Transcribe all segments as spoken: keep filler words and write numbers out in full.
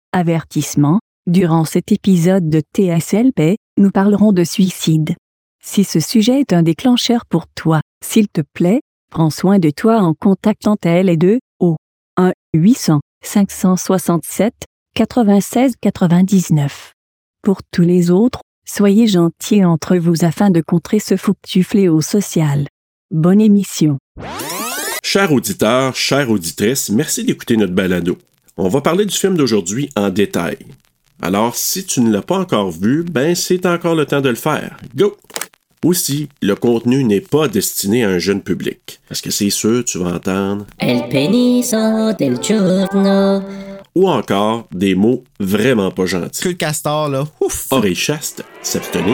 Avertissement, durant cet épisode de T S L P, nous parlerons de suicide. Si ce sujet est un déclencheur pour toi, s'il te plaît, prends soin de toi en contactant T L et deux au un huit cents cinq cent soixante-sept quatre-vingt-seize quatre-vingt-dix-neuf. Pour tous les autres, soyez gentils entre vous afin de contrer ce foutu fléau social. Bonne émission. Chers auditeurs, chères auditrices, merci d'écouter notre balado. On va parler du film d'aujourd'hui en détail. Alors, si tu ne l'as pas encore vu, ben c'est encore le temps de le faire. Go! Aussi, le contenu n'est pas destiné à un jeune public. Parce que c'est sûr, tu vas entendre El peniso del giorno. Ou encore des mots vraiment pas gentils. Que le castor, là. Ouf! Oreille chaste, s'abstenir.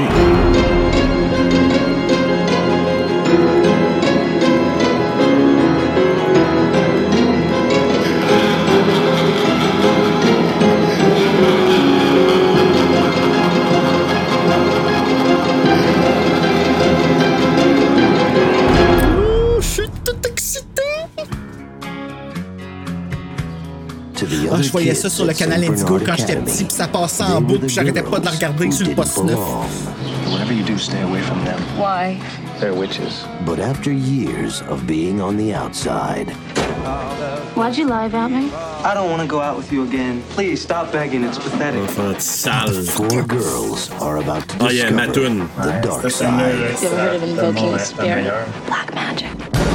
Ah, je voyais ça sur le canal Indigo quand j'étais petit, puis ça passait en boucle, puis j'arrêtais pas de la regarder sur le poste neuf. Whatever you do, stay away from them. Why? They're witches. But after years of being on the outside... Why'd you lie about me? I don't want to go out with you again. Please, stop begging. It's pathetic. Enfant sale. Four girls are about to Oh yeah, ma discover toune. the dark side. You ever heard of invoking a spirit? Black magic.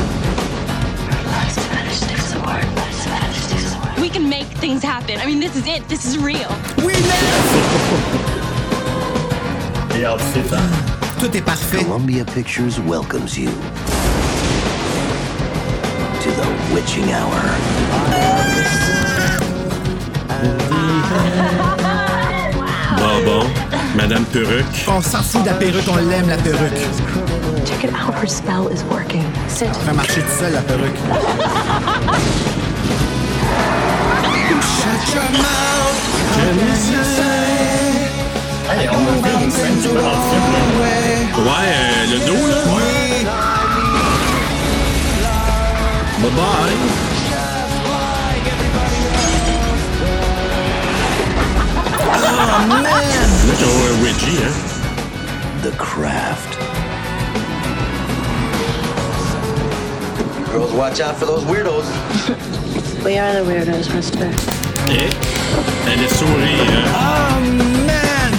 We can make things happen. I mean, this is it. This is real. Oui, tout est parfait. Columbia Pictures welcomes you to the witching hour. Bon, bon. Madame Perruque. On s'en fout de la perruque, on l'aime, la perruque. Check it out. Her spell is working. Sit. Ça va marcher tout seul, la perruque. Shut your mouth. Hey, on a vu une scène du peu dans le film, là. Ouais, euh, le dos, là. Oui. Bye bye. Oh, man. Là, t'as un Ouija, hein. The Craft. Girls, watch out for those weirdos. We are the weirdos, mister. Et elle est souris, hein. Oh, man.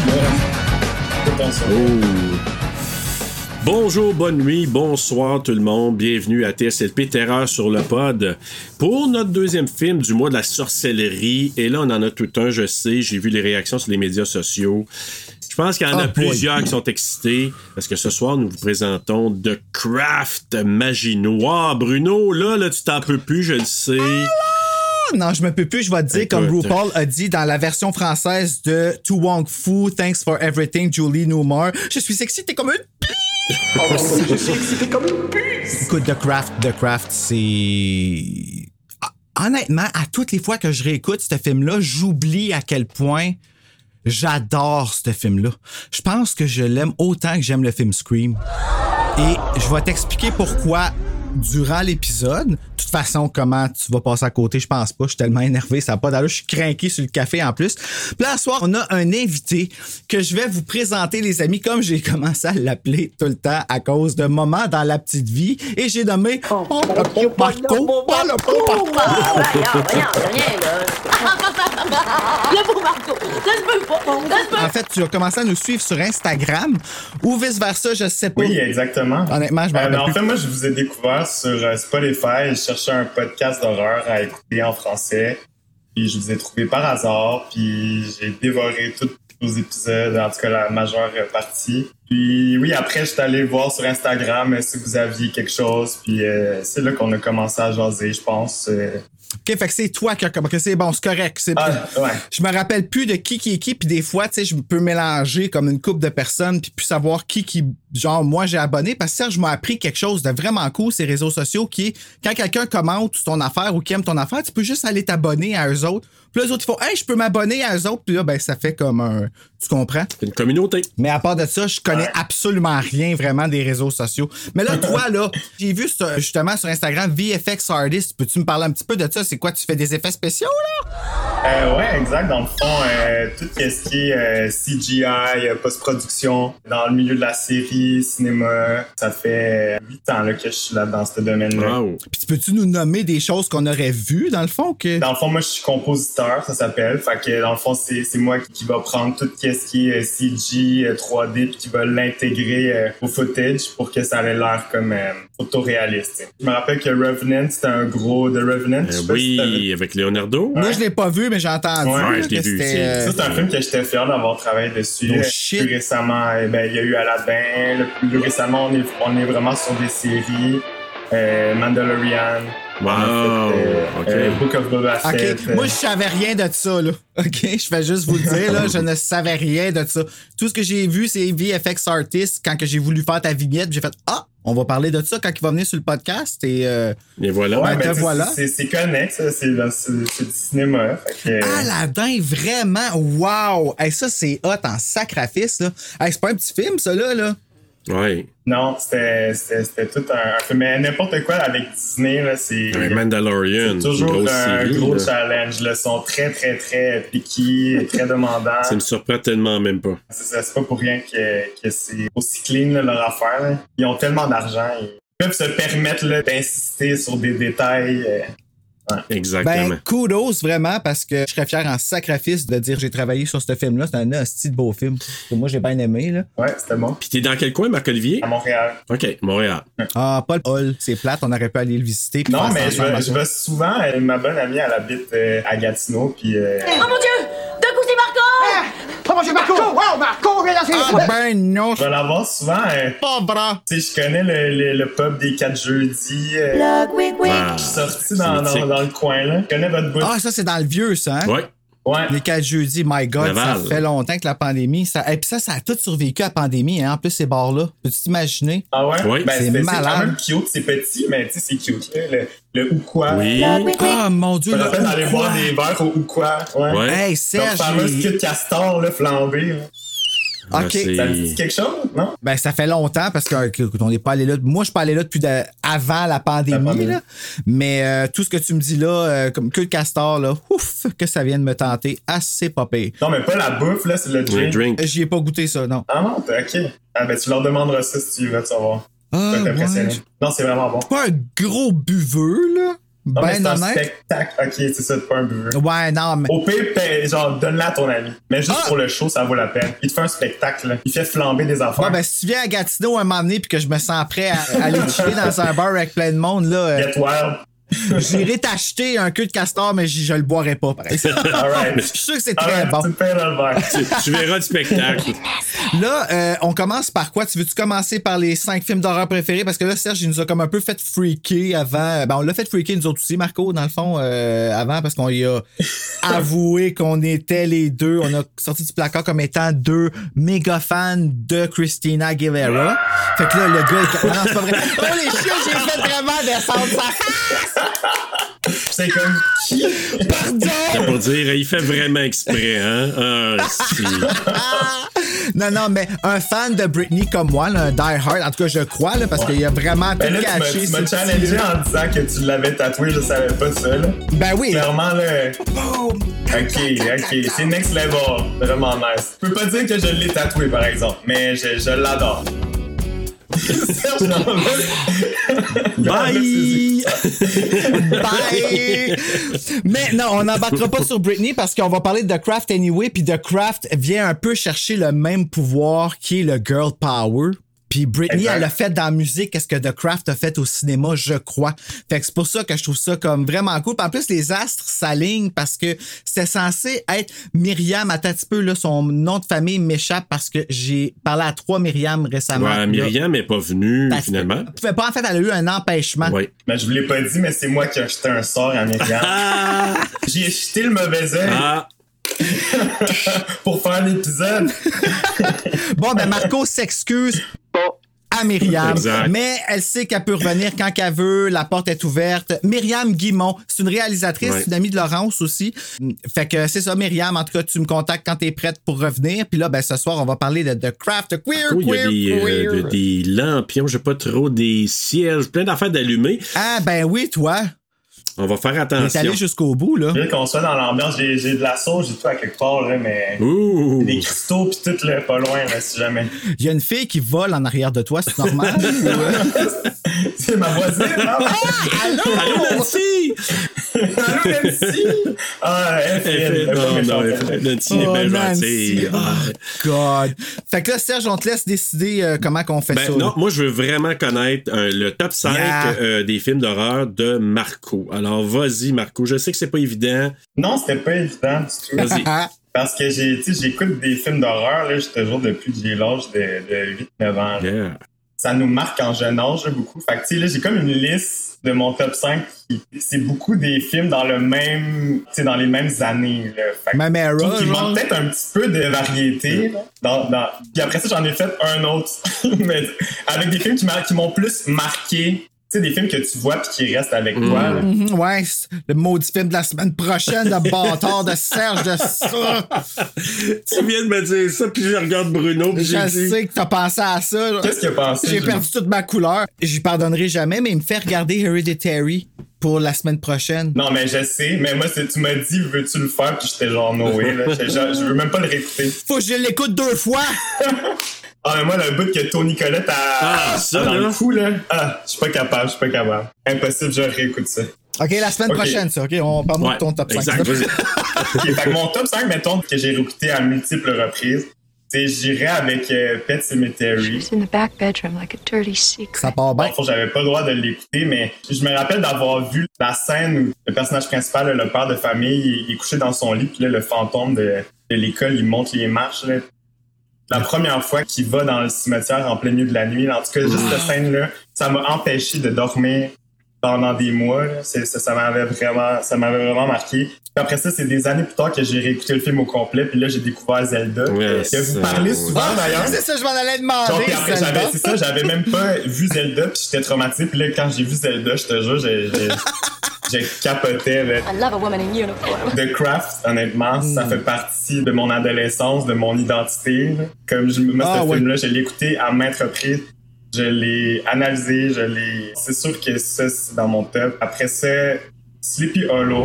Oh. Bonjour, bonne nuit, bonsoir tout le monde. Bienvenue à T S L P Terreur sur le pod pour notre deuxième film du mois de la sorcellerie. Et là, on en a tout un, je sais. J'ai vu les réactions sur les médias sociaux. Je pense qu'il y en a oh, plusieurs boy. qui sont excités parce que ce soir, nous vous présentons The Craft Magie Noire. Bruno, là, là tu t'en peux plus, je le sais. Ah, non, je me peux plus, je vais te dire, écoute, comme RuPaul a dit dans la version française de To Wong Fu, Thanks for Everything, Julie Newmar. Je suis excité comme une Oh, je suis excité comme une puce. Écoute, The Craft, The Craft, c'est... Honnêtement, à toutes les fois que je réécoute ce film-là, j'oublie à quel point j'adore ce film-là. Je pense que je l'aime autant que j'aime le film Scream. Et je vais t'expliquer pourquoi durant l'épisode. De toute façon, comment tu vas passer à côté, je pense pas. Je suis tellement énervé, ça n'a pas d'allure. Je suis craqué sur le café en plus. Puis là, ce soir, on a un invité que je vais vous présenter, les amis, comme j'ai commencé à l'appeler tout le temps à cause de moments dans la petite vie. Et j'ai nommé oh, oh, le beau Marco. Pas le beau Marco. Voyons, voyons, rien, là. Le beau Marco. Ça se peut pas. Ça se peut. En fait, tu as commencé à nous suivre sur Instagram ou vice-versa, je sais pas. Oui, exactement. Honnêtement, je m'en euh, rappelle En plus. fait, moi, je vous ai découvert sur euh, Spotify. Je cherchais un podcast d'horreur à écouter en français. Puis je vous ai trouvé par hasard. Puis j'ai dévoré tous vos épisodes, en tout cas la majeure partie. Puis oui, après, je suis allé voir sur Instagram si vous aviez quelque chose. Puis euh, c'est là qu'on a commencé à jaser, je pense. Euh, OK, fait que c'est toi qui as comme que c'est bon, c'est correct. C'est... Ah, ouais. Je me rappelle plus de qui qui est qui, puis des fois, tu sais, je peux mélanger comme une couple de personnes, puis plus savoir qui qui genre, moi, j'ai abonné parce que Serge m'a appris quelque chose de vraiment cool, ces réseaux sociaux, qui est quand quelqu'un commente ton affaire ou qui aime ton affaire, tu peux juste aller t'abonner à eux autres. Puis les autres, ils font, hey, je peux m'abonner à eux autres. Puis là, ben, ça fait comme un. Tu comprends? C'est une communauté. Mais à part de ça, je connais absolument rien vraiment des réseaux sociaux. Mais là, toi, là, j'ai vu ça, justement sur Instagram, V F X Artist. Peux-tu me parler un petit peu de ça? C'est quoi? Tu fais des effets spéciaux, là? Euh, ouais, exact. Dans le fond, euh, tout ce qui est euh, C G I, euh, post-production, dans le milieu de la série, cinéma, ça fait huit ans là, que je suis là dans ce domaine-là. Wow. Puis peux-tu nous nommer des choses qu'on aurait vues, dans le fond? Que... Dans le fond, moi, je suis compositeur, ça s'appelle. Fait que, dans le fond, c'est, c'est moi qui va prendre tout ce qui est C G, trois D, puis qui va l'intégrer euh, au footage pour que ça ait l'air comme euh, photoréaliste. Je me rappelle que Revenant, c'était un gros... The Revenant, Euh, je sais pas oui, si t'avais- avec Leonardo. Moi, je l'ai pas vu, mais j'ai entendu. Ouais, là, je l'ai que vu c'était, aussi. euh, Ça, c'est un film que j'étais fier d'avoir travaillé dessus. Oh, Euh, shit. Plus récemment, eh ben, il y a eu Aladdin. Le plus récemment, on est, on est vraiment sur des séries. Euh, Mandalorian. Wow, On a fait, euh, ok. euh, Book of Boba OK. Fett. euh, Moi, je savais rien de ça, là. OK? Je vais juste vous le dire, là. Je ne savais rien de ça. Tout ce que j'ai vu, c'est V F X Artist quand que j'ai voulu faire ta vignette. J'ai fait, ah, on va parler de ça quand il va venir sur le podcast. Et, euh, Et voilà. Ouais, Ben, ben, te tu sais, voilà. C'est, c'est connexe, ça. C'est, c'est, c'est du cinéma. Fait que, Aladdin, vraiment, wow! Hey, ça, c'est hot en sacrifice, là. Hey, c'est pas un petit film, ça, là, là. Ouais. non, c'était, c'était, c'était tout un, un film. Mais n'importe quoi avec Disney, là, c'est... Un Mandalorian. C'est toujours une grosse un série, gros là. challenge. Là. Ils sont très, très, très piqués, très demandants. Ça me surprend tellement même pas. C'est, c'est, c'est pas pour rien que, que c'est aussi clean, là, leur affaire. Là. Ils ont tellement d'argent. Ils peuvent se permettre là, d'insister sur des détails. Euh, ouais. Exactement. Ben, kudos, vraiment, parce que je serais fier en sacrifice de dire j'ai travaillé sur ce film-là. C'est un hostie de beau film. Que moi, j'ai bien aimé, là. Ouais, c'était bon. Puis t'es dans quel coin, Marc-Olivier? À Montréal. OK, Montréal. Ah, Paul Hall, c'est plate, on aurait pu aller le visiter. puis Non, faire mais ça je ensemble. vais, je vais souvent. euh, Ma bonne amie, elle habite euh, à Gatineau. Puis. Euh, Oh mon dieu! D'un coup, c'est Marco! Oh mon dieu, Marco! Wow, Marco, viens là, Ah, ben non, je vais la voir souvent. Euh, pas bras. tu sais, je connais le, le, le pub des quatre jeudis. Euh, Ah, je suis sorti dans, dans, mythique. dans le coin, là. Je connais votre bout. Ah, ça, c'est dans le vieux, ça, hein? Ouais. Ouais. Les quatre jeudis, my God, Laval. ça fait longtemps que la pandémie. Ça... Et puis ça, ça a tout survécu à la pandémie, hein, en plus, ces bars-là. Peux-tu t'imaginer? Ah ouais? Oui. Ben, C'est c'est, c'est malade. quand même cute, c'est petit, mais tu sais, c'est cute, là. Le, le ou quoi. Oui. Ah, mon Dieu, Ça là. la peine d'aller boire des verres au ou quoi. Ouais. Ouais. Hey, Leur Serge, fameuse j'ai- queue de castor, là, flambée. Là. Ah, OK. c'est- Ça te dit quelque chose, non? Ben, ça fait longtemps parce que, que- qu'on n'est pas allé là. Moi, je suis pas allé là depuis de- avant la pandémie, La pandémie. là. Mais euh, tout ce que tu me dis là, euh, comme queue de castor, là, ouf, que ça vient de me tenter. Assez pas pire. Non, mais pas la bouffe, là, c'est le Un drink. drink. J'y ai pas goûté ça, non. Ah non, t'es OK. Ah ben, tu leur demanderas ça si tu veux, tu vas voir. Ah, Tu vas être impressionné. ouais. Non, c'est vraiment bon. Pas un gros buveux, là. Non, mais Ben c'est un honnête. spectacle. OK, c'est ça, c'est pas un buveur. Ouais, non, mais. Au pire, paye- genre, donne-la à ton ami. Mais juste Ah! pour le show, ça vaut la peine. Il te fait un spectacle, là. Il fait flamber des affaires. Ouais, ben, si tu viens à Gatineau un moment donné puis que je me sens prêt à, à aller chiller dans un bar avec plein de monde, là, euh, Get wild. j'irai t'acheter un queue de castor, mais je, je le boirai pas, par exemple. All right. Je suis sûr que c'est All très right, bon. tu me payes dans le verre. Tu, tu verras le spectacle. Là, euh, on commence par quoi? Tu veux-tu commencer par les cinq films d'horreur préférés? Parce que là, Serge, il nous a comme un peu fait freaker avant. Ben, on l'a fait freaker nous autres aussi, Marco, dans le fond, euh, avant, parce qu'on y a avoué qu'on était les deux. On a sorti du placard comme étant deux méga fans de Christina Aguilera. Fait que là, le gars, il... non, non, c'est pas vrai. Oh, les chiens, j'ai fait vraiment descendre sa face! C'est comme qui? Pardon! C'est pour dire, il fait vraiment exprès, hein? Ah, si. Non, non, mais un fan de Britney comme moi, là, un die-hard, en tout cas, je crois, là, parce qu'il y a vraiment tout Ben là, tu m'as- caché. tu m'as ce challengé petit- en disant que tu l'avais tatoué, je savais pas ça, là. Ben oui. Clairement, là. Boom! Ok, ok, c'est next level. Vraiment nice. Je peux pas dire que je l'ai tatoué, par exemple, mais je, je l'adore. Serge, non, Bye! Bye! Mais non, on n'embarquera pas sur Britney parce qu'on va parler de The Craft anyway, puis The Craft vient un peu chercher le même pouvoir qui est le girl power. Puis Britney, Exact. elle a fait dans la musique qu'est-ce que The Craft a fait au cinéma, je crois. Fait que c'est pour ça que je trouve ça comme vraiment cool. Puis en plus, les astres s'alignent parce que c'était censé être Myriam. Attends un petit peu, là, son nom de famille m'échappe parce que j'ai parlé à trois Myriam récemment. Ouais, Myriam n'est pas venue, Parce- finalement. Elle pouvait pas, en fait, elle a eu un empêchement. Oui. Mais je vous l'ai pas dit, mais c'est moi qui ai acheté un sort à Myriam. J'ai jeté le mauvais œil Ah, pour faire l'épisode. Bon, ben Marco s'excuse. Pas à Myriam. Exact. Mais elle sait qu'elle peut revenir quand qu'elle veut. La porte est ouverte. Myriam Guimont, c'est une réalisatrice, Ouais. c'est une amie de Laurence aussi. Fait que c'est ça, Myriam. En tout cas, tu me contactes quand t'es prête pour revenir. Puis là, ben, ce soir, on va parler de, de craft, de queer, Cool, queer, il y a des, queer. euh, de- des lampions, je sais pas trop, des cierges, plein d'affaires d'allumés. Ah, ben oui, toi. On va faire On est attention. allé jusqu'au bout, là. Je veux qu'on soit dans l'ambiance. J'ai, j'ai de la sauce, j'ai tout à quelque part, là, mais. Ouh. Des cristaux pis tout, là, pas loin, là, si jamais. Il y a une fille qui vole en arrière de toi, c'est normal? C'est ma voisine, non? Allô, Nancy! Allô, Nancy! Ah, elle fait. Elle fait- elle non, fait non, elle méchante. fait- Nancy est Oh, bien Nancy. gentille. Oh, Ah. God. Fait que là, Serge, on te laisse décider euh, comment qu'on fait Ben, ça. non, là. moi, je veux vraiment connaître euh, le top cinq Yeah. euh, des films d'horreur de Marco. Alors, vas-y, Marco. Je sais que c'est pas évident. Non, c'était pas évident du tout. Vas-y. Parce que j'ai, tu sais, j'écoute des films d'horreur, là, j'ai toujours depuis que j'ai l'âge de, de huit neuf ans. là. Yeah. Ça nous marque en jeune âge, là, beaucoup. Fait que, tu sais, là, j'ai comme une liste de mon top cinq qui, c'est beaucoup des films dans le même, tu sais, dans les mêmes années, là. Fait que, Même era, je trouve qu'il genre. manque peut-être un petit peu de variété, là, dans, dans... Puis après ça, j'en ai fait un autre. Mais avec des films qui, m'a- qui m'ont plus marqué. Tu sais, des films que tu vois puis qui restent avec Mm. toi, là. Mhm, ouais, c'est le maudit film de la semaine prochaine de bâtard de Serge de ça. Tu viens de me dire ça, puis je regarde Bruno, puis Je j'ai dit... sais que t'as pensé à ça. Qu'est-ce qu'il a pensé? J'ai je- perdu toute ma couleur. J'y pardonnerai jamais, mais il me fait regarder Hereditary pour la semaine prochaine. Non, mais je sais. Mais moi, c'est, tu m'as dit, veux-tu le faire? Puis j'étais genre, no way, là. J'étais genre, je veux même pas le réécouter. Faut que je l'écoute deux fois. Ah, mais moi, le bout que Tony Collette a, Ah, ça, a dans là. le cou, là. Ah, je suis pas capable, je suis pas capable. Impossible, je réécoute ça. OK, la semaine Ok. prochaine, ça. OK, on parle Ouais, de ton top cinq. exact, vas-y. Ok, fait que mon top cinq, mettons, que j'ai réécouté à multiples reprises, c'est j'irais avec euh, Pet Sematary. She's in the back bedroom like a dirty secret. Ça part Bon, bien. faut, j'avais pas le droit de l'écouter, mais je me rappelle d'avoir vu la scène où le personnage principal, là, le père de famille, il est couché dans son lit, puis là, le fantôme de, de l'école, il monte les marches, là. La première fois qu'il va dans le cimetière en plein milieu de la nuit, en tout cas, juste cette scène-là, ça m'a empêché de dormir pendant des mois, là. C'est, ça, ça m'avait vraiment, ça m'avait vraiment marqué. Puis après ça, c'est des années plus tard que j'ai réécouté le film au complet, puis là, j'ai découvert Zelda. Ouais, que vous ça, parlez ouais. souvent, Ah, d'ailleurs. c'est ça, je m'en allais demander. Genre, puis après, Zelda. j'avais, c'est ça, j'avais même pas vu Zelda, puis j'étais traumatisé. Puis là, quand j'ai vu Zelda, je te jure, j'ai, j'ai, j'ai capoté. Là. I love a woman in uniform. The Craft, honnêtement, ça fait partie de mon adolescence, de mon identité. Là. Comme je, moi, Ah, ce ouais. film-là, je l'ai écouté à maintes reprises. Je l'ai analysé, je l'ai... C'est sûr que ça, c'est dans mon top. Après ça, Sleepy Hollow.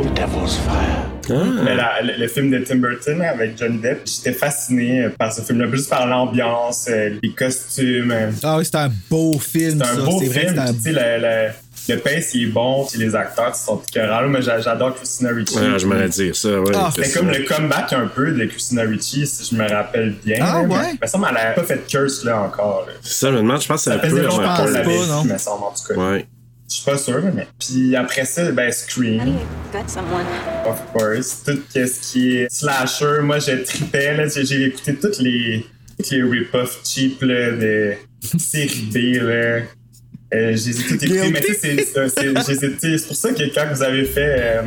Ah. Le, la- le- le film de Tim Burton là, avec Johnny Depp. J'étais fasciné par ce film-là, juste par l'ambiance, euh, les costumes. euh, Ah oui, c'est un beau film, C'est un ça. beau C'est vrai que film. c'est un puis, Tu sais, le, le, le pace, il est bon, puis les acteurs, ils sont écœurants. Mais j'a- j'adore Christina Ricci. Ah, je m'allais dire ça, ouais. Ah, C'était comme le comeback un peu de Christina Ricci, si je me rappelle bien. Ah, là, ouais? Mais, mais ça, elle a pas fait Curse là encore. Là. Ça, je me demande, je pense que Ça ça faisait peut longtemps avoir qu'on pense l'avait pas, vu, non? mais ça en tout cas. Ouais. Je suis pas sûr, mais. Puis après ça, ben Scream, Got someone. of course. Tout ce qui est slasher, moi je tripais, là. J'ai, j'ai écouté toutes les, toutes les rip-off cheap là, de série B, là. Euh, je les ai toutes écoutées, mais tu sais, c'est, c'est, c'est, je les ai- tu sais, c'est pour ça que quand vous avez fait. Euh,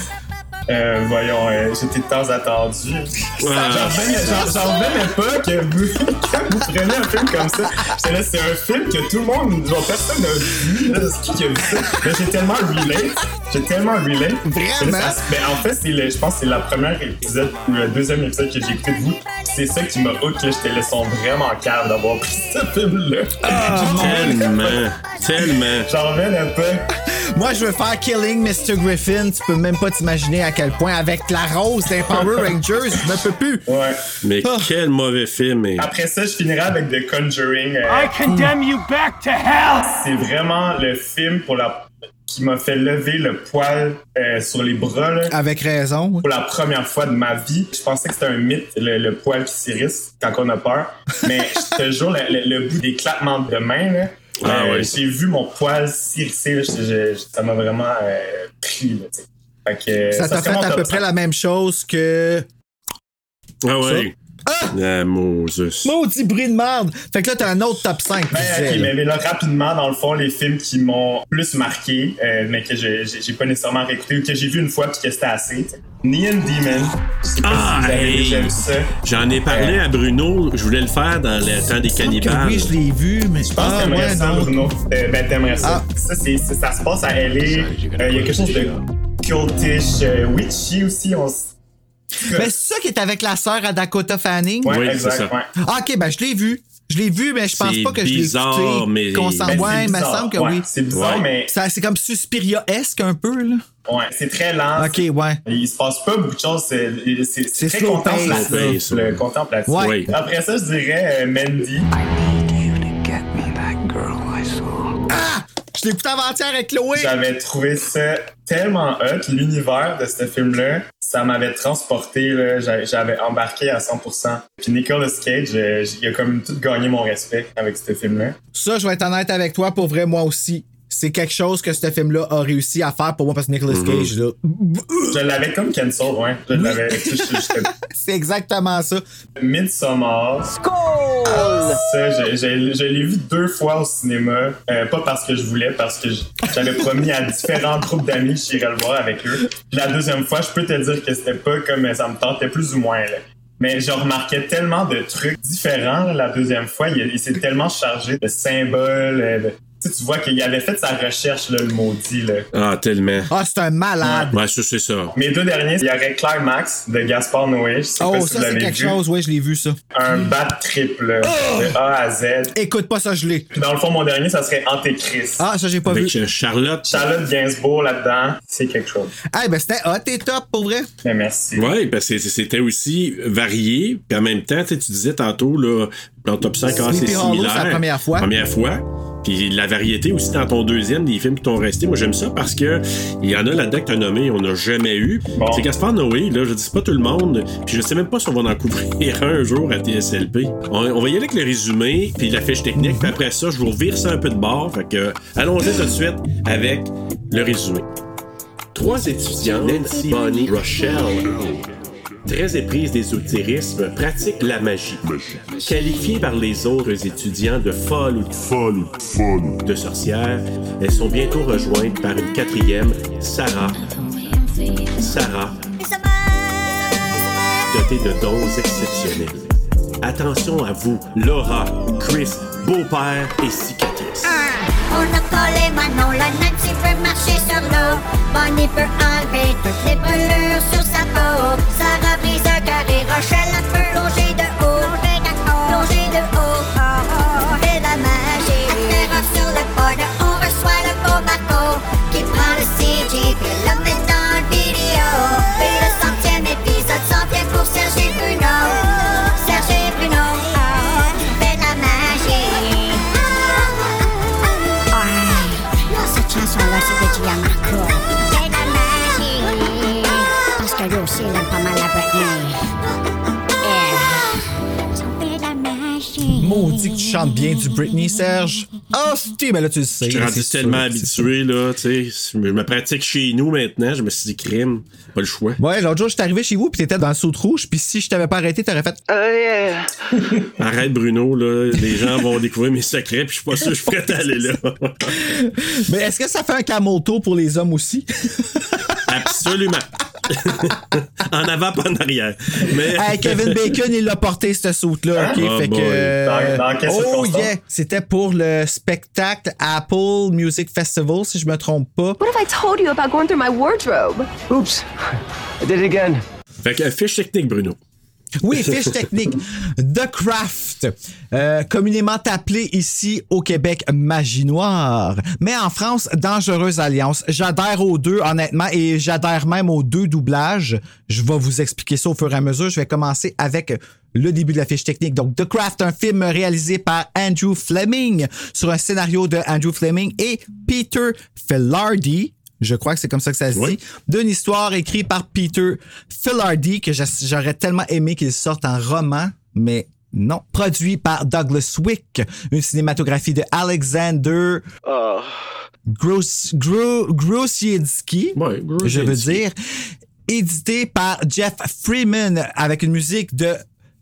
euh, voyons, euh, j'étais tant attendu. J'en revenais, j'en- j'en revenais pas que vous, quand vous prenez un film comme ça. J'étais là, c'est un film que tout le monde, genre personne n'a vu. Là, c'est qui qui a vu ça? Là, j'ai tellement relate. J'ai tellement relate. Vraiment? Là, ça- ben, en fait, c'est le, je pense que c'est la première épisode ou le deuxième épisode que j'ai écouté de vous. C'est ça qui m'a hook. Là, j'étais là, sont vraiment calmes d'avoir pris ce film-là. Tellement, tellement. J'en revenais pas. Moi, je veux faire Killing mister Griffin. Tu peux même pas t'imaginer à quel point. Avec la rose des Power Rangers, je ne peux plus. Ouais. Mais Ah. quel mauvais film. Et... Après ça, je finirai avec The Conjuring. euh, I condemn you back to hell! C'est vraiment le film pour la qui m'a fait lever le poil euh, sur les bras là, Avec raison. pour la première fois de ma vie. Je pensais que c'était un mythe, le, le poil qui s'irrisse quand on a peur. Mais je te jure, le, le- le bout des claquements de main, là, Ah euh, ouais. j'ai vu mon poil s'irrisser. Là, je- je- ça m'a vraiment euh, pris. Là, tu sais. Fait que, Ça t'a serait fait mon à top peu près cinq. la même chose que. Ah ouais. Ah! Ah, Moses. Maudit bruit de merde! Fait que là, t'as un autre top cinq. Ben, disais, ok, là. mais, mais là, rapidement, dans le fond, les films qui m'ont plus marqué, euh, mais que je, j'ai, j'ai pas nécessairement réécouté ou que j'ai vu une fois puis que c'était assez. Neon Demon. Je sais pas Ah, si vous avez hey. déjà vu ça. J'en ai parlé Euh, à Bruno. Je voulais le faire dans le temps des cannibales. Oui, je l'ai vu, mais Je pense ah, que t'aimerais ouais, ça, non. Bruno. Euh, ben, t'aimerais ça. Ah. Ça, c'est, c'est- ça se passe à L A. Euh, Il y a quelque chose de cultish, euh, witchy aussi. On s- Ben, c'est ça qui est avec la sœur à Dakota Fanning? Ouais, Oui, exact, c'est ça. ouais. Ah, ok, ben, je l'ai vu. Je l'ai vu, mais je pense C'est pas que je l'ai bizarre, écouté. mais- Qu'on s'en... Ben, ouais, c'est il me bizarre. semble que Ouais, oui. C'est bizarre, Ouais. mais Ça, c'est comme Suspiria-esque un peu, là. ouais, c'est très lent. Ok, ouais. Il se passe pas beaucoup de choses. C'est, c'est, C'est c'est très slow contemplatif. pace. Le contemplatif. Ouais. Oui. Après ça, je dirais euh, Mandy. I need you to get me that girl I saw. Ah! Je l'ai écouté avant-hier avec Chloé. J'avais trouvé ça tellement hot, l'univers de ce film-là. Ça m'avait transporté, là. J'a- J'avais embarqué à cent pour cent. Puis Nicolas Cage, euh, il a comme tout gagné mon respect avec ce film-là. Ça, je vais être honnête avec toi, pour vrai, moi aussi. C'est quelque chose que ce film-là a réussi à faire pour moi parce que Nicolas Cage, là. Je l'avais comme cancel, ouais. Je l'avais. tu sais, j'étais- C'est exactement ça. Midsommar. Skål! Ça, je, je- je l'ai vu deux fois au cinéma. Euh, pas parce que je voulais, parce que je- j'avais promis à différents groupes d'amis que j'irais le voir avec eux. Puis la deuxième fois, je peux te dire que c'était pas comme ça me tentait plus ou moins. Là. Mais je remarquais tellement de trucs différents là, la deuxième fois. Il, il s'est tellement chargé de symboles. euh, de- Tu sais, tu vois qu'il avait fait sa recherche, là, le maudit. Là. Ah, tellement. Ah, c'est un malade. Ouais, ça, c'est ça. Mes deux derniers, il y aurait Climax de Gaspard Noé. Je sais pas Oh, si ça, vous c'est l'avez quelque vu. chose. Ouais, je l'ai vu, ça. Un bad trip, là, de A à Z. Écoute pas ça, je l'ai. Puis dans le fond, mon dernier, ça serait Antéchrist. Ah, ça, j'ai pas Avec vu. euh, Charlotte. Charlotte Gainsbourg là-dedans, c'est quelque chose. Eh ben, c'était hot et top, pour vrai. Mais merci. Oui, parce que c'était aussi varié. Puis en même temps, tu sais, tu disais tantôt, là, dans top cinq, ah, c'est Sleepy Hollow, similaire. c'est la première fois. Première fois. Puis la variété aussi dans ton deuxième, des films qui t'ont resté. Moi, j'aime ça parce que il y en a là-dedans que t'as nommé, on n'a jamais eu. Bon. C'est Gaspard Noé, là, je dis pas tout le monde. Puis je sais même pas si on va en couvrir un jour à T S L P. On, on va y aller avec le résumé, puis la fiche technique. Puis après ça, je vous revire ça un peu de bord. Fait que, allons-y tout de suite avec le résumé. Trois étudiants, Nancy, Bonnie, Rochelle, très éprises d'ésotérisme, pratiquent la magie. Qualifiées par les autres étudiants de folles ou de folles ou de folles de sorcières, elles sont bientôt rejointes par une quatrième, Sarah. Sarah, dotée de dons exceptionnels. Attention à vous, Laura, Chris, beau-père et cicatrice. On a collé Manon, la Nancy peut marcher sur l'eau. Bonnie peut enlever toutes les brûlures sur sa peau. Sarah brise un carré, Rochelle un peu longée de haut. Longée de haut, oh, oh, c'est la magie. Atterrant sur le bord, on reçoit le beau Marco qui prend le C G puis le met dans le vidéo. Puis le centième épisode s'en vient pour Serge et Bruno. Serge et Bruno, oh, fait de la magie. Cette chanson-là, c'est de Gianmarco. C'est de la magie. Parce que lui aussi, il aime pas mal la Britney. Yeah. Ça fait de la magie. Maudit que tu chantes bien du Britney, Serge. Oh, c'est, ben là, tu le sais. Je suis là, rendu c'est tellement sûr, c'est habitué, là, tu sais. Je me pratique chez nous maintenant. Je me suis dit, crime, pas le choix. sûr. Ouais, l'autre jour, j'étais arrivé chez vous, puis t'étais dans le saut rouge, puis si je t'avais pas arrêté, t'aurais fait. Arrête, Bruno, là. Les gens vont découvrir mes secrets, puis je suis pas sûr que je suis prêt à aller là. Mais est-ce que ça fait un camel toe pour les hommes aussi? Absolument. En avant, pas en arrière. Mais... Hey, Kevin Bacon, il l'a porté, cette saute-là. OK, Oh fait boy. que. euh, Dans- dans quelle oh, circonstance? yeah! C'était pour le spectacle Apple Music Festival, si je me trompe pas. What if I told you about going through my wardrobe? Oops. I did it again. Fait que fiche technique, Bruno. Oui, fiche technique. The Craft, euh, communément appelé ici au Québec Magie Noire, mais en France, Dangereuse Alliance. J'adhère aux deux, honnêtement, et j'adhère même aux deux doublages. Je vais vous expliquer ça au fur et à mesure. Je vais commencer avec le début de la fiche technique. Donc, The Craft, un film réalisé par Andrew Fleming sur un scénario de Andrew Fleming et Peter Filardi. Je crois que c'est comme ça que ça se Oui. dit. D'une histoire écrite par Peter Filardi, que j'aurais tellement aimé qu'il sorte en roman, mais non. Produit par Douglas Wick, une cinématographie de Alexander Oh. Gros, Gro, Grosiewski, Ouais, Grosiewski. je veux dire. Édité par Jeff Freeman avec une musique de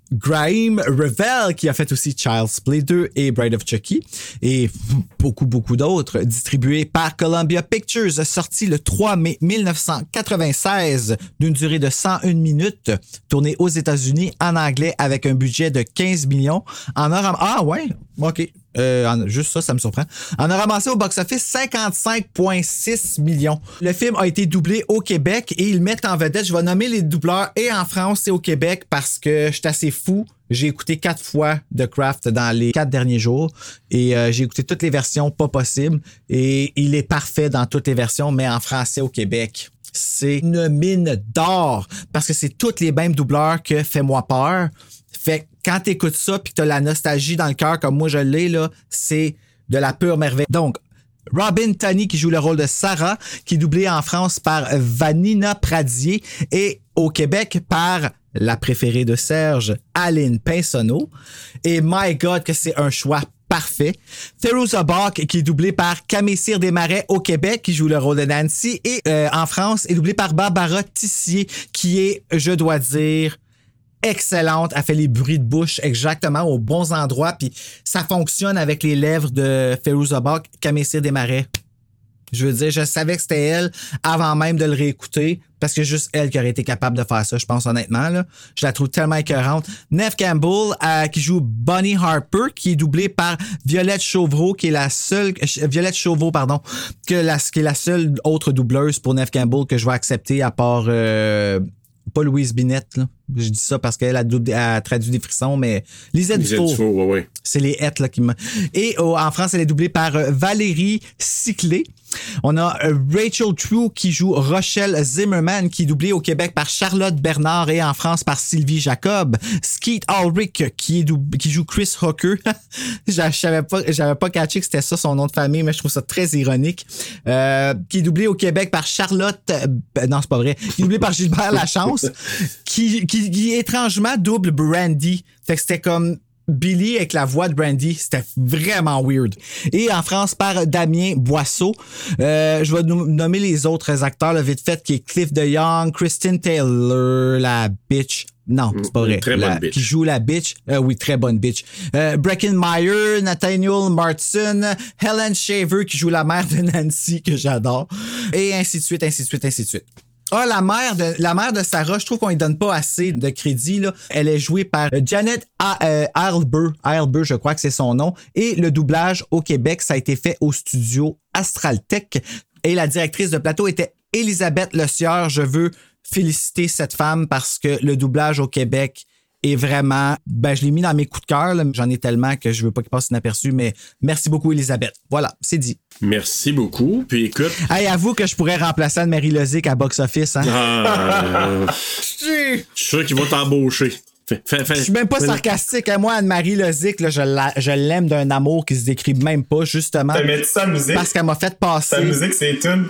Graham Revell, qui a fait aussi Child's Play deux et Bride of Chucky, et beaucoup, beaucoup d'autres, distribué par Columbia Pictures, sorti le trois mai mille neuf cent quatre-vingt-seize, d'une durée de cent une minutes, tourné aux États-Unis en anglais avec un budget de quinze millions. En a ram- Ah ouais, ok. Euh, juste ça, ça me surprend. En a ramassé au box-office cinquante-cinq virgule six millions. Le film a été doublé au Québec et ils mettent en vedette, je vais nommer les doubleurs et en France et au Québec parce que je suis assez fou. J'ai écouté quatre fois The Craft dans les quatre derniers jours et euh, j'ai écouté toutes les versions pas possibles et il est parfait dans toutes les versions, mais en français au Québec. C'est une mine d'or parce que c'est tous les mêmes doubleurs que Fais-moi peur. Fait que quand t'écoutes ça pis que t'as la nostalgie dans le cœur comme moi je l'ai, là, c'est de la pure merveille. Donc, Robin Tunney qui joue le rôle de Sarah, qui est doublée en France par Vanina Pradier et au Québec par la préférée de Serge, Aline Pinsonneau. Et my God que c'est un choix parfait. Fairuza Balk qui est doublée par Camille Cyr Desmarais au Québec, qui joue le rôle de Nancy, et euh, en France est doublée par Barbara Tissier, qui est, je dois dire, excellente. Elle fait les bruits de bouche exactement aux bons endroits, puis ça fonctionne avec les lèvres de Fairuza Balk, Camille Cyr Desmarais. Je veux dire, je savais que c'était elle avant même de le réécouter, parce que juste elle qui aurait été capable de faire ça, je pense honnêtement. Là. Je la trouve tellement écœurante. Neve Campbell, euh, qui joue Bonnie Harper, qui est doublée par Violette Chauveau, qui est la seule... Euh, Violette Chauveau, pardon, que la, qui est la seule autre doubleuse pour Neve Campbell que je vais accepter, à part... Euh, pas Louise Binette, là. Je dis ça parce qu'elle a, doublé, a traduit des frissons, mais Lisette Dufault. Ouais, ouais. C'est les hêtres là qui me. Et oh, en France, elle est doublée par euh, Valérie Ciclé. On a euh, Rachel True qui joue Rochelle Zimmerman, qui est doublée au Québec par Charlotte Bernard et en France par Sylvie Jacob. Skeet Ulrich qui est doublé, qui joue Chris Hooker. je savais pas, j'avais pas catché que c'était ça son nom de famille, mais je trouve ça très ironique. Euh, qui est doublé au Québec par Charlotte. Euh, non, c'est pas vrai. Qui est doublé par Gilbert Lachance, qui, qui, qui étrangement double Brandy. Fait que c'était comme Billy avec la voix de Brandy, c'était vraiment weird. Et en France par Damien Boisseau. Euh, je vais nous nommer les autres acteurs, là, vite fait, qui est Cliff DeYoung, Kristen Taylor, la bitch. Non, c'est pas vrai. Très la, bonne bitch. Qui joue la bitch. Euh, oui, très bonne bitch. Euh, Breckenmeyer, Nathaniel Martin, Helen Shaver qui joue la mère de Nancy, que j'adore. Et ainsi de suite, ainsi de suite, ainsi de suite. Ah, la mère de la mère de Sarah, je trouve qu'on lui donne pas assez de crédit, là. Elle est jouée par Janet Heilber, Heilber, je crois que c'est son nom. Et le doublage au Québec, ça a été fait au studio Astraltech. Et la directrice de plateau était Elisabeth Le Sieur. Je veux féliciter cette femme parce que le doublage au Québec est vraiment... Ben, je l'ai mis dans mes coups de cœur, là. J'en ai tellement que je veux pas qu'il passe inaperçu, mais merci beaucoup, Elisabeth. Voilà, c'est dit. Merci beaucoup. Puis écoute... Hey, avoue que je pourrais remplacer Anne-Marie Lozic à box-office, hein? Ah, euh, je suis sûr qu'il va t'embaucher. Fait, fait, fait, je suis même pas sarcastique. Hein? Moi, Anne-Marie Lozic, là, je, la, je l'aime d'un amour qui se décrit même pas, justement. T'as mis ça musique? Parce qu'elle m'a fait passer... Ta musique, c'est une...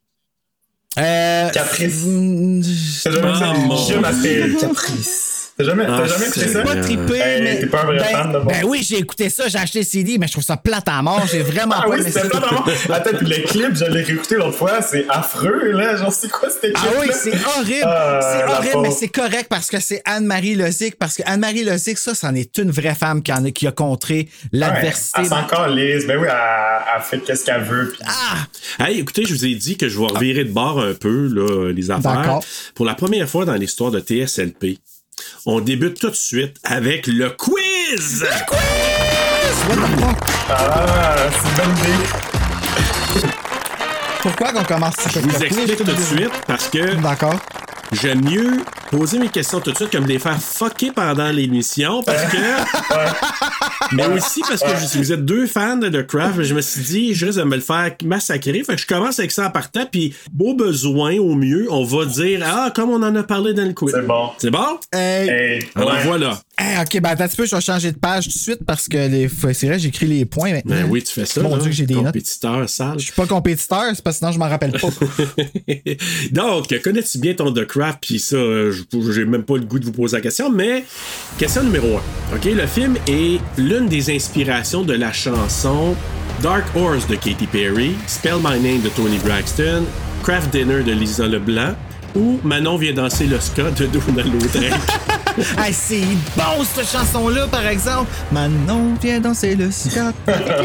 Euh... Caprice. T'as jamais dit je m'appelle Caprice. T'as jamais, ah, t'as jamais écouté ça? Pas trippé, hey, mais... T'es pas un vrai ben, fan de bon. Ben oui, j'ai écouté ça, j'ai acheté le C D, mais je trouve ça plate à mort. J'ai vraiment ah pas oui, aimé ça. c'est plate à mort. Attends, puis le clip, je l'ai réécouté l'autre fois, c'est affreux, là. Genre, c'est quoi c'était clip? Ah oui, c'est horrible. Ah, c'est horrible, pauvre. mais c'est correct parce que c'est Anne-Marie Lozic. Parce que Anne-Marie Lozic, ça, c'en est une vraie femme qui, en a, qui a contré l'adversité. Ouais, elle s'en calisse. Ben oui, elle, elle fait qu'est-ce qu'elle veut. Pis... Ah! Hey, écoutez, je vous ai dit que je vais revirer de bord un peu, là, les affaires. D'accord. Pour la première fois dans l'histoire de T S L P, on débute tout de suite avec le quiz! Le quiz! What the fuck? Ah, c'est une bonne idée. Pourquoi qu'on commence Je vous explique tout de suite parce que D'accord. j'aime mieux poser mes questions tout de suite que me les faire fucker pendant l'émission parce que... Mais aussi parce que je, vous êtes deux fans de The Craft, je me suis dit, je risque de me le faire massacrer. Fait que je commence avec ça en partant, puis au besoin, au mieux, on va dire, ah, comme on en a parlé dans le quiz. C'est bon. C'est bon? Hey. Hey, Alors ouais. voilà. Hey, ok, ben attends un petit peu, je vais changer de page tout de suite parce que les... c'est vrai, j'écris les points maintenant. Ben oui, tu fais ça. Mon là. Dieu, que j'ai des notes. Compétiteur sale. Je suis pas compétiteur, c'est parce que sinon je m'en rappelle pas. Donc, connais-tu bien ton The Craft? Puis ça, j'ai même pas le goût de vous poser la question, mais question numéro un. OK, le film est l'une des inspirations de la chanson Dark Horse de Katy Perry, Spell My Name de Toni Braxton, Craft Dinner de Lisa Leblanc ou Manon vient danser le ska de Donald Lautrec. Hey, c'est bon, cette chanson-là, par exemple. Manon, viens danser le Scott.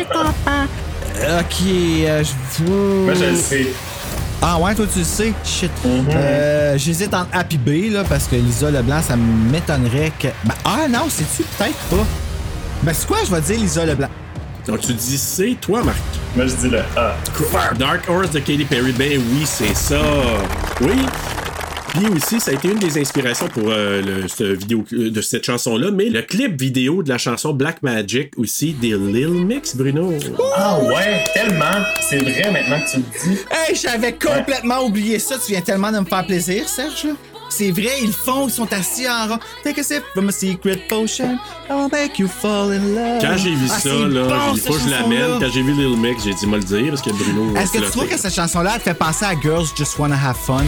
Ok, euh, je veux. Moi, je le sais. Ah ouais, toi tu le sais? Shit. Mm-hmm. Euh, j'hésite entre Happy B, là, parce que Lisa Leblanc, ça m'étonnerait que... Ben, ah non, c'est-tu? Peut-être pas. Ben c'est quoi, je vais dire Lisa Leblanc? Donc tu dis c'est toi, Marc? Moi, je dis le A. Dark Horse de Katy Perry. Ben oui, c'est ça. Oui. Puis aussi, ça a été une des inspirations pour euh, le, cette vidéo, de cette chanson-là, mais le clip vidéo de la chanson Black Magic aussi, des Lil Mix, Bruno. Ah ouais, tellement. C'est vrai maintenant que tu le dis. Hey, j'avais complètement ouais. oublié ça. Tu viens tellement de me faire plaisir, Serge. Là. C'est vrai, ils le font, ils sont assis en rond. Take a sip from a secret potion, I'll make you fall in love. Quand j'ai vu ah, ça, là, bon, il faut que je l'amène. Quand j'ai vu Lil Mix, j'ai dit moi le dire parce que Bruno. Est-ce que tu trouves que cette chanson-là te fait penser à Girls Just Wanna Have Fun?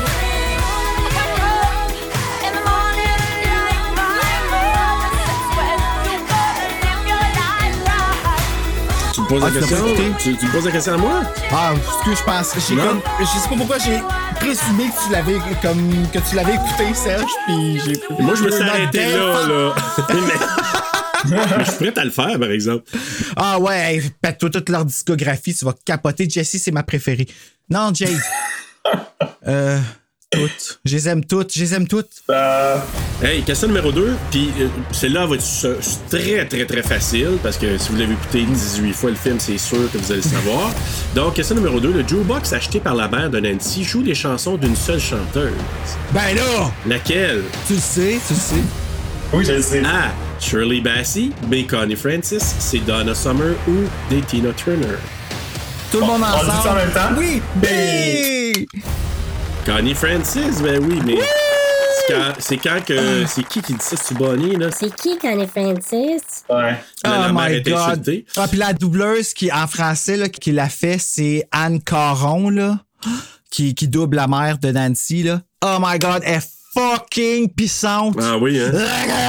Tu me poses ah, la question? Tu, tu me poses la question à moi? Ah, ce que je pense. J'ai comme, je sais pas pourquoi j'ai présumé que tu l'avais comme que tu l'avais écouté, Serge, puis j'ai. Moi, je me suis arrêté là, là. Mais je suis prêt à le faire, par exemple. Ah ouais, hey, pète-toi toute leur discographie, tu vas capoter. Jessie, c'est ma préférée. Non, Jade. euh. Toutes. Je les aime toutes. Je les aime toutes. Euh... Hey, question numéro deux. Puis euh, celle-là va être très, très, très facile parce que si vous l'avez écouté dix-huit fois le film, c'est sûr que vous allez le savoir. Donc, question numéro deux. Le jukebox acheté par la mère de Nancy joue les chansons d'une seule chanteuse. Ben là! Laquelle? Tu le sais, tu le sais. Oui, je le sais. A. Shirley Bassey. B. Connie Francis. C. Donna Summer. Ou D. Tina Turner. Tout le monde on, ensemble. On dit ça en même temps? Oui! B. Connie Francis, ben oui, mais c'est quand, c'est quand que... C'est qui qui dit ça, c'est Bonnie, là? C'est qui, Connie Francis? Ouais. La, oh la mère my est God. insultée. Ah, puis la doubleuse qui, en français, là, qui l'a fait, c'est Anne Caron, là, qui, qui double la mère de Nancy, là. Oh my God, elle est fucking puissante. Ah oui, hein?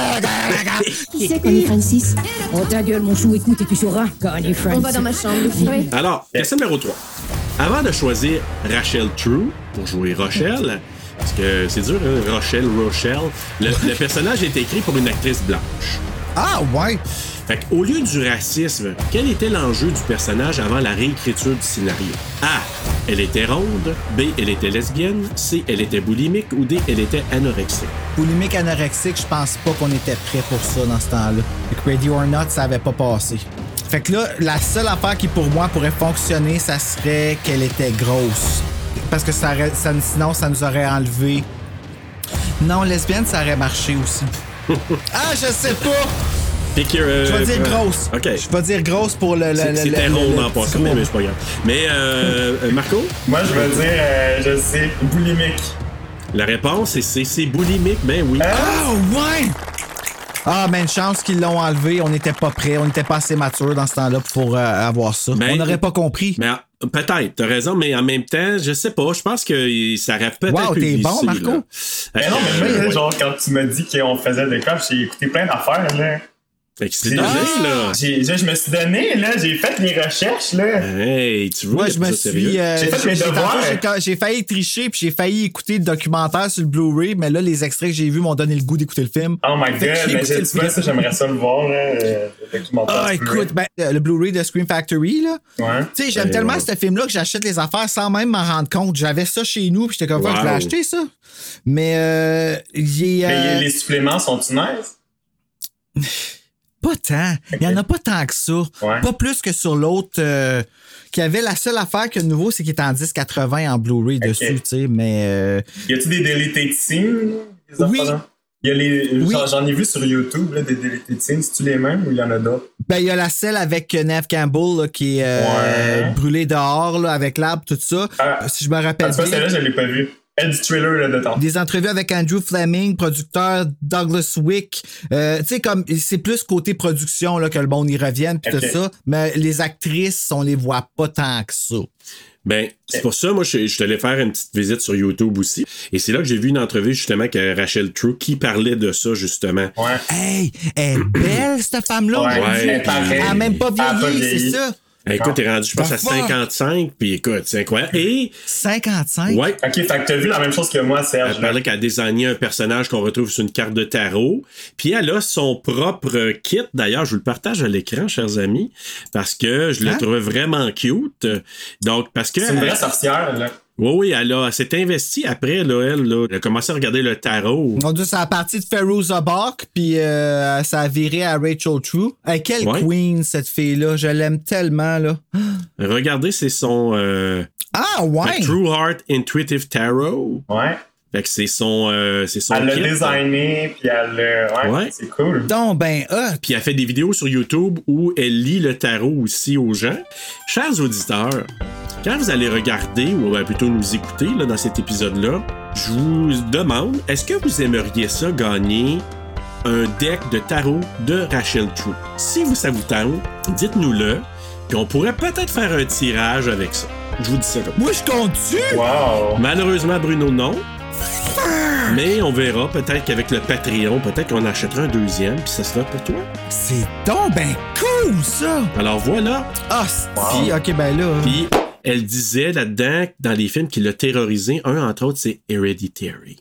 Qui c'est, Connie Francis? Oh, ta gueule, mon chou, écoute, et tu sauras, Connie Francis. On va dans ma chambre, oui. Alors, question numéro trois. Avant de choisir Rachel True pour jouer Rochelle, parce que c'est dur, hein, Rochelle, Rochelle, le, le personnage a été écrit pour une actrice blanche. Ah, ouais! Fait qu'au lieu du racisme, quel était l'enjeu du personnage avant la réécriture du scénario? A. Elle était ronde. B. Elle était lesbienne. C. Elle était boulimique. Ou D. Elle était anorexique. Boulimique, anorexique, je pense pas qu'on était prêt pour ça dans ce temps-là. Fait que Ready or Not, ça avait pas passé. Fait que là, la seule affaire qui, pour moi, pourrait fonctionner, ça serait qu'elle était grosse. Parce que ça, aurait, ça sinon, ça nous aurait enlevé... Non, lesbienne, ça aurait marché aussi. Ah, je sais pas! Euh, je vais dire grosse. OK. Je vais dire grosse pour le... le C'était rond en passant, mais c'est pas grave. Mais, euh, Marco? Moi, je vais dire, euh, je sais, boulimique. La réponse, c'est c'est boulimique, ben oui. Ah, oh, ouais! Ah, mais une chance qu'ils l'ont enlevé. On n'était pas prêts. On n'était pas assez mature dans ce temps-là pour euh, avoir ça. Ben, on n'aurait pas compris. Mais peut-être, t'as raison, mais en même temps, je sais pas. Je pense que ça aurait peut-être wow, pu t'es bon, Marco? Là. Mais euh, non, mais moi, ouais. genre, quand tu m'as dit qu'on faisait des coffres, j'ai écouté plein d'affaires, là. Fait que c'est donné, là. J'ai, je me suis donné, là. J'ai fait les recherches, là. Hey, tu vois, moi, je me suis. Euh, j'ai fait mes devoirs. J'ai, j'ai failli tricher, puis j'ai failli écouter le documentaire sur le Blu-ray, mais là, les extraits que j'ai vus m'ont donné le goût d'écouter le film. Oh my God, mais j'ai, tu vois, ça, j'aimerais ça le voir, là. Le documentaire. Ah, écoute, ben, le Blu-ray de Scream Factory, là. Ouais. Tu sais, j'aime Et tellement ouais. ce film-là que j'achète les affaires sans même m'en rendre compte. J'avais ça chez nous, puis j'étais comme, wow. Je voulais acheter ça. Mais, euh, il euh... Mais les suppléments sont-ils nice? Pas tant. Il n'y en a pas tant que ça. Ouais. Pas plus que sur l'autre euh, qui avait la seule affaire que nouveau, c'est qu'il est en dix quatre-vingts en Blu-ray okay. dessus, tu sais, mais... Euh... Y a-tu des deleted scenes? Des oui. Y a les... oui. J'en ai vu sur YouTube, là, des deleted scenes. C'est-tu les mêmes ou il y en a d'autres? Ben, il y a la celle avec Neve Campbell là, qui est euh, ouais. brûlée dehors là, avec l'arbre, tout ça. Ah. Si je me rappelle bien. Celle-là, je l'ai pas vue. Du trailer là, de temps. Des entrevues avec Andrew Fleming, producteur Douglas Wick. Euh, tu sais, comme c'est plus côté production là, que le monde y revienne pis okay. tout ça. Mais les actrices, on les voit pas tant que ça. Ben, c'est pour ça, moi, je, je te allais faire une petite visite sur YouTube aussi. Et c'est là que j'ai vu une entrevue, justement, avec Rachel True qui parlait de ça, justement. Ouais. Hey, elle est belle, cette femme-là. Ouais, ouais. Elle, elle a même pas vieilli, c'est ça. Écoute, t'es rendu, je pense, à cinquante-cinq, puis écoute, c'est incroyable. Et... cinquante-cinq? Ouais. OK, fait que t'as vu la même chose que moi, Serge. Elle parlait qu'elle a désigné un personnage qu'on retrouve sur une carte de tarot. Puis elle a son propre kit. D'ailleurs, je vous le partage à l'écran, chers amis, parce que je le hein? trouvais vraiment cute. Donc, parce que... C'est une vraie sorcière, là. Oui, oui, elle, a, elle s'est investie après, là, elle, là, elle a commencé à regarder le tarot. On dit c'est la partie de Fairuza Balk, puis euh, ça a viré à Rachel True. Hey, quelle ouais. queen, cette fille-là. Je l'aime tellement, là. Regardez, c'est son... Euh, ah, ouais! True Heart Intuitive Tarot. Ouais. Fait que c'est son, euh, c'est son elle kit. l'a designé, puis elle l'a... Ouais, ouais, c'est cool. Donc, ben, ah. Puis elle fait des vidéos sur YouTube où elle lit le tarot aussi aux gens. Chers auditeurs, quand vous allez regarder, ou ben, plutôt nous écouter là, dans cet épisode-là, je vous demande, est-ce que vous aimeriez ça gagner un deck de tarot de Rachel True? Si vous, ça vous tente, dites-nous-le, puis on pourrait peut-être faire un tirage avec ça. Je vous dis ça comme ça. Moi, je compte dessus! Wow! Malheureusement, Bruno, non. Mais on verra, peut-être qu'avec le Patreon, peut-être qu'on achètera un deuxième, puis ça sera pour toi. C'est donc ben cool, ça! Alors voilà. Ah, wow. Si, ok, ben là. Puis elle disait là-dedans, dans les films qui l'a terrorisé, un entre autres, c'est Hereditary.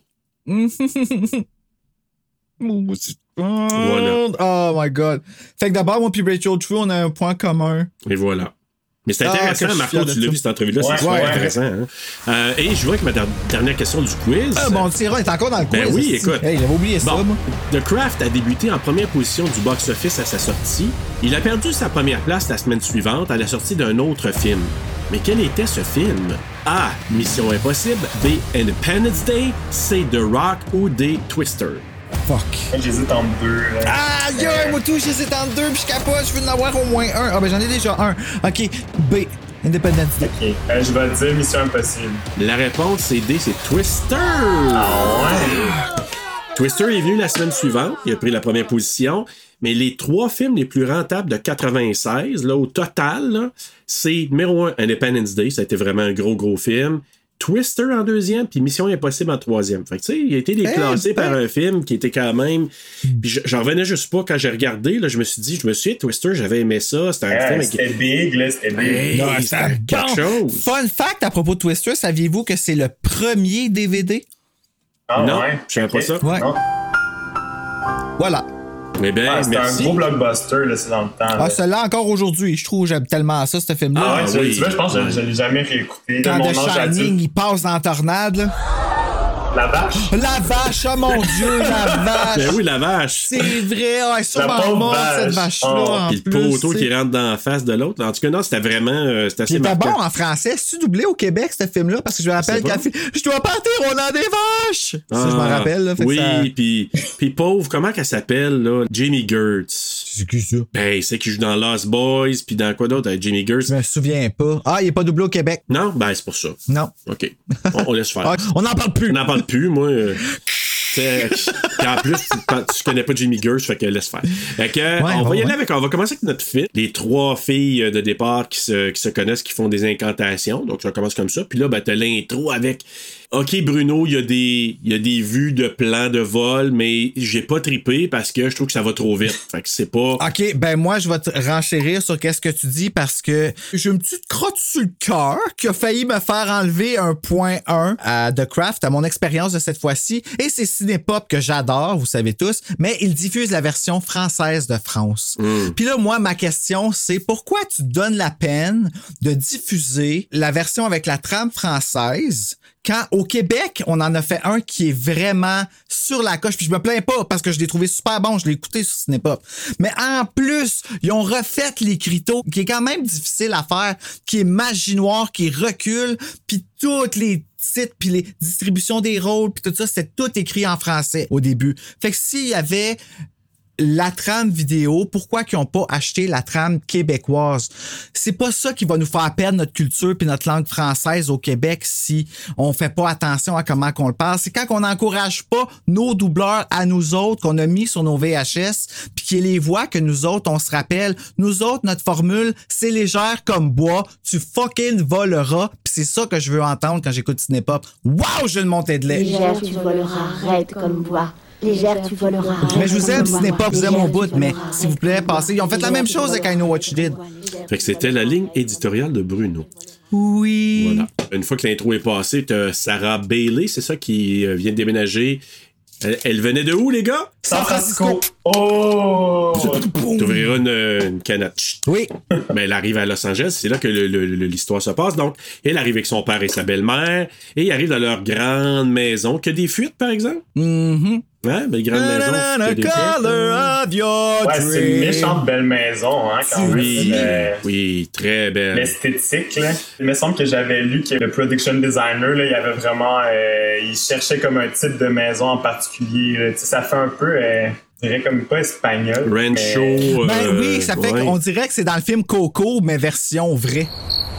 Voilà. Oh my God. Fait que d'abord, moi puis Rachel True, on a un point commun. Et voilà. Mais c'est intéressant, ah, Marco, tu l'as vu cette entrevue-là, ouais, c'est super ouais, intéressant. Hein? Euh, et je vois avec ma der- dernière question du quiz. Ah, bon, Tyron est encore dans le quiz. Ben oui, écoute. Hey, j'avais oublié bon, ça, moi. The Craft a débuté en première position du box-office à sa sortie. Il a perdu sa première place la semaine suivante à la sortie d'un autre film. Mais quel était ce film? A. Mission Impossible. B. Independence Day. C. The Rock ou D. Twister. Fuck. J'hésite entre deux. Là. Ah, yo, euh... moi tout, j'hésite entre deux, puis je capote, je veux en avoir au moins un. Ah, ben j'en ai déjà un. OK, B. Independence Day. OK, euh, je vais dire Mission Impossible. La réponse, c'est D, c'est Twister. Ah ouais? Twister est venu la semaine suivante, il a pris la première position, mais les trois films les plus rentables de quatre-vingt-seize, là, au total, là, c'est numéro un, Independence Day, ça a été vraiment un gros, gros film. Twister en deuxième, puis Mission Impossible en troisième. Fait que, tu sais, il a été déclassé hey, par un film qui était quand même... Puis j'en revenais juste pas quand j'ai regardé, là, je me suis dit, je me suis dit, Twister, j'avais aimé ça, c'était un yeah, film... C'était avec... big, là, c'était big. Hey, non, c'était bon. Quelque chose. Fun fact à propos de Twister, saviez-vous que c'est le premier D V D? Ah non, ouais? je savais okay. pas ça. Ouais. Non. Voilà. Mais ben, ah, c'était un gros blockbuster, là, c'est dans le temps. Ah, là. celui-là encore aujourd'hui. Je trouve j'aime tellement ça, ce film-là. Ah, ouais, ah tu oui. vois, je pense que je, je l'ai jamais réécouté. Quand là, The Shining, il passe dans la tornade, là. La vache? La vache, oh mon Dieu, la vache! Ben oui, la vache! C'est vrai, oh, elle est sûrement morte, cette vache-là. Oh. Puis le poteau qui rentre dans la face de l'autre. En tout cas, non, c'était vraiment. Euh, c'était assez C'était marquant. bon en français. C'est-tu doublé au Québec, ce film-là? Parce que je me rappelle qu'elle fait je dois partir, on a des vaches! Ah, ça, je me rappelle. Là, fait oui, ça... puis puis pauvre, comment qu'elle s'appelle, là? Jamie Gertz. C'est qui ça? Ben, c'est qui joue dans Lost Boys, puis dans quoi d'autre? Jamie Gertz. Je me souviens pas. Ah, il est pas doublé au Québec. Non? Ben, c'est pour ça. Non. OK. On, on laisse faire. On n'en parle plus. On n'en parle plus, moi. Euh... Et en plus, tu, tu connais pas Jamie Gertz, fait que laisse faire. Fait que, ouais, on va ouais, y aller ouais. avec, on va commencer avec notre fit. Les trois filles de départ qui se, qui se connaissent, qui font des incantations. Donc, ça commence comme ça. Puis là, ben, t'as l'intro avec, OK, Bruno, il y a des, il y a des vues de plans de vol, mais j'ai pas trippé parce que je trouve que ça va trop vite. Fait que c'est pas... OK, ben moi, je vais te renchérir sur qu'est-ce que tu dis parce que j'ai une petite crotte sur le cœur qui a failli me faire enlever un point un à The Craft, à mon expérience de cette fois-ci. Et c'est Cinépop que j'adore, vous savez tous, mais il diffuse la version française de France. Mm. Puis là, moi, ma question, c'est pourquoi tu te donnes la peine de diffuser la version avec la trame française quand au Québec, on en a fait un qui est vraiment sur la coche. Puis je me plains pas parce que je l'ai trouvé super bon. Je l'ai écouté sur Cinépop. Mais en plus, ils ont refait l'écriteau qui est quand même difficile à faire, qui est magie noire, qui recule, puis toutes les titres, puis les distributions des rôles, puis tout ça, c'était tout écrit en français au début. Fait que s'il y avait la trame vidéo, pourquoi qu'ils n'ont pas acheté la trame québécoise? C'est pas ça qui va nous faire perdre notre culture puis notre langue française au Québec si on fait pas attention à comment qu'on le parle. C'est quand on n'encourage pas nos doubleurs à nous autres qu'on a mis sur nos V H S puis qui les voit que nous autres, on se rappelle, nous autres, notre formule, c'est légère comme bois, tu fucking voleras puis c'est ça que je veux entendre quand j'écoute Cinépop. Wow, je le montais de lait. Légère, tu voleras, raide comme bois. Légère, tu voleras. Mais je vous aime, ce n'est pas vous aime au bout, mais s'il vous plaît, passez. Ils ont fait la même chose avec I Know What You Did. Fait que c'était la ligne éditoriale de Bruno. Oui. Voilà. Une fois que l'intro est passée, t'as Sarah Bailey, c'est ça, qui vient de déménager. Elle, elle venait de où, les gars? San Francisco. Oh! T'ouvriras une, une canette. Oui. Mais elle arrive à Los Angeles, c'est là que le, le, le, l'histoire se passe. Donc, elle arrive avec son père et sa belle-mère, et ils arrivent dans leur grande maison. Qu'il y a des fuites, par exemple? Mm-hmm. Hein? Mais grande maison. The color of your ouais, c'est une méchante belle maison, hein, quand oui, même. Euh, oui, très belle. L'esthétique, là. Il me semble que j'avais lu que le production designer, là, il avait vraiment... Euh, il cherchait comme un type de maison en particulier. Là. Tu sais, ça fait un peu... Euh, je dirais comme pas espagnol. Rancho. Mais... Ben euh, oui, ça fait ouais. qu'on dirait que c'est dans le film Coco, mais version vraie.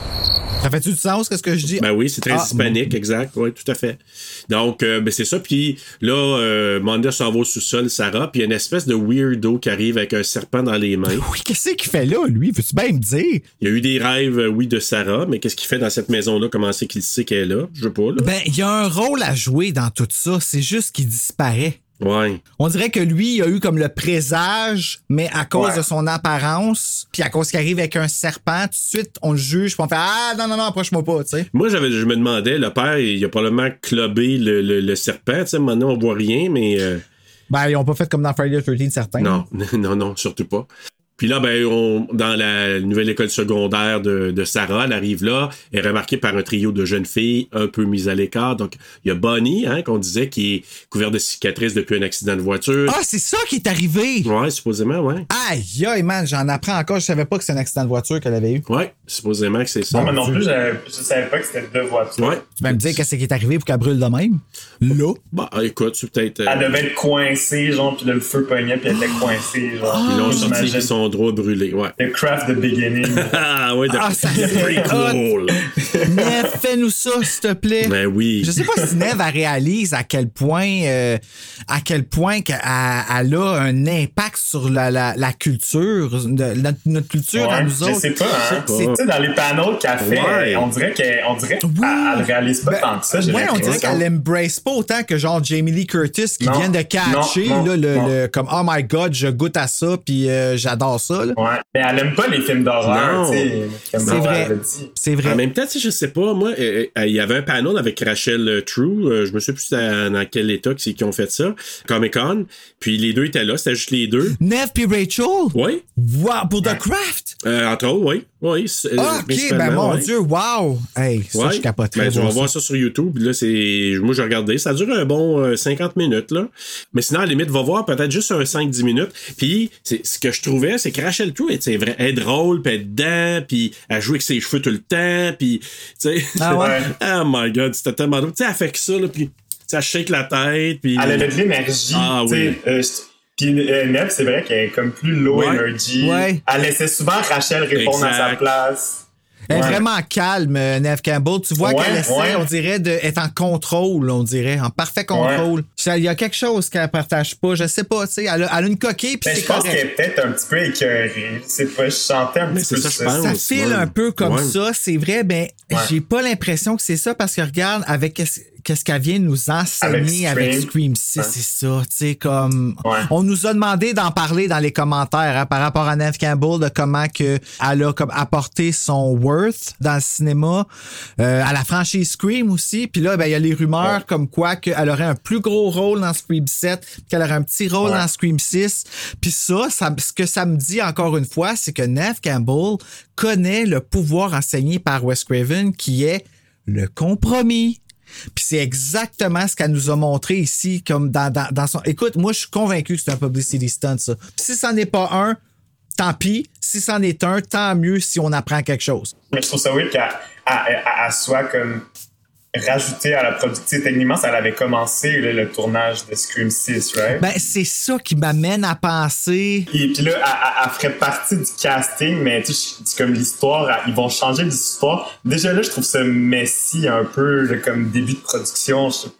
Ça fait-tu du sens, qu'est-ce que je dis? Ben oui, c'est très ah, hispanique, bon. Exact. Oui, tout à fait. Donc, euh, ben c'est ça. Puis là, euh, Manda s'en va au sous-sol, Sarah, puis il y a une espèce de weirdo qui arrive avec un serpent dans les mains. Oui, qu'est-ce qu'il fait là, lui? Veux-tu bien me dire? Il y a eu des rêves, euh, oui, de Sarah, mais qu'est-ce qu'il fait dans cette maison-là? Comment c'est qu'il sait qu'elle est là? Je sais pas, là. Ben, il y a un rôle à jouer dans tout ça. C'est juste qu'il disparaît. Ouais. On dirait que lui, il a eu comme le présage, mais à cause ouais. de son apparence, puis à cause qu'il arrive avec un serpent, tout de suite, on le juge, puis on fait « Ah, non, non, non, approche-moi pas », tu sais. Moi, j'avais, je me demandais, le père, il a probablement clubé le, le, le serpent, tu sais, maintenant, on voit rien, mais... Euh... Ben, ils ont pas fait comme dans Friday the thirteenth, certains. Non, non, non, surtout pas. Puis là, ben, on, dans la nouvelle école secondaire de, de Sarah, elle arrive là, elle est remarquée par un trio de jeunes filles un peu mises à l'écart. Donc, il y a Bonnie, hein, qu'on disait, qui est couverte de cicatrices depuis un accident de voiture. Ah, c'est ça qui est arrivé! Ouais, supposément, ouais. Aïe, aïe, man, j'en apprends encore. Je savais pas que c'était un accident de voiture qu'elle avait eu. Ouais, supposément que c'est ça. Non, mais non plus, je, je savais pas que c'était deux voitures. Ouais. Tu vas me dire qu'est-ce qui est arrivé pour qu'elle brûle de même? Là? Bah, écoute, c'est peut-être... Euh... Elle devait être coincée, genre, puis là, le feu pognait, puis elle était coincée, genre. Ils l'ont sorti, ils sont droits brûlés, ouais. The Craft the Beginning. Ah, ouais, ah, ça c'est cool. Neve, fais-nous ça, s'il te plaît. Ben oui. Je sais pas si Neve, elle réalise à quel point, euh, à quel point qu'elle elle a un impact sur la, la, la culture, de, notre, notre culture ouais, à nous autres. Je sais pas, hein. Tu sais, dans les panneaux qu'elle fait, ouais. on dirait qu'elle, on dirait qu'elle oui. elle réalise pas ben, tant que ça. Oui, on dirait qu'elle embrace pas autant que genre Jamie Lee Curtis qui non, vient de catcher, non, non, là, le, le, comme oh my god, je goûte à ça, puis euh, j'adore ça. Là. Ouais. Mais elle aime pas les films d'horreur, tu sais. C'est vrai. C'est vrai. En même temps, tu sais, je sais pas, moi, il euh, y avait un panel avec Rachel euh, True, euh, je me souviens plus dans, dans quel état qui ont fait ça, Comic-Con, puis les deux étaient là, c'était juste les deux. Neve puis Rachel? Oui. Wow, pour The Craft? Euh, entre autres, oui. Oui, ah, ok, ben mon ouais. Dieu, wow! Hey, ça, ouais. je capoterais. Ben, tu vas voir ça sur YouTube. Là, c'est... Moi, j'ai regardé. Ça dure un bon euh, cinquante minutes. Là. Mais sinon, à la limite, va voir peut-être juste un cinq dix minutes. Puis, c'est... ce que je trouvais, c'est que Rachel True, c'est vrai, elle est drôle, puis elle est dedans, puis elle joue avec ses cheveux tout le temps, puis, tu sais... Ah ouais? Oh my God, c'était tellement drôle. Tu sais, elle fait que ça, là, puis elle shake la tête, puis... Elle a de l'énergie. Ah oui. Euh, Puis euh, Neve, c'est vrai qu'elle est comme plus low ouais. energy. Ouais. Elle laissait souvent Rachel répondre exact. à sa place. Elle est ouais. vraiment calme, Neve Campbell. Tu vois ouais, qu'elle essaie, ouais. on dirait, d'être en contrôle, on dirait, en parfait contrôle. Ouais. Il y a quelque chose qu'elle partage pas, je sais pas, tu sais, elle, elle a une coquille, puis c'est je pense correct. qu'elle est peut-être un petit peu écœurée. Je sais pas, je chantais un mais petit peu ça. ça. Ça file ouais. un peu comme ouais. ça, c'est vrai, ben, ouais. j'ai pas l'impression que c'est ça, parce que regarde, avec qu'est-ce qu'elle vient nous enseigner avec Scream, avec Scream six, ouais. c'est ça, tu sais, comme... Ouais. On nous a demandé d'en parler dans les commentaires, hein, par rapport à Neve Campbell, de comment que elle a comme apporté son worth dans le cinéma, euh, à la franchise Scream aussi, puis là, ben, il y a les rumeurs ouais. comme quoi qu'elle aurait un plus gros rôle dans Scream sept, qu'elle aurait un petit rôle ouais. dans Scream six, puis ça, ça, ce que ça me dit encore une fois, c'est que Neve Campbell connaît le pouvoir enseigné par Wes Craven, qui est le compromis. Puis c'est exactement ce qu'elle nous a montré ici, comme dans, dans, dans son... Écoute, moi, je suis convaincu que c'est un publicity stunt, ça. Puis si c'en est pas un, tant pis. Si c'en est un, tant mieux si on apprend quelque chose. Mais je trouve ça weird qu'elle soit comme rajoutée à la production. Techniquement, ça avait commencé là, le tournage de Scream six, right? Ben, c'est ça qui m'amène à penser... Et puis là, elle, elle ferait partie du casting, mais tu sais, c'est comme l'histoire, ils vont changer l'histoire. Déjà là, je trouve ça messy un peu, là, comme début de production, je sais pas.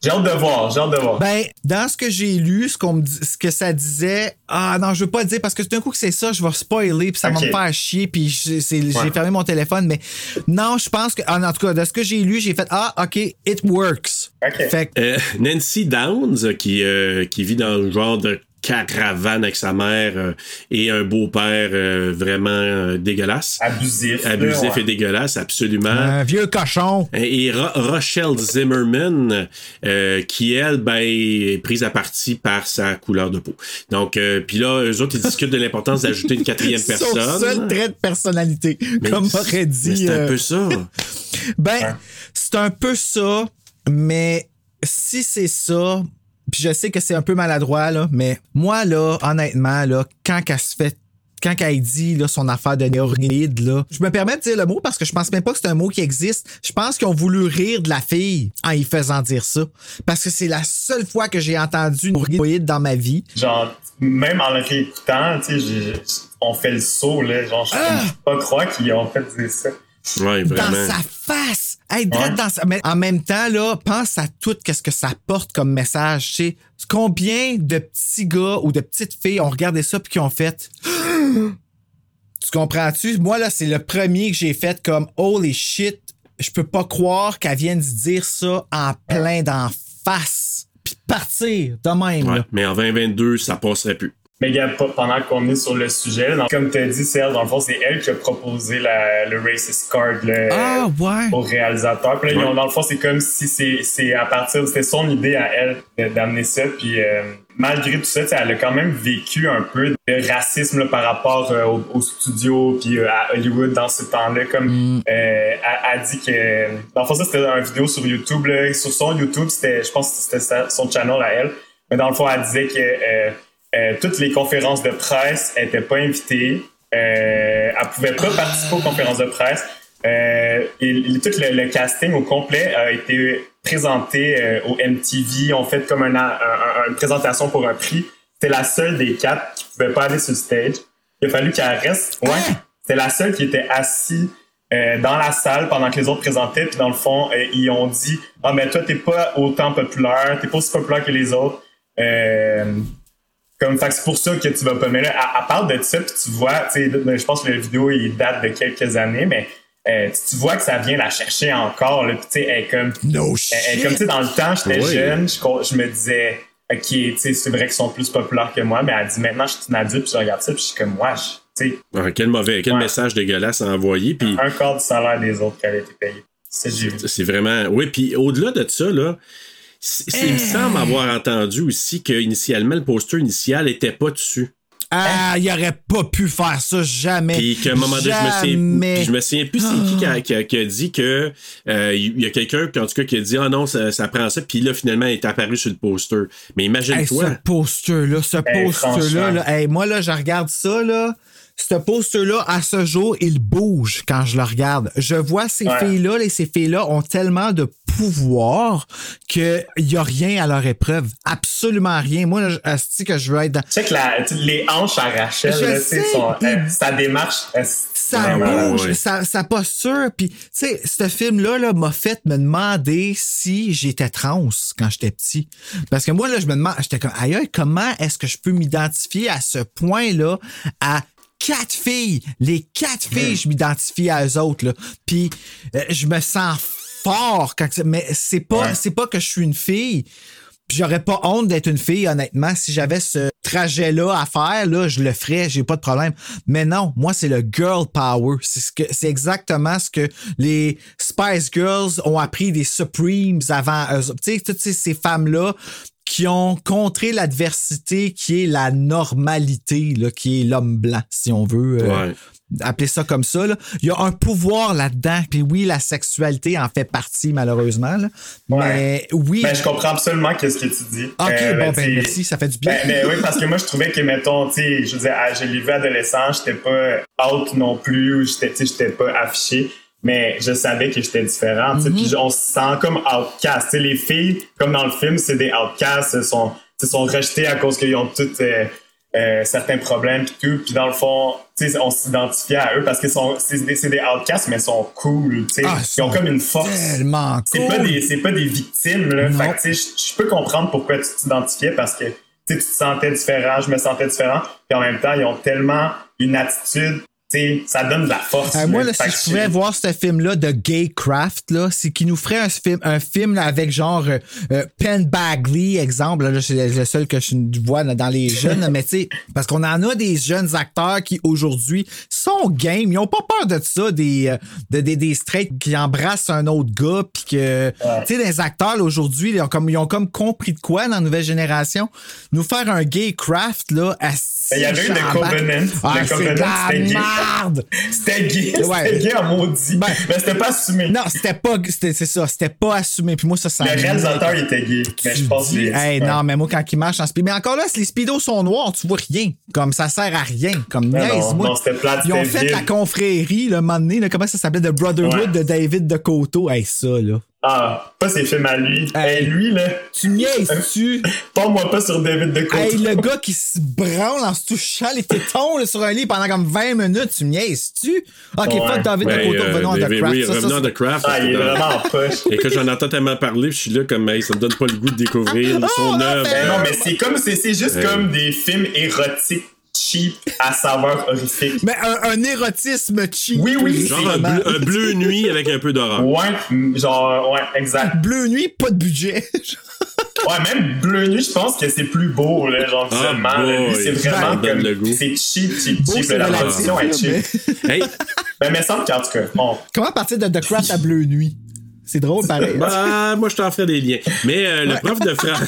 J'ai hâte de voir, j'ai hâte de voir. Ben, dans ce que j'ai lu, ce, qu'on me dit, ce que ça disait, ah non, je veux pas dire, parce que tout d'un coup que c'est ça, je vais spoiler, puis ça okay. va me faire chier, puis j'ai ouais. fermé mon téléphone, mais non, je pense que, en tout cas, de ce que j'ai lu, j'ai fait, ah, OK, it works. Okay. Fait que... euh, Nancy Downs, qui, euh, qui vit dans le genre de caravane avec sa mère euh, et un beau-père euh, vraiment euh, dégueulasse. Abusif. Abusif ouais. et dégueulasse, absolument. Un vieux cochon. Et, et Ro- Rochelle Zimmerman, euh, qui, elle, ben, est prise à partie par sa couleur de peau. Donc, euh, puis là, eux autres, ils discutent de l'importance d'ajouter une quatrième personne. Son seul trait de personnalité, mais comme aurait dit. C'est euh... un peu ça. Ben, ouais. c'est un peu ça, mais si c'est ça... Puis je sais que c'est un peu maladroit, là, mais moi, là, honnêtement, là, quand qu'elle se fait, quand qu'elle dit là, son affaire de néoroïde, là, je me permets de dire le mot parce que je pense même pas que c'est un mot qui existe. Je pense qu'ils ont voulu rire de la fille en y faisant dire ça. Parce que c'est la seule fois que j'ai entendu néoroïde dans ma vie. Genre, même en le réécoutant, tu sais, on fait le saut, là. Genre, je ah! peux pas croire qu'ils ont fait dire ça. Ouais, vraiment. Dans sa face! Hey, ouais. dans sa... Mais en même temps, là, pense à tout ce que ça porte comme message. Tu sais, combien de petits gars ou de petites filles ont regardé ça puis qui ont fait... Tu comprends-tu? Moi, là, c'est le premier que j'ai fait comme « Holy shit! » Je peux pas croire qu'elle vienne de dire ça en plein d'en face. Puis partir de même. Ouais, là. mais en vingt vingt-deux, ça passerait plus. Mais gars, pendant qu'on est sur le sujet, donc, comme tu as dit, Serge, dans le fond, c'est elle qui a proposé la, le racist card là, ah, ouais. au réalisateur. Puis là, ouais. ils ont, dans le fond, c'est comme si c'est, c'est à partir, c'était son idée à elle d'amener ça. Puis euh, malgré tout ça, elle a quand même vécu un peu de racisme là, par rapport euh, au, au studio puis euh, à Hollywood dans ce temps-là. Comme mm. euh, elle a dit que, dans le fond, ça c'était une vidéo sur YouTube. Là, sur son YouTube, c'était, je pense que c'était son channel à elle. Mais dans le fond, elle disait que euh, Euh, toutes les conférences de presse n'étaient pas invitées. Euh, elle pouvait pas participer aux conférences de presse. Euh, et, et tout le, le casting au complet a été présenté euh, au M T V. On fait comme un, un, un, une présentation pour un prix. C'était la seule des quatre qui pouvait pas aller sur le stage. Il a fallu qu'elle reste. Ouais. C'était la seule qui était assise euh, dans la salle pendant que les autres présentaient. Puis dans le fond, euh, ils ont dit « Ah, mais toi, t'es pas autant populaire. T'es pas aussi populaire que les autres. Euh, » Comme, fait que c'est pour ça que tu vas pas. Mais là, elle, elle parle de ça, puis tu vois, tu sais, je pense que la vidéo, il date de quelques années, mais euh, tu vois que ça vient la chercher encore, là, puis tu sais, elle est comme. No shit. Elle est comme, tu sais, dans le temps, j'étais oui. jeune, je, je me disais, OK, tu sais, c'est vrai qu'ils sont plus populaires que moi, mais elle dit, maintenant, je suis une adulte, puis je regarde ça, puis je suis comme, moi, tu sais. Ah, quel mauvais, quel ouais. message dégueulasse à envoyer, puis. Un quart du salaire des autres qui avait été payé. C'est ça que j'ai vu. C'est vraiment. Oui, puis au-delà de ça, là. C'est, il me semble avoir entendu aussi qu'initialement, le poster initial n'était pas dessus. Ah, il aurait pas pu faire ça, jamais. Puis qu'à un moment donné, je me souviens, je me souviens plus c'est qui qui a, qui a, qui a dit que euh, il y a quelqu'un, en tout cas, qui a dit « Ah non, ça, ça prend ça », puis là, finalement, il est apparu sur le poster. Mais imagine-toi. Hey, ce poster-là, ce hey, poster-là, là, hey, moi, là, je regarde ça, là. Ce poster-là, à ce jour, il bouge quand je le regarde. Je vois ces ouais. filles-là, et ces filles-là ont tellement de pouvoir qu'il n'y a rien à leur épreuve. Absolument rien. Moi, je sais que je veux être dans... Tu sais que la, les hanches à Rachel, là, sais, son, puis, euh, sa démarche... Euh, ça bouge, ouais. sa, sa posture. Puis, tu sais, ce film-là là, m'a fait me demander si j'étais trans quand j'étais petit. Parce que moi, là, je me demande... J'étais comme, aïe, comment est-ce que je peux m'identifier à ce point-là à quatre filles. Les quatre filles, je m'identifie à eux autres, là. Puis, euh, je me sens fort quand... Mais c'est pas, ouais. c'est pas que je suis une fille. Puis j'aurais pas honte d'être une fille, honnêtement. Si j'avais ce trajet-là à faire, là, je le ferais, j'ai pas de problème. Mais non, moi, c'est le girl power. C'est ce que, c'est exactement ce que les Spice Girls ont appris des Supremes avant eux. Tu sais, toutes ces, ces femmes-là qui ont contré l'adversité qui est la normalité, là, qui est l'homme blanc, si on veut euh, ouais. appeler ça comme ça. Là. Il y a un pouvoir là-dedans. Puis oui, la sexualité en fait partie, malheureusement. Là. Ouais. Mais oui. Ben, je comprends absolument ce que tu dis. OK, euh, bon, ben, ben merci, ça fait du bien. Ben, mais oui, parce que moi, je trouvais que, mettons, tu sais, je veux dire, je l'ai vu adolescent, j'étais pas out non plus, ou j'étais, tu sais, j'étais pas affiché. Mais je savais que j'étais différente. Mm-hmm. Puis on se sent comme outcast. T'sais, les filles, comme dans le film, c'est des outcasts. Elles sont, sont rejetées à cause qu'ils ont toutes... Euh, euh, certains problèmes pis tout. Puis dans le fond, tu sais, on s'identifiait à eux parce que sont, c'est, des, c'est des outcasts, mais ils sont cool, tu sais. Ah, ils ont comme une force. Tellement c'est cool. Pas des, c'est pas des victimes, là. Non. Fait que, tu sais, je peux comprendre pourquoi tu t'identifiais parce que, tu sais, tu te sentais différent, je me sentais différent. Puis en même temps, ils ont tellement une attitude. T'sais, ça donne de la force. Euh, moi, là, si je pouvais voir ce film-là de Gaycraft, là, c'est qu'il nous ferait un film, un film là, avec genre euh, euh, Penn Badgley, exemple. Là, c'est le seul que je vois là, dans les jeunes. Là, mais tu sais, parce qu'on en a des jeunes acteurs qui aujourd'hui sont game. Ils ont pas peur de ça, des euh, de, des, des straights qui embrassent un autre gars, puis que ouais. Tu sais, des acteurs là, aujourd'hui, ils ont comme ils ont comme compris de quoi dans la nouvelle génération. Nous faire un Gaycraft là, à il y avait eu The Covenant. Ah, The Covenant, c'était gay. C'était gay. Ouais. C'était gay en maudit. Ben, mais c'était pas assumé. Non, c'était pas. C'était, c'est ça. C'était pas assumé. Puis moi, ça, ça. Le réalisateur, il était gay. Mais je pense que. Hey, ouais. Non, mais moi, quand il marche en speedo. Mais encore là, les speedos sont noirs, tu vois rien. Comme ça sert à rien. Comme niaise. Non, moi, non, c'était plate. Ils ont fait vide. La confrérie, le moment donné. Là, comment ça s'appelait? The Brotherhood ouais. de David de Coteau. Hey, ça, là. Ah, pas ses films à lui. Hey, hey lui, là. Tu niaises-tu? Parle-moi pas sur David de Coteau. Hey, le gars qui se branle en se touchant les tétons là, sur un lit pendant comme vingt minutes, tu me niaises-tu? Ok, ouais. Fuck David ben, de Coteau, revenons euh, à The Craft. Oui, ça, revenons ça, à The Craft. Ah, il est vraiment en poche. Et que j'en entends tellement parler, je suis là comme, hey, ça me donne pas le goût de découvrir oh, son œuvre. Ben non, mais c'est comme, c'est, c'est juste hey. comme des films érotiques. Cheap à saveur horrifique. Mais un, un érotisme cheap. Oui, oui. Genre un bleu, un bleu nuit avec un peu d'horreur. Ouais, genre, ouais, exact. Bleu nuit, pas de budget. Ouais, même bleu nuit, je pense que c'est plus beau, là, genre, visuellement. Ah, lui, c'est vraiment comme, le goût. C'est cheap, cheap, beau, cheap. C'est la relatif, production est cheap. Mais... hey. Ben, mais semble qu'en tout cas, bon. Comment partir de The Craft à bleu nuit? C'est drôle, pareil. Bah, moi, je t'en ferai des liens. Mais euh, le ouais. prof de français.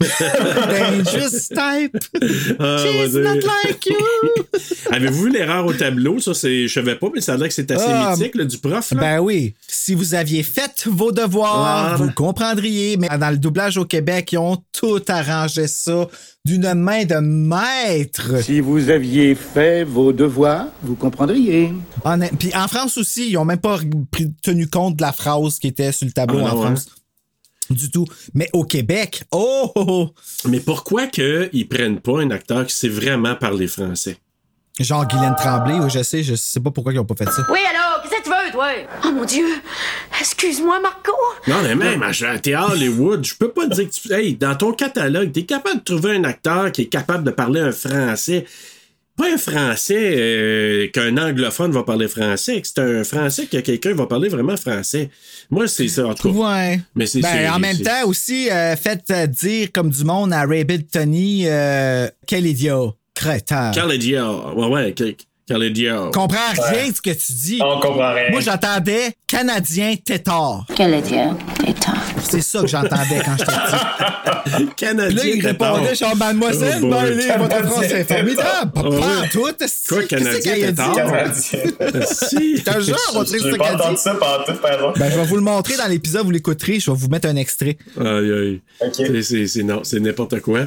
Dangerous type. Ah, She's not like you. Avez-vous vu l'erreur au tableau? Ça, c'est, je savais pas, mais ça a l'air que c'est assez ah, mythique, là, du prof. Là. Ben oui. Si vous aviez fait vos devoirs, ah. vous comprendriez. Mais dans le doublage au Québec, ils ont tout arrangé ça d'une main de maître. Si vous aviez fait vos devoirs, vous comprendriez. En, puis en France aussi, ils ont même pas pris, tenu compte de la phrase qui était sur le tableau ah, en ouais. France. Du tout. Mais au Québec, oh, oh, oh! Mais pourquoi qu'ils prennent pas un acteur qui sait vraiment parler français? Genre Guylaine Tremblay, oui, je sais, je sais pas pourquoi ils ont pas fait ça. Oui, alors, qu'est-ce que tu veux, toi? Oh mon Dieu! Excuse-moi, Marco! Non, mais même, t'es à Hollywood, je peux pas te dire que tu. Hey, dans ton catalogue, t'es capable de trouver un acteur qui est capable de parler un français. Pas un français euh, qu'un anglophone va parler français, c'est un français que quelqu'un va parler vraiment français. Moi, c'est ça, en tout cas. Ouais. Mais c'est, ben, c'est, en même c'est... temps, aussi, euh, faites euh, dire comme du monde à Ray Bill Tony, euh, quel idiot. Crétin. Quel idiot. Ouais, ouais, quel, quel idiot. Comprends rien ouais. de ce que tu dis. On comprend rien. Moi, j'entendais Canadien tétard. Quel idiot tétard. C'est ça que j'entendais quand j'étais petit. Canadien tétard. Là, il répondait, genre, mademoiselle, oh, ben, les, votre français est formidable. Pas oh, tout. Quoi, Canadien tétard? Si. Je te jure, on va dire ça. J'ai pas entendu ça pendant tout, pardon. Ben, je vais vous le montrer dans l'épisode, vous l'écouterez, je vais vous mettre un extrait. Aïe, aïe. Okay. C'est, c'est, c'est, non, c'est n'importe quoi.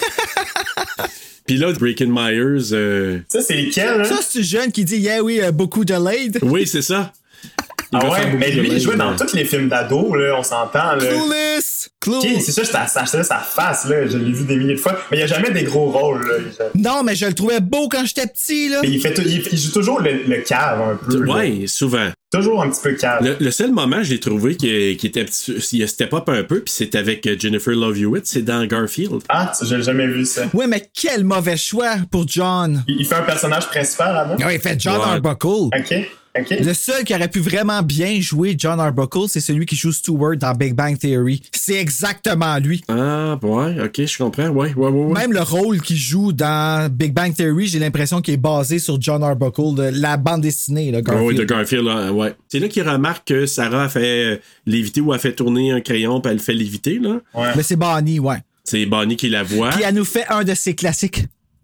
Puis là, Breaking Myers. Euh... Ça, c'est lequel, hein? Ça, c'est jeune qui dit, yeah, oui, euh, beaucoup de l'aide. Oui, c'est ça. Il ah ouais, mais lui, il jouait dans tous les films d'ado, là, on s'entend. Là. Clueless! Clueless! Okay, c'est ça, je t'assachais sa face, là, je l'ai vu des milliers de fois, mais il n'y a jamais des gros rôles. Là. Non, mais je le trouvais beau quand j'étais petit, là. Mais il, fait t- il, il joue toujours le, le cave un peu. Ouais, là. souvent. Toujours un petit peu cave. Le, le seul moment, je l'ai trouvé qui, qui était il step up un peu, puis c'est avec Jennifer Love Hewitt, c'est dans Garfield. Ah, j'ai jamais vu ça. Ouais, mais quel mauvais choix pour John. Il, il fait un personnage principal là-bas? Oui, il fait John ouais. Arbuckle. OK. Okay. Le seul qui aurait pu vraiment bien jouer John Arbuckle, c'est celui qui joue Stewart dans Big Bang Theory. C'est exactement lui. Ah, ouais, ok, je comprends. Ouais, ouais, ouais, ouais. Même le rôle qu'il joue dans Big Bang Theory, j'ai l'impression qu'il est basé sur John Arbuckle, de la bande dessinée, là, Garfield. Oui, de Garfield, là, ouais. C'est là qu'il remarque que Sarah a fait léviter ou a fait tourner un crayon, puis elle fait léviter, là. Ouais. Mais c'est Bonnie, ouais. C'est Bonnie qui la voit. Puis elle nous fait un de ses classiques.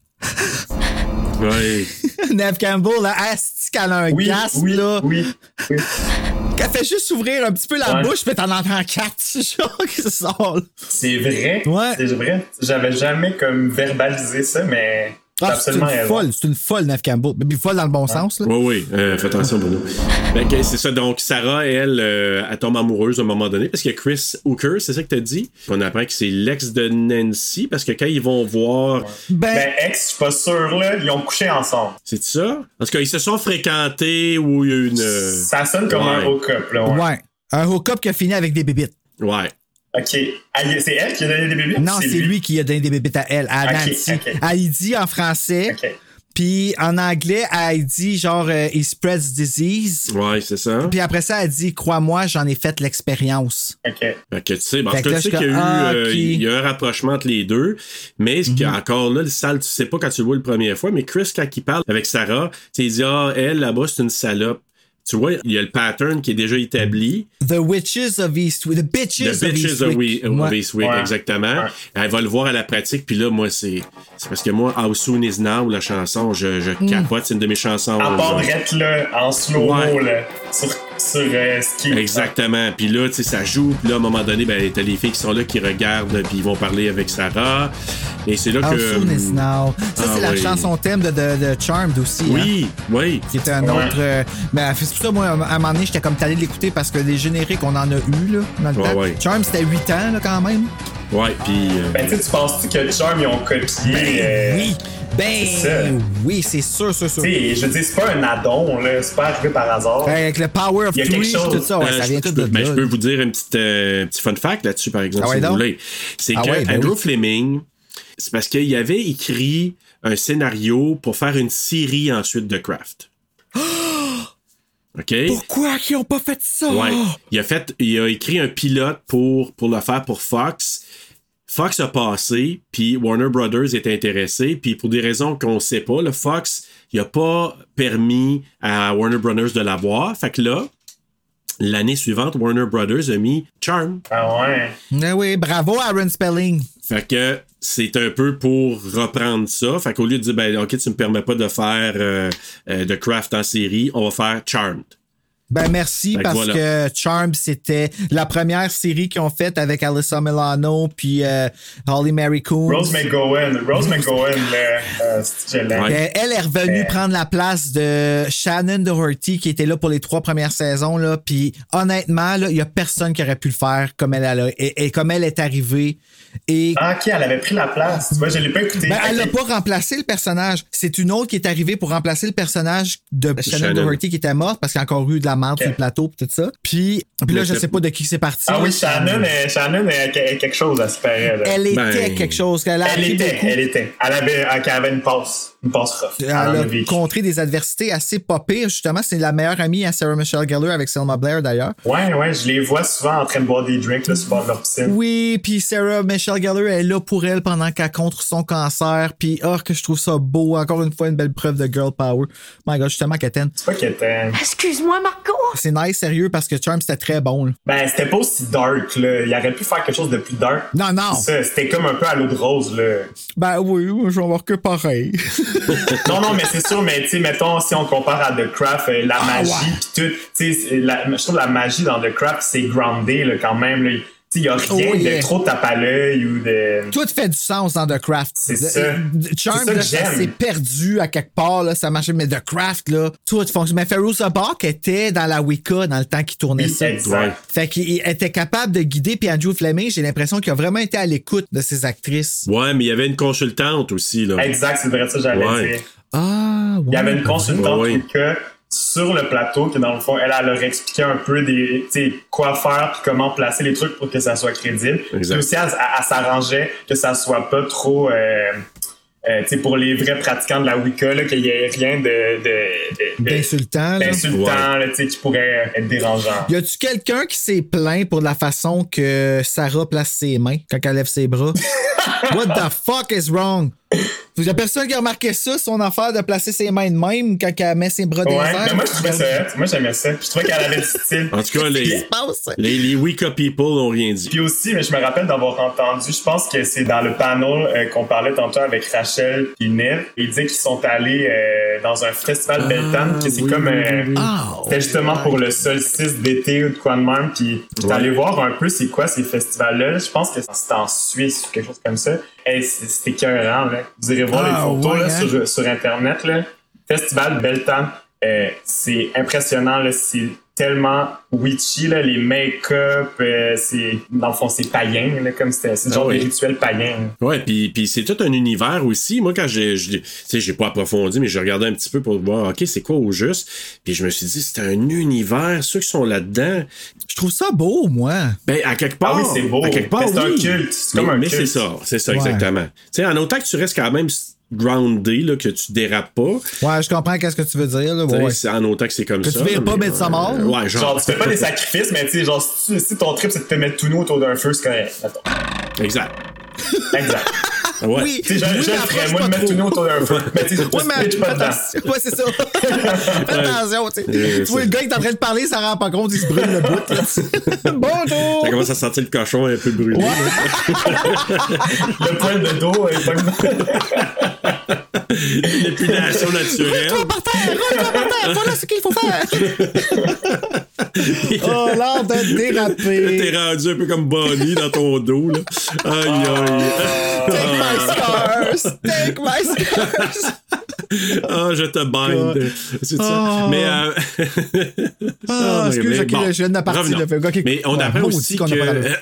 Oui. Neve Campbell, là, asti qu'elle a un oui, gaz, oui, là. Oui, oui. Qu'elle fait juste ouvrir un petit peu la ouais. bouche, puis t'en entends quatre, genre, qui sort. C'est vrai. Ouais. C'est vrai. J'avais jamais comme verbalisé ça, mais Ah, c'est une folle, c'est une folle, Neve Campbell. Mais puis folle dans le bon ouais. sens. Là. Oui, oui, euh, fais attention, Bruno. Ben, c'est ça, donc Sarah, elle, euh, elle tombe amoureuse à un moment donné parce que Chris Hooker, c'est ça que t'as dit? On apprend que c'est l'ex de Nancy parce que quand ils vont voir. Ouais. Ben, ben, ex, je suis pas sûr, là, ils ont couché ensemble. C'est ça? Parce qu'ils se sont fréquentés ou il y a une. Euh... Ça sonne comme ouais. un hook-up, là. Ouais. ouais. Un hook-up qui a fini avec des bébites. Ouais. OK. C'est elle qui a donné des bébites? Non, c'est, c'est lui. lui qui a donné des bébites à elle, à okay, Nancy. Okay. Elle dit en français. Okay. Puis en anglais, elle dit genre euh, « He spreads disease ». Ouais, c'est ça. Puis après ça, elle dit « Crois-moi, j'en ai fait l'expérience ». OK. Fait que tu sais, ben, en tout cas, tu sais qu'il y a eu ah, euh, okay. il y a un rapprochement entre les deux. Mais ce mm-hmm. qu'il y a encore là, le sale, tu sais pas quand tu le vois la première fois, mais Chris, quand il parle avec Sarah, il dit « Ah, elle, là-bas, c'est une salope ». Tu vois, il y a le pattern qui est déjà établi. The Witches of Eastwick. The Bitches, The of Bitches Eastwick. Of, we, of Eastwick, ouais. exactement. Ouais. Elle va le voir à la pratique, puis là, moi, c'est, c'est parce que moi, How Soon Is Now, la chanson, je, je mm. capote, c'est une de mes chansons. En bandrette, là, en slow-mo, ouais. là, sur, sur euh, ski. Exactement. Puis là, tu sais, ça joue, puis là, à un moment donné, ben, t'as les filles qui sont là, qui regardent, puis ils vont parler avec Sarah. Et c'est là How que. How Soon Is Now. Ça, ah, c'est oui. la chanson thème de, de, de Charmed aussi. Oui, hein? oui. Qui était un ouais. autre. Euh, mais c'est pour ça, moi, à un moment donné, j'étais comme allé l'écouter parce que les génériques, on en a eu, là, dans le ouais, temps. Ouais. Charmed, c'était huit ans, là, quand même. Ouais, puis. Euh... Ben, tu sais, tu penses-tu que Charmed, ils ont copié. Ben, euh... oui. Ben, c'est oui, c'est sûr, sûr, sûr. Tu sais, je veux dire, c'est pas un addon, là. C'est pas arrivé par hasard. Ben, avec le Power of Three, tout ça, ouais, euh, ça vient tout de là. Ben, je peux vous dire un petit, euh, petit fun fact là-dessus, par exemple, ah ouais, si donc? vous voulez. C'est ah que ouais, ben Andrew oui. Fleming, c'est parce qu'il avait écrit un scénario pour faire une série ensuite de Craft. OK? Pourquoi qu'ils n'ont pas fait ça? Ouais. Il a fait, il a écrit un pilote pour, pour le faire pour Fox. Fox a passé, puis Warner Brothers est intéressé, puis pour des raisons qu'on ne sait pas, le Fox, il n'a pas permis à Warner Brothers de l'avoir. Fait que là, l'année suivante, Warner Brothers a mis Charm. Ah ouais? Ah oui, bravo Aaron Spelling. Fait que c'est un peu pour reprendre ça. Fait qu'au lieu de dire, ben, OK, tu me permets pas de faire euh, euh, de Craft en série, on va faire Charmed. Ben merci, parce voilà. que Charmed, c'était la première série qu'ils ont faite avec Alyssa Milano puis euh, Holly Marie Combs. Rose McGowan. Rose McGowan, euh, c'est ouais. Elle est revenue ouais. prendre la place de Shannon Doherty qui était là pour les trois premières saisons. Là, puis honnêtement, il y a personne qui aurait pu le faire comme elle, elle et, et comme elle est arrivée. Et... Ah, ok, elle avait pris la place. Tu vois, je l'ai pas écouté. Ben, okay. Elle n'a pas remplacé le personnage. C'est une autre qui est arrivée pour remplacer le personnage de Shannon, Shannon. Doherty qui était morte parce qu'il y a encore eu de la menthe okay. sur le plateau et tout ça. Puis, puis là, je sais pas de qui c'est parti. Ah oui, Shannon est, Shannon est quelque chose à se paraît. Elle était ben... quelque chose. Elle, a elle était, beaucoup. elle était. Elle avait, elle avait une passe. Une passe rough. Elle a contré des adversités assez pas pires. Justement, c'est la meilleure amie à Sarah Michelle Gellar avec Selma Blair d'ailleurs. Ouais, ouais, je les vois souvent en train de boire des drinks là, sur le bord de leur piscine. Oui, puis Sarah Michelle Gellar est là pour elle pendant qu'elle contre son cancer. Puis, oh, que je trouve ça beau. Encore une fois, une belle preuve de girl power. My God, justement, Katen. C'est pas Katen. Excuse-moi, Marco. C'est nice, sérieux, parce que Charm, c'était très bon. Là. Ben, c'était pas aussi dark, là. Il aurait pu faire quelque chose de plus dark. Non, non. Ça, c'était comme un peu à l'eau de rose, là. Ben oui, je vais voir que pareil. non, non, mais c'est sûr, mais tu sais, mettons, si on compare à The Craft, euh, la ah, magie, pis ouais. tout, tu sais, je trouve la magie dans The Craft, c'est groundé, là, quand même, là. Il n'y a rien oh, yeah. de trop tape à l'œil ou de. Tout fait du sens dans The Craft. C'est ça. Charm, c'est ça, là, ça s'est perdu à quelque part, là, ça marchait, mais The Craft, là, tout fonctionne. Mais Fairuza Balk était dans la Wicca dans le temps qu'il tournait oui, ça. Exact. Fait qu'il était capable de guider, puis Andrew Fleming, j'ai l'impression qu'il a vraiment été à l'écoute de ses actrices. Ouais, mais il y avait une consultante aussi, là. Exact, c'est vrai ça, j'allais ouais. dire. Ah, ouais. Il y avait une consultante ouais, ouais. Wicca sur le plateau, qui dans le fond, elle, elle leur expliquait un peu des, quoi faire puis comment placer les trucs pour que ça soit crédible. Puis aussi, elle, elle, elle s'arrangeait que ça soit pas trop, euh, euh, pour les vrais pratiquants de la Wicca, là, qu'il y ait rien de, de, de d'insultant, d'insultant ouais. là, qui pourrait être dérangeant. Y a-tu quelqu'un qui s'est plaint pour la façon que Sarah place ses mains quand elle lève ses bras? What the fuck is wrong? Il y a personne qui a remarqué ça, son affaire de placer ses mains de même quand elle met ses bras ouais, des airs. Mais moi, je trouvais ça. Moi, j'aimais ça. Puis je trouvais qu'elle avait du style. En tout cas, les, les, les Wicca people n'ont rien dit. Puis aussi, mais je me rappelle d'avoir entendu, je pense que c'est dans le panel euh, qu'on parlait tantôt avec Rachel et Neve. Ils disaient qu'ils sont allés euh, dans un festival ah, Beltane, que c'est oui, comme. Euh, oui, oui. Oh, c'était justement ouais. pour le solstice d'été ou de quoi de même. Puis ouais. t'allais voir un peu c'est quoi ces festivals-là. Je pense que c'était en Suisse ou quelque chose comme ça. hey, c'est, c'est écœurant, là. Vous irez voir ah, les photos ouais, là, hein? sur, sur Internet, là. Festival Beltane, euh, c'est impressionnant, là. C'est tellement witchy, là, les make-up, euh, c'est, dans le fond, c'est païen, là, comme c'était, c'est le genre ah, oui. de rituel païen. Ouais, puis puis c'est tout un univers aussi. Moi, quand j'ai, tu sais, j'ai pas approfondi, mais j'ai regardé un petit peu pour voir, OK, c'est quoi au juste? Puis je me suis dit, c'est un univers, ceux qui sont là-dedans. Je trouve ça beau, moi. Ben, à quelque part. Ah oui, c'est beau. À quelque part, c'est oui. un culte. C'est mais, comme un mais culte. c'est ça, c'est ça, ouais. exactement. Tu sais, en autant que tu restes quand même groundé, là, que tu dérapes pas. Ouais, je comprends qu'est-ce que tu veux dire. Là. Ouais. C'est en autant que c'est comme que ça. Que tu vires pas mettre sa mort. Euh, ouais, genre. genre, tu fais pas des sacrifices, mais tu sais, genre, si, tu, si ton trip, c'est de te mettre tout nu autour d'un feu, c'est correct. Attends. Exact. Exact. Ouais. Oui, tu sais, je, oui, je le ferais, moi, de mettre tout nu autour d'un feu. Mais tu sais, ouais, mais pitch pas dedans. Ouais, c'est ça. Attention, tu sais. Tu vois, le gars qui est en train de parler, ça rend pas compte, il se brûle le bout. Là. Bonjour! Ça commence à sentir le cochon un peu brûlé. Ouais. Le poil de dos est pas l'épilation naturelle. Toi par terre, toi par terre, voilà ce qu'il faut faire. Oh, l'art de déraper. T'es rendu un peu comme Bonnie dans ton dos, là. Aïe, aïe. Take my scars! Take my scars! Ah, oh, je te bind. C'est ça. Oh. Mais. Euh... Ah, oh, excuse, ok, bon, je viens de la partie. Là, okay. Mais on apprend ouais, aussi qu'on que...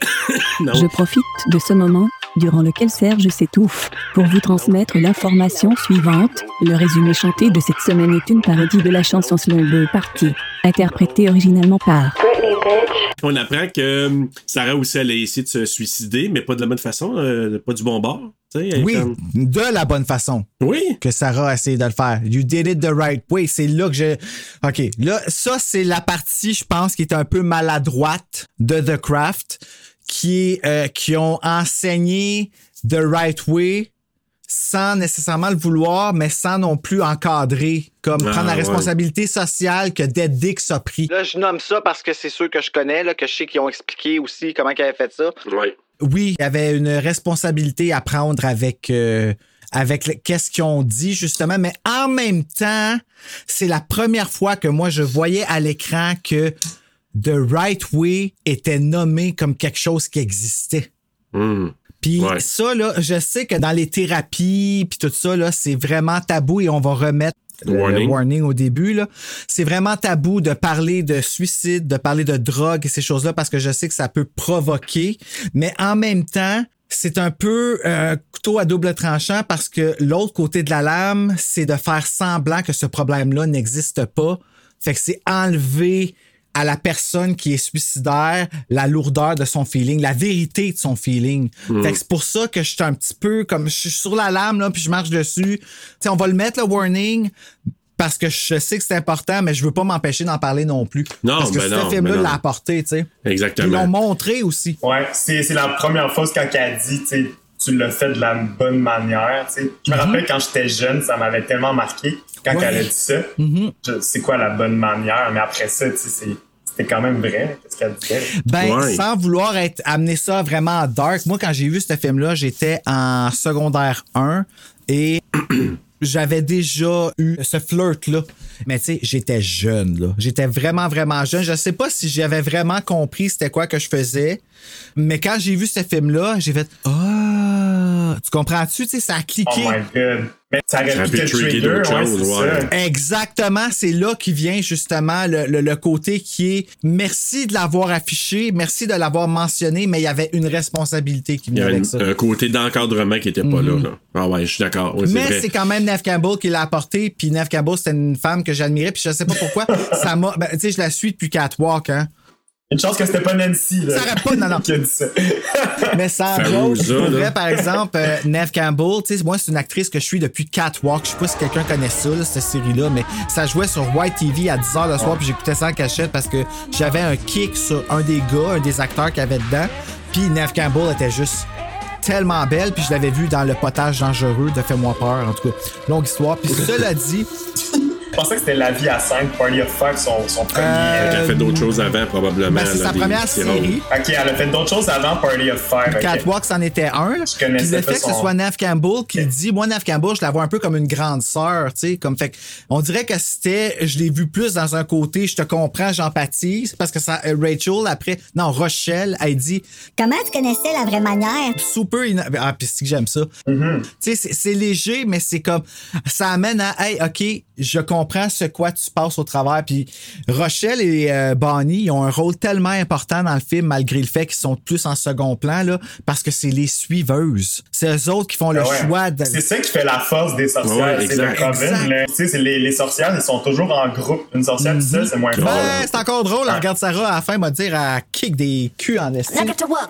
non. Je profite de ce moment, durant lequel Serge s'étouffe, pour vous transmettre l'information suivante. Le résumé chanté de cette semaine est une parodie de la chanson Slumber Party, interprétée originalement par Britney, bitch. On apprend que Sarah aussi allait essayer de se suicider, mais pas de la bonne façon, euh, pas du bon bord. Oui, comme... de la bonne façon. Oui. Que Sarah a essayé de le faire. You did it the right way. C'est là que je... OK. Là, ça, c'est la partie, je pense, qui est un peu maladroite de The Craft, qui, est, euh, qui ont enseigné the right way sans nécessairement le vouloir, mais sans non plus encadrer, comme ah, prendre la responsabilité ouais. sociale que Dead Dix a pris. Là, je nomme ça parce que c'est ceux que je connais, là, que je sais qu'ils ont expliqué aussi comment ils avaient fait ça. Oui. Oui, il y avait une responsabilité à prendre avec euh, avec le, qu'est-ce qu'ils ont dit justement, mais en même temps, c'est la première fois que moi je voyais à l'écran que The Right Way était nommé comme quelque chose qui existait. Mmh. Puis ouais. ça là, je sais que dans les thérapies puis tout ça là, c'est vraiment tabou et on va remettre warning. le warning au début là. C'est vraiment tabou de parler de suicide, de parler de drogue et ces choses-là parce que je sais que ça peut provoquer, mais en même temps, c'est un peu un euh, couteau à double tranchant parce que l'autre côté de la lame, c'est de faire semblant que ce problème-là n'existe pas. Fait que c'est enlever à la personne qui est suicidaire la lourdeur de son feeling, la vérité de son feeling. Mmh. Fait que c'est pour ça que je suis un petit peu comme je suis sur la lame là, puis je marche dessus. T'sais, on va le mettre le warning parce que je sais que c'est important, mais je veux pas m'empêcher d'en parler non plus. Non, parce que ben ce non, film-là ben l'a apporté, tu sais. Exactement. Ils l'ont montré aussi. Ouais, c'est, c'est la première fois quand elle a dit, tu sais, tu l'as fait de la bonne manière, tu sais. Je me mm-hmm. rappelle quand j'étais jeune, ça m'avait tellement marqué quand ouais. elle a dit ça. Mm-hmm. Je, c'est quoi la bonne manière? Mais après ça, tu sais, c'est, c'était quand même vrai, qu'est-ce qu'elle disait. Ben, ouais. sans vouloir être amener ça vraiment dark, moi, quand j'ai vu ce film-là, j'étais en secondaire un et j'avais déjà eu ce flirt-là. Mais tu sais, j'étais jeune, là. J'étais vraiment, vraiment jeune. Je sais pas si j'avais vraiment compris c'était quoi que je faisais, mais quand j'ai vu ce film-là, j'ai fait « Ah! » Tu comprends-tu? Tu sais, ça a cliqué. Oh my God! Mais ça aurait pu te trigger, ouais, chose, c'est ouais. ça. Exactement, c'est là qui vient justement le, le, le côté qui est merci de l'avoir affiché, merci de l'avoir mentionné, mais il y avait une responsabilité qui venait avec une, ça. Un côté d'encadrement qui était pas mm-hmm. là, là. Ah ouais, je suis d'accord. Ouais, mais c'est, c'est quand même Neve Campbell qui l'a apporté, puis Neve Campbell, c'était une femme que j'admirais, puis je sais pas pourquoi, ça m'a... Ben, tu sais, je la suis depuis Catwalk, hein. Une chance que c'était pas Nancy, là. Ça aurait pas, non, non. qui a dit ça. Mais sans joke, je pourrais, par exemple, euh, Neve Campbell, tu sais, moi, c'est une actrice que je suis depuis Catwalk. Je sais pas si quelqu'un connaît ça, là, cette série-là, mais ça jouait sur White T V à dix heures le soir, puis j'écoutais ça en cachette parce que j'avais un kick sur un des gars, un des acteurs qu'il y avait dedans, puis Neve Campbell était juste tellement belle, puis je l'avais vue dans Le Potage dangereux de Fais-moi peur, en tout cas. Longue histoire. Puis cela dit... Je pensais que c'était La vie à cinq, Party of Five, son, son premier. Euh, elle a fait d'autres choses avant, probablement. Ben, c'est là, sa des, première des série. Ok, elle a fait d'autres choses avant Party of Five. Catwalk, c'en était un. Là. Je connaissais Puis le pas fait son... que ce soit Neve Campbell qui dit, moi, Neve Campbell, je la vois un peu comme une grande sœur, tu sais, comme fait. On dirait que c'était, je l'ai vu plus dans un côté, je te comprends, j'empathise, parce que ça, Rachel après, non, Rochelle, elle dit. Comment tu connaissais la vraie manière? Super, ina... ah, puis c'est que j'aime ça. Mm-hmm. Tu sais, c'est, c'est léger, mais c'est comme, ça amène à, hey, ok, je comprends ce quoi tu passes au travers. Puis Rochelle et euh, Bonnie, ils ont un rôle tellement important dans le film, malgré le fait qu'ils sont plus en second plan, là, parce que c'est les suiveuses. C'est eux autres qui font le ah ouais. choix de... C'est ça qui fait la force des sorcières. Ouais, c'est le coven. Tu sais, c'est les, les sorcières, elles sont toujours en groupe. Une sorcière mm-hmm. seule, c'est moins ben, fort. C'est encore drôle. Ah. Regarde Sarah, à la fin, elle va dire à kick des culs en estime.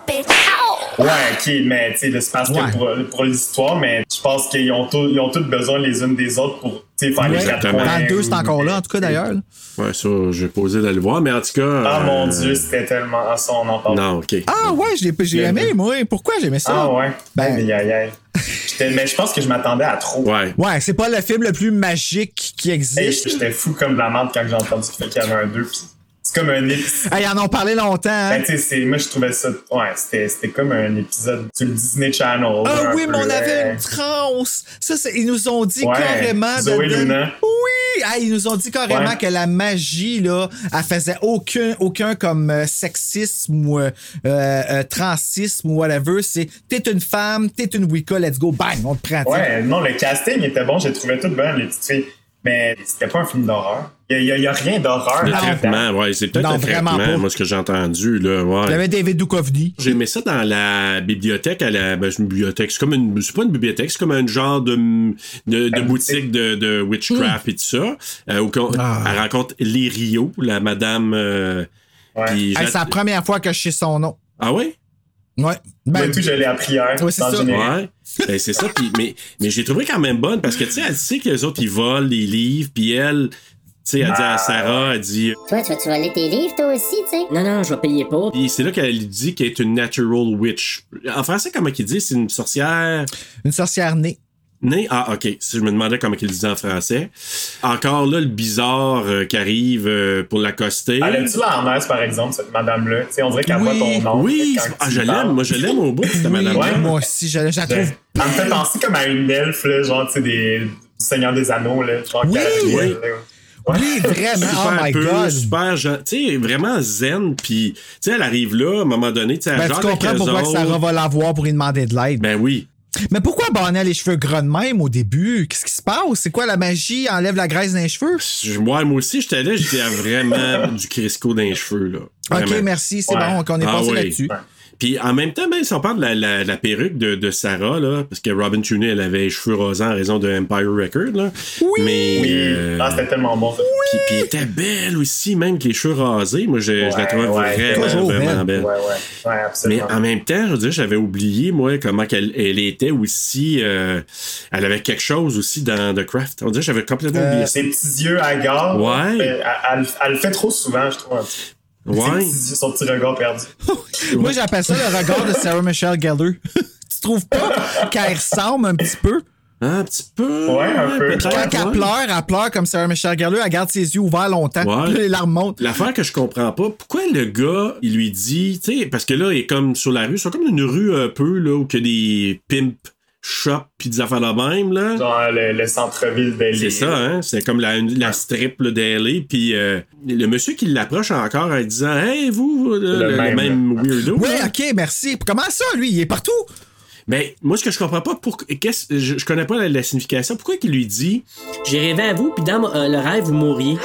Ouais, ok, mais tu sais, c'est parce que ouais. pour, pour l'histoire, mais je pense qu'ils ont, tout, ils ont tous besoin les unes des autres pour faire ouais, les quatre points. Dans le deux, c'est encore là, en tout cas, d'ailleurs. Ouais, ça, j'ai posé d'aller voir, mais en tout cas... Ah, euh... mon Dieu, c'était tellement... Ah, ça, on en parle. Non, ok. Ah, ouais, j'ai, j'ai aimé, moi. Pourquoi j'ai aimé ça? Ah, ouais. Ben... Aïe, aïe, aïe. Mais je pense que je m'attendais à trop. Ouais. Ouais, c'est pas le film le plus magique qui existe. Hey, j'étais fou comme de la merde quand j'ai entendu qu'il y avait un deux, pis... C'est comme un épisode. Hey, ils en ont parlé longtemps. Hein? Ben, tu sais, moi, je trouvais ça. Ouais, c'était, c'était comme un épisode sur le Disney Channel. Ah oui, mais on ouais. avait une transe. Ça, c'est, ils nous ont dit ouais, carrément. Zoé de, de... Luna. Oui! Hey, ils nous ont dit carrément ouais. que la magie, là, elle faisait aucun, aucun comme euh, sexisme ou euh, euh, transisme ou whatever. C'est t'es une femme, t'es une Wicca, let's go, bang, on te prend. Ouais, non, le casting était bon, j'ai trouvé tout bien, les petites filles. Mais c'était pas un film d'horreur. Il y, y, y a rien d'horreur. Le traitement, ouais, c'est peut-être non, le traitement, pas. Moi, ce que j'ai entendu, là, ouais. Il y avait David Duchovny. J'ai mis ça dans la bibliothèque, à la, ben, c'est une bibliothèque, c'est comme une, c'est pas une bibliothèque, c'est comme un genre de, de, de boutique de, de witchcraft mmh. et tout ça, euh, où ah. elle rencontre Lirio, la madame, euh, ouais. Hey, c'est la première fois que je sais son nom. Ah oui? Ouais. Ben, tout, je l'ai appris hier. Ouais, c'est ça. Ouais. Ben, c'est ça. Pis, mais, mais j'ai trouvé quand même bonne parce que, tu sais, elle sait que les autres, ils volent les livres, puis elle, tu sais, elle ah. dit à Sarah, elle dit. Toi, tu vas-tu voler tes livres, toi aussi, tu sais? Non, non, je vais payer pas. Puis c'est là qu'elle lui dit qu'elle est une natural witch. En français, comment qu'il dit? C'est une sorcière. Une sorcière née. Né? Ah, OK. Si je me demandais comment il le disait en français. Encore là, le bizarre euh, qui arrive euh, pour l'accoster. Elle a-tu l'air nice, par exemple, cette madame-là? Tu sais, on dirait qu'elle oui. voit ton nom. Oui, ah, je l'aime. Moi, je l'aime au bout, cette oui, madame-là. Ouais, moi aussi, je, je la trouve. Elle me fait penser comme à une elfe, là, genre, tu sais, des du Seigneur des Anneaux, là. Genre, oui, oui. Ouais. Oui, vraiment. Super oh my peu, God. super, tu sais, vraiment zen. Puis, tu sais, elle arrive là, à un moment donné, tu sais, ben, tu comprends pourquoi que Sarah va la voir pour lui demander de l'aide. Ben oui. Mais pourquoi Bonnie a les cheveux gras de même au début? Qu'est-ce qui se passe? C'est quoi la magie? Enlève la graisse dans les cheveux? Ouais, moi aussi, j'étais là, j'étais vraiment du Crisco dans les cheveux, là. Vraiment. OK, merci, c'est ouais. bon qu'on est ah, passé oui. là-dessus. Ouais. Puis en même temps, ben, si on parle de la, la, la perruque de, de Sarah, là, parce que Robin Tunney, elle avait les cheveux rasants en raison de Empire Record, là. Oui! Mais, oui. Euh, ah, c'était tellement bon, ça. Puis, puis elle était belle aussi, même avec les cheveux rasés. Moi, je, ouais, je la trouvais ouais, vraiment, vraiment belle. Ouais, ouais, ouais, absolument. Mais en même temps, je veux dire, j'avais oublié, moi, comment elle, elle était aussi. Euh, elle avait quelque chose aussi dans The Craft. On dirait, j'avais complètement euh, oublié. Ses petits yeux hagards. Ouais. Elle, elle, elle le fait trop souvent, je trouve. Ouais. Petits, son petit regard perdu. Moi, j'appelle ça le regard de Sarah Michelle Gellar. Tu trouves pas qu'elle ressemble un petit peu? Un petit peu. Ouais, un peu. Quand ouais. elle pleure, elle pleure comme Sarah Michelle Gellar, elle garde ses yeux ouverts longtemps. Ouais. Puis les larmes montent. L'affaire que je comprends pas, pourquoi le gars, il lui dit, tu sais, parce que là, il est comme sur la rue, c'est comme une rue un peu, là, où il y a des pimps shop pis des affaires là même là. Genre le, le centre-ville d'L A. C'est ça, hein? C'est comme la, la strip d'L A. Puis euh, le monsieur qui l'approche encore en disant hey, vous, le, le, le même, même weirdo. Oui, ok, merci. Comment ça, lui? Il est partout? Ben, moi, ce que je comprends pas, pour, qu'est-ce, je, je connais pas la, la signification. Pourquoi il lui dit j'ai rêvé à vous, puis dans euh, le rêve, vous mourriez?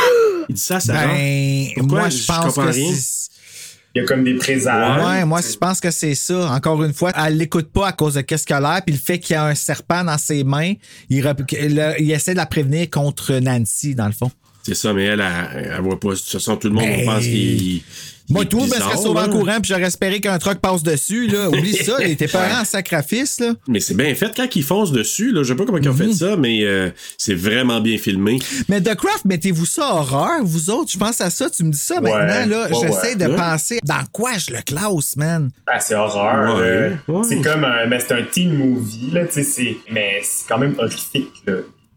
Il dit ça à Sarah. Ben, pourquoi? moi, je, je pense que rien? c'est. Il y a comme des présages. Ouais, moi, je pense que c'est ça. Encore une fois, elle l'écoute pas à cause de qu'est-ce qu'elle a l'air, puis le fait qu'il y a un serpent dans ses mains, il, il, il essaie de la prévenir contre Nancy, dans le fond. C'est ça, mais elle, elle, elle voit pas. De toute façon, tout le monde ben... pense qu'il. Moi, tout le monde serait sauvé en courant, puis j'aurais espéré qu'un truck passe dessus, là. Oublie ça, il était parents en sacrifice, là. Mais c'est bien fait quand ils foncent dessus, là. Je sais pas comment ils ont mm-hmm. fait ça, mais euh, c'est vraiment bien filmé. Mais The Craft, mettez-vous ça horreur, vous autres. Je pense à ça, tu me dis ça ouais, maintenant, là. Ouais, j'essaie ouais. de ouais. penser dans quoi je le classe, man. Ah, c'est horreur. Ouais, euh, ouais. C'est comme un. Mais c'est un teen movie, là, tu sais, c'est. Mais c'est quand même horrifique, là.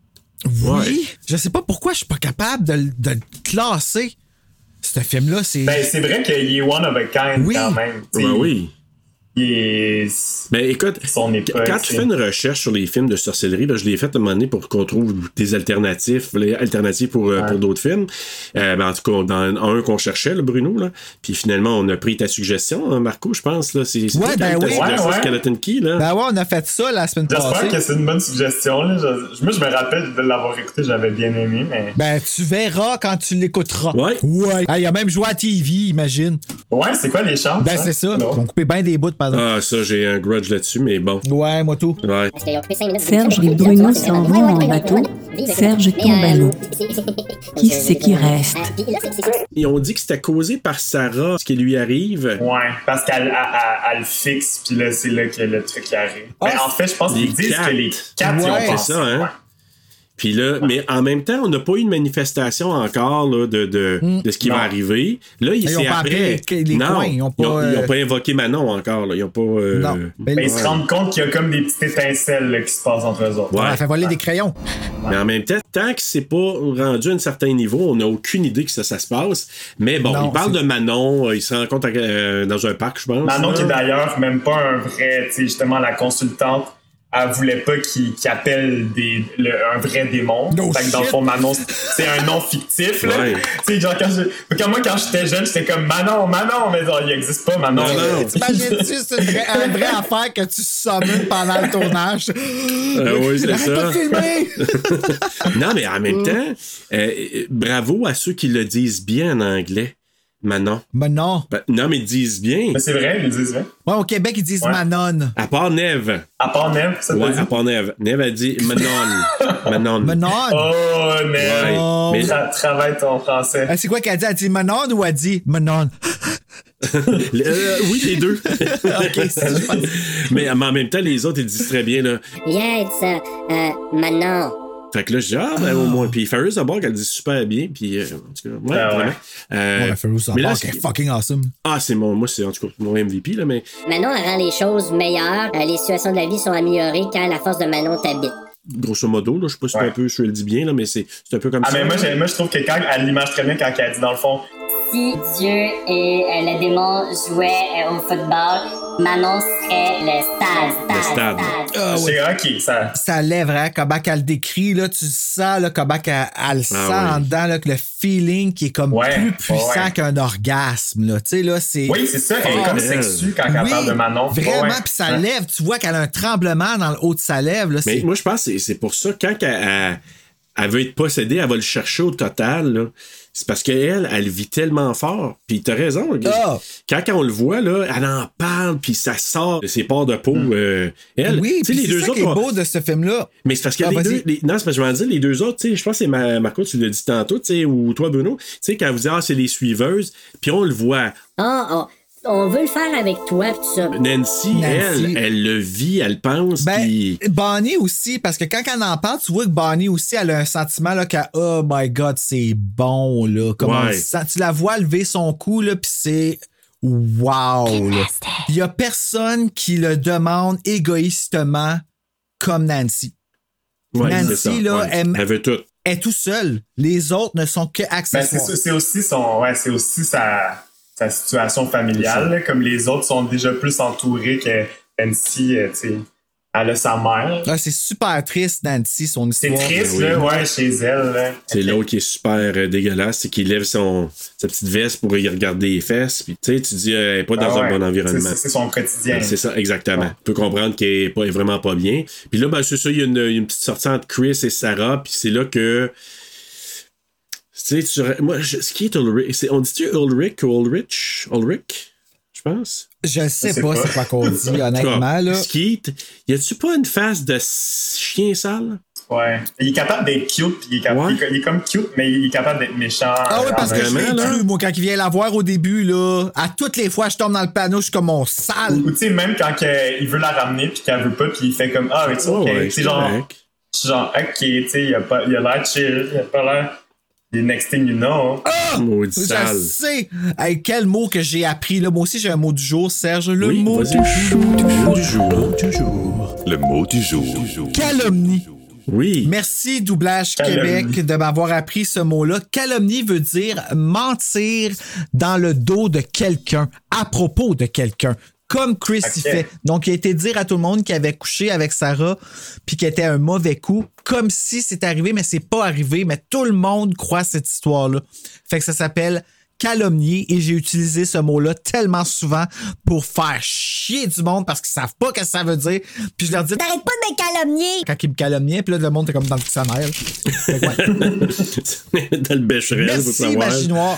Oui. Ouais. Je sais pas pourquoi je suis pas capable de, le- de le classer. Ce film-là, c'est... Ben, c'est vrai qu'il est one of a kind Oui. quand même. Ben oui. Il est... Ben écoute, son époque, quand tu c'est- fais une recherche sur les films de sorcellerie, là, je l'ai fait à un moment donné pour qu'on trouve des alternatives, les alternatives pour, euh, Ouais. pour d'autres films. Euh, ben, en tout cas, dans un qu'on cherchait, le Bruno, là. Puis finalement, on a pris ta suggestion, hein, Marco, je pense. Là. C'est, c'est Ouais, toi qui ben as oui. ta suggestion, Ouais, ouais. Skeleton Key, là. Ben ouais, on a fait ça la semaine J'espère passée. que c'est une bonne suggestion. Là. Je... Moi, je me rappelle de l'avoir écouté, j'avais bien aimé, mais... Ben, tu verras quand tu l'écouteras. Ouais. Ouais. Ah, il a même joué à T V, imagine. Ouais, c'est quoi les chances? Ben, hein? c'est ça. Non. Ils ont coupé bien des bouts, par exemple. Ah, ça, j'ai un grudge là-dessus, mais bon. Ouais, moi tout. Ouais. Serge et Bruno s'en vont en bateau. Serge tombe à l'eau. Qui c'est qui reste? Ils ont dit que c'était causé par Sarah, ce qui lui arrive. Ouais, parce qu'elle elle, elle- elle le fixe, puis là, c'est là que le truc arrive. Ah, Mais en fait, je pense les qu'ils disent quatre. que les quatre, ils Ouais, ont C'est pensé. ça, hein? Ouais. Puis là, mais en même temps, on n'a pas eu une manifestation encore là, de, de, Mm. de ce qui Non. va arriver. Là, il, Ils ont c'est pas après. appelé les non, coins, ils ont pas, ils ont, ils ont euh, pas invoqué Manon encore. Là. Ils ont pas. euh, Non. Ben, Mais ils ouais. se rendent compte qu'il y a comme des petites étincelles là, qui se passent entre eux autres. Ouais. On a fait voler des crayons. Mais en même temps, tant que c'est pas rendu à un certain niveau, on n'a aucune idée que ça, ça se passe. Mais bon, Non, il parle c'est- de Manon, euh, il se rencontre euh, dans un parc, je pense. Manon, là. qui est d'ailleurs même pas un vrai, tu sais, justement, la consultante, elle voulait pas qu'il qu'il appelle des, le- un vrai démon. No fait que dans le shit. fond, Manon, c'est un nom fictif, là. Ouais. Tu sais, genre, quand, je, quand moi, quand j'étais jeune, j'étais comme Manon, Manon, mais genre, il existe pas Manon. Non, non. T'imagines-tu, c'est une vraie, une vraie affaire que tu summones pendant le tournage? Euh, oui, c'est Arrête ça. pas de filmer! Non, mais en même temps, euh, bravo à ceux qui le disent bien en anglais. Manon. Ben non. Ben, non, mais ils disent bien. Mais c'est vrai, ils disent, hein. Ouais, au Québec, ils disent Ouais. Manon. À part Neve. À part Neve, ça Ouais, te à dit? part Neve. Neve a dit Manon. Manon. Manon. Oh, Neve. Ouais. Oh. Mais Tra- travaille ton français. Euh, C'est quoi qu'elle dit? Elle dit Manon ou elle dit Manon? Euh, oui, les deux. Ok, c'est je pense. mais en même temps, les autres, ils disent très bien, là. Yeah, it's uh, uh, Manon. Fait que là, je dis, ah, ben, au moins. Puis Ferris d'abord, elle dit super bien. Puis, euh, en tout cas, ouais, Ah ouais. vraiment. Euh, Ouais, Ferrous mais là, Abark c'est- est fucking awesome. ah, c'est mon, moi, c'est en tout cas mon M V P, là, mais Manon, elle rend les choses meilleures. Euh, les situations de la vie sont améliorées quand la force de Manon t'habite. grosso modo, là, je sais pas si c'est Ouais. un peu, je le dis bien, là, mais c'est, c'est un peu comme Ah, ça. mais moi, là. j'ai- moi, je trouve que quand elle l'image très bien quand elle dit, dans le fond, Si Dieu et euh, le démon jouaient euh, au football, Manon serait le stade. Le stade. Ah, ouais. c'est ok, ça. Ça lève, hein, comment qu'elle le décrit, là, tu sens, là, comment qu'elle elle le sent Ah, en oui. dedans, là, que le feeling qui est comme Ouais, plus puissant ouais. qu'un orgasme, là, tu sais, là, c'est... Oui, c'est ça, elle est Oh, comme elle. sexue quand elle Oui, parle de Manon. vraiment, Ouais. puis ça Ouais. lève, tu vois qu'elle a un tremblement dans le haut de sa lèvre, là, Mais c'est... moi, je pense que c'est, c'est pour ça, quand elle, elle, elle veut être possédée, elle va le chercher au total, là. C'est parce qu'elle, elle vit tellement fort. Puis t'as raison. Ah! Quand, quand on le voit, là, elle en parle, puis ça sort de ses pores de peau. euh, elle, Oui, tu sais, puis les c'est deux ça autres. qui est ont- beau de ce film-là. Mais c'est parce que Ah, les vas-y. deux. Les, non, c'est parce que je vais en dire, les deux autres, tu sais, je pense que c'est Ma- Marco, tu l'as dit tantôt, tu sais, ou toi, Bruno, tu sais, quand vous dites, ah, c'est les suiveuses, puis on le voit. Ah, oh, on veut le faire avec toi, pis tout ça. Nancy, Nancy. elle, elle le vit, elle pense, Ben, puis. Bonnie aussi, parce que quand elle en parle, tu vois que Bonnie aussi, elle a un sentiment, là, qu'elle, oh my god, c'est bon, là. Comment Ouais. elle se sent. Tu la vois lever son cou, là, pis c'est wow, là. Il y a personne qui le demande égoïstement comme Nancy. Ouais, Nancy, c'est ça, là, ouais. elle- elle veut tout. Elle est tout seule. Les autres ne sont que Ben, c'est, accessoires. ça, c'est aussi son, ouais, c'est aussi sa, sa situation familiale. là. Comme les autres sont déjà plus entourés que Nancy, euh, tu sais, elle a sa mère. Ah, c'est super triste, Nancy, son C'est histoire. triste, oui. là, ouais, chez elle. Là. C'est l'autre qui est super euh, dégueulasse, c'est qu'il lève son, sa petite veste pour y regarder les fesses. Puis tu sais, tu dis, euh, elle est pas dans Ah un ouais. bon environnement. C'est, c'est son quotidien. C'est ça, exactement. Tu peux comprendre qu'elle est, pas, elle est vraiment pas bien. Puis là, ben, c'est ça, il y a une, une petite sortie entre Chris et Sarah, puis c'est là que. Tu sais, tu, moi, je, ce qui est Ulrich, c'est, on dit-tu Ulrich ou Ulrich? Ulrich, je pense. Je sais sais pas, pas. c'est quoi qu'on dit, honnêtement, là. Skeet, y a-tu pas une face de chien sale? Ouais. Il est capable d'être cute, puis il est, capable, Ouais. il est- il est comme cute, mais il est capable d'être méchant. Ah oui, parce que je Vraiment, l'ai là? cru, moi, quand il vient la voir au début, là, à toutes les fois, je tombe dans le panneau, je suis comme mon sale. Ou tu sais, même quand que- il veut la ramener, puis qu'elle veut pas, puis il fait comme, ah, mais tu sais, Ouais, ok. ouais, Tu sais, c'est genre, correct. genre, ok, tu sais, il a pas- il a l'air chill, il a pas l'air. The next thing you know. Ah! Maudit Je sale. sais! Hey, quel mot que j'ai appris, là. Moi aussi, j'ai un mot du jour, Serge. Le Oui, mot vas-y. du jour. Le mot du jour. Le mot du jour. Calomnie. Oui. Merci, Doublage Calomnie. Québec, de m'avoir appris ce mot-là. Calomnie veut dire mentir dans le dos de quelqu'un, à propos de quelqu'un. Comme Chris Okay. y fait. Donc, il a été dire à tout le monde qu'il avait couché avec Sarah puis qu'il était un mauvais coup, comme si c'était arrivé, mais c'est pas arrivé. Mais tout le monde croit cette histoire-là. Fait que ça s'appelle calomnier et j'ai utilisé ce mot-là tellement souvent pour faire chier du monde parce qu'ils savent pas ce que ça veut dire. Puis je leur dis, T'arrêtes pas de me calomnier! quand ils me calomniaient, puis là, le monde était comme dans le dictionnaire. Fait que ouais. Dans le bécherel, faut Merci, savoir. ma chinoise.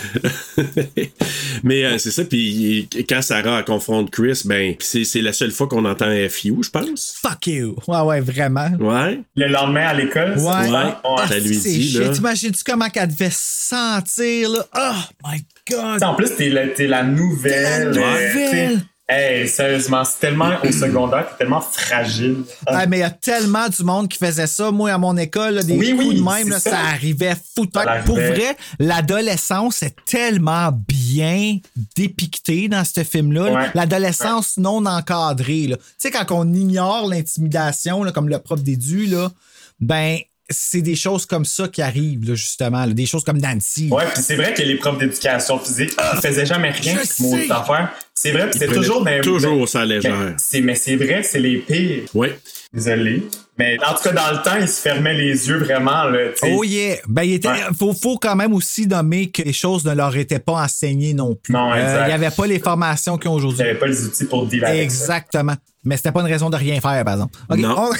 Mais euh, c'est ça, puis quand Sarah confronte Chris, ben, c'est, c'est la seule fois qu'on entend F U, je pense. Fuck you. Ouais, ouais, vraiment. Ouais. Le lendemain à l'école, Ouais. c'est Ouais. ça? Ouais. Ça lui C'est dit, shit. là. T'imagines-tu comment qu'elle devait se sentir, là? Oh my God! En plus, t'es la, t'es la nouvelle. T'es la euh, nouvelle. t'sais, Hey, sérieusement, c'est tellement au secondaire, t'es tellement fragile. Ah, mais il y a tellement du monde qui faisait ça. Moi, à mon école, là, des Oui, coups oui, de même, là, c'est ça. ça. arrivait fou. Ça Pour arrivait. vrai, l'adolescence est tellement bien dépictée dans ce film-là. là. Ouais. L'adolescence non encadrée. là. Tu sais, quand on ignore l'intimidation, là, comme le prof d'édu, là, ben, c'est des choses comme ça qui arrivent, là, justement. là. Des choses comme Nancy. Ouais, puis c'est vrai que les profs d'éducation physique, ils faisaient jamais rien, je ce mot sais. d'affaires. C'est vrai, puis c'est prenaient toujours dans toujours ça à légère. Mais c'est, mais c'est vrai que c'est les pires. Oui. Désolé. Mais en tout cas, dans le temps, ils se fermaient les yeux vraiment, là, tu sais. Oh yeah! Ben, il était, Ouais. faut, faut quand même aussi nommer que les choses ne leur étaient pas enseignées non plus. Non, exact. Euh, il n'y avait pas les formations qu'ils ont Ils aujourd'hui. n'avaient pas les outils pour dealer avec ça. Exactement. Mais c'était pas une raison de rien faire, par exemple. OK. Non. On-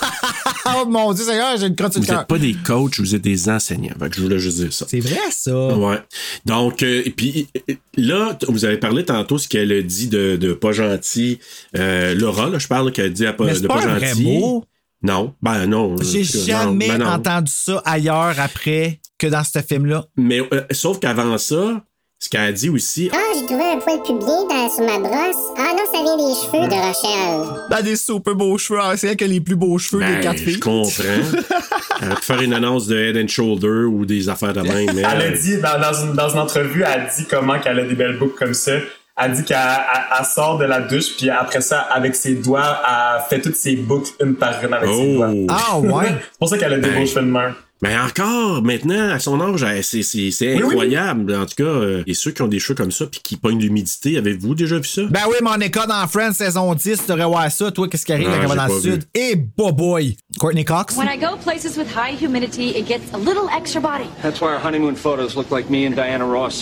Oh mon Dieu, Seigneur, j'ai une crotte sur Vous le cœur. n'êtes pas des coachs, vous êtes des enseignants. Fait que je voulais juste dire ça. C'est vrai, ça. Ouais. Donc, euh, et puis euh, là, t- vous avez parlé tantôt ce qu'elle a dit de, de pas gentil. Euh, Laura, là, je parle qu'elle a dit à pas, Mais de c'est pas, pas un vrai gentil. mot. Non, ben non. J'ai En tout cas, jamais non, ben non. entendu ça ailleurs après que dans ce film-là. Mais euh, sauf qu'avant ça, ce qu'elle a dit aussi. Ah, j'ai trouvé un poil publié dans, sur ma brosse. Ah non, ça vient des cheveux de Rochelle. Ben, des super beaux cheveux. Ah, c'est elle qui a les plus beaux cheveux des Ben, quatre je filles. comprends. Elle a pu faire une annonce de Head and Shoulder ou des affaires de même. Mais, Elle a euh, dit, dans, dans, une, dans une entrevue, elle a dit comment qu'elle a des belles boucles comme ça. Elle dit qu'elle elle- elle sort de la douche, puis après ça, avec ses doigts, elle fait toutes ses boucles une par une avec ses Oh. doigts. Ah, ouais. C'est pour ça qu'elle a des Ben. beaux cheveux de main. Mais encore, maintenant, à son âge, elle- c'est, c'est, c'est Oui, oui. incroyable. En tout cas, euh, et ceux qui ont des cheveux comme ça puis qui pognent l'humidité, avez-vous déjà vu ça? Ben oui, Monica dans Friends saison dix, tu devrais voir ça. Toi, qu'est-ce qui arrive Non, quand elle va j'ai dans le pas vu. sud? Et boy boy! Courtney Cox? When I go places with high humidity, it gets a little extra body. That's why our honeymoon photos look like me and Diana Ross.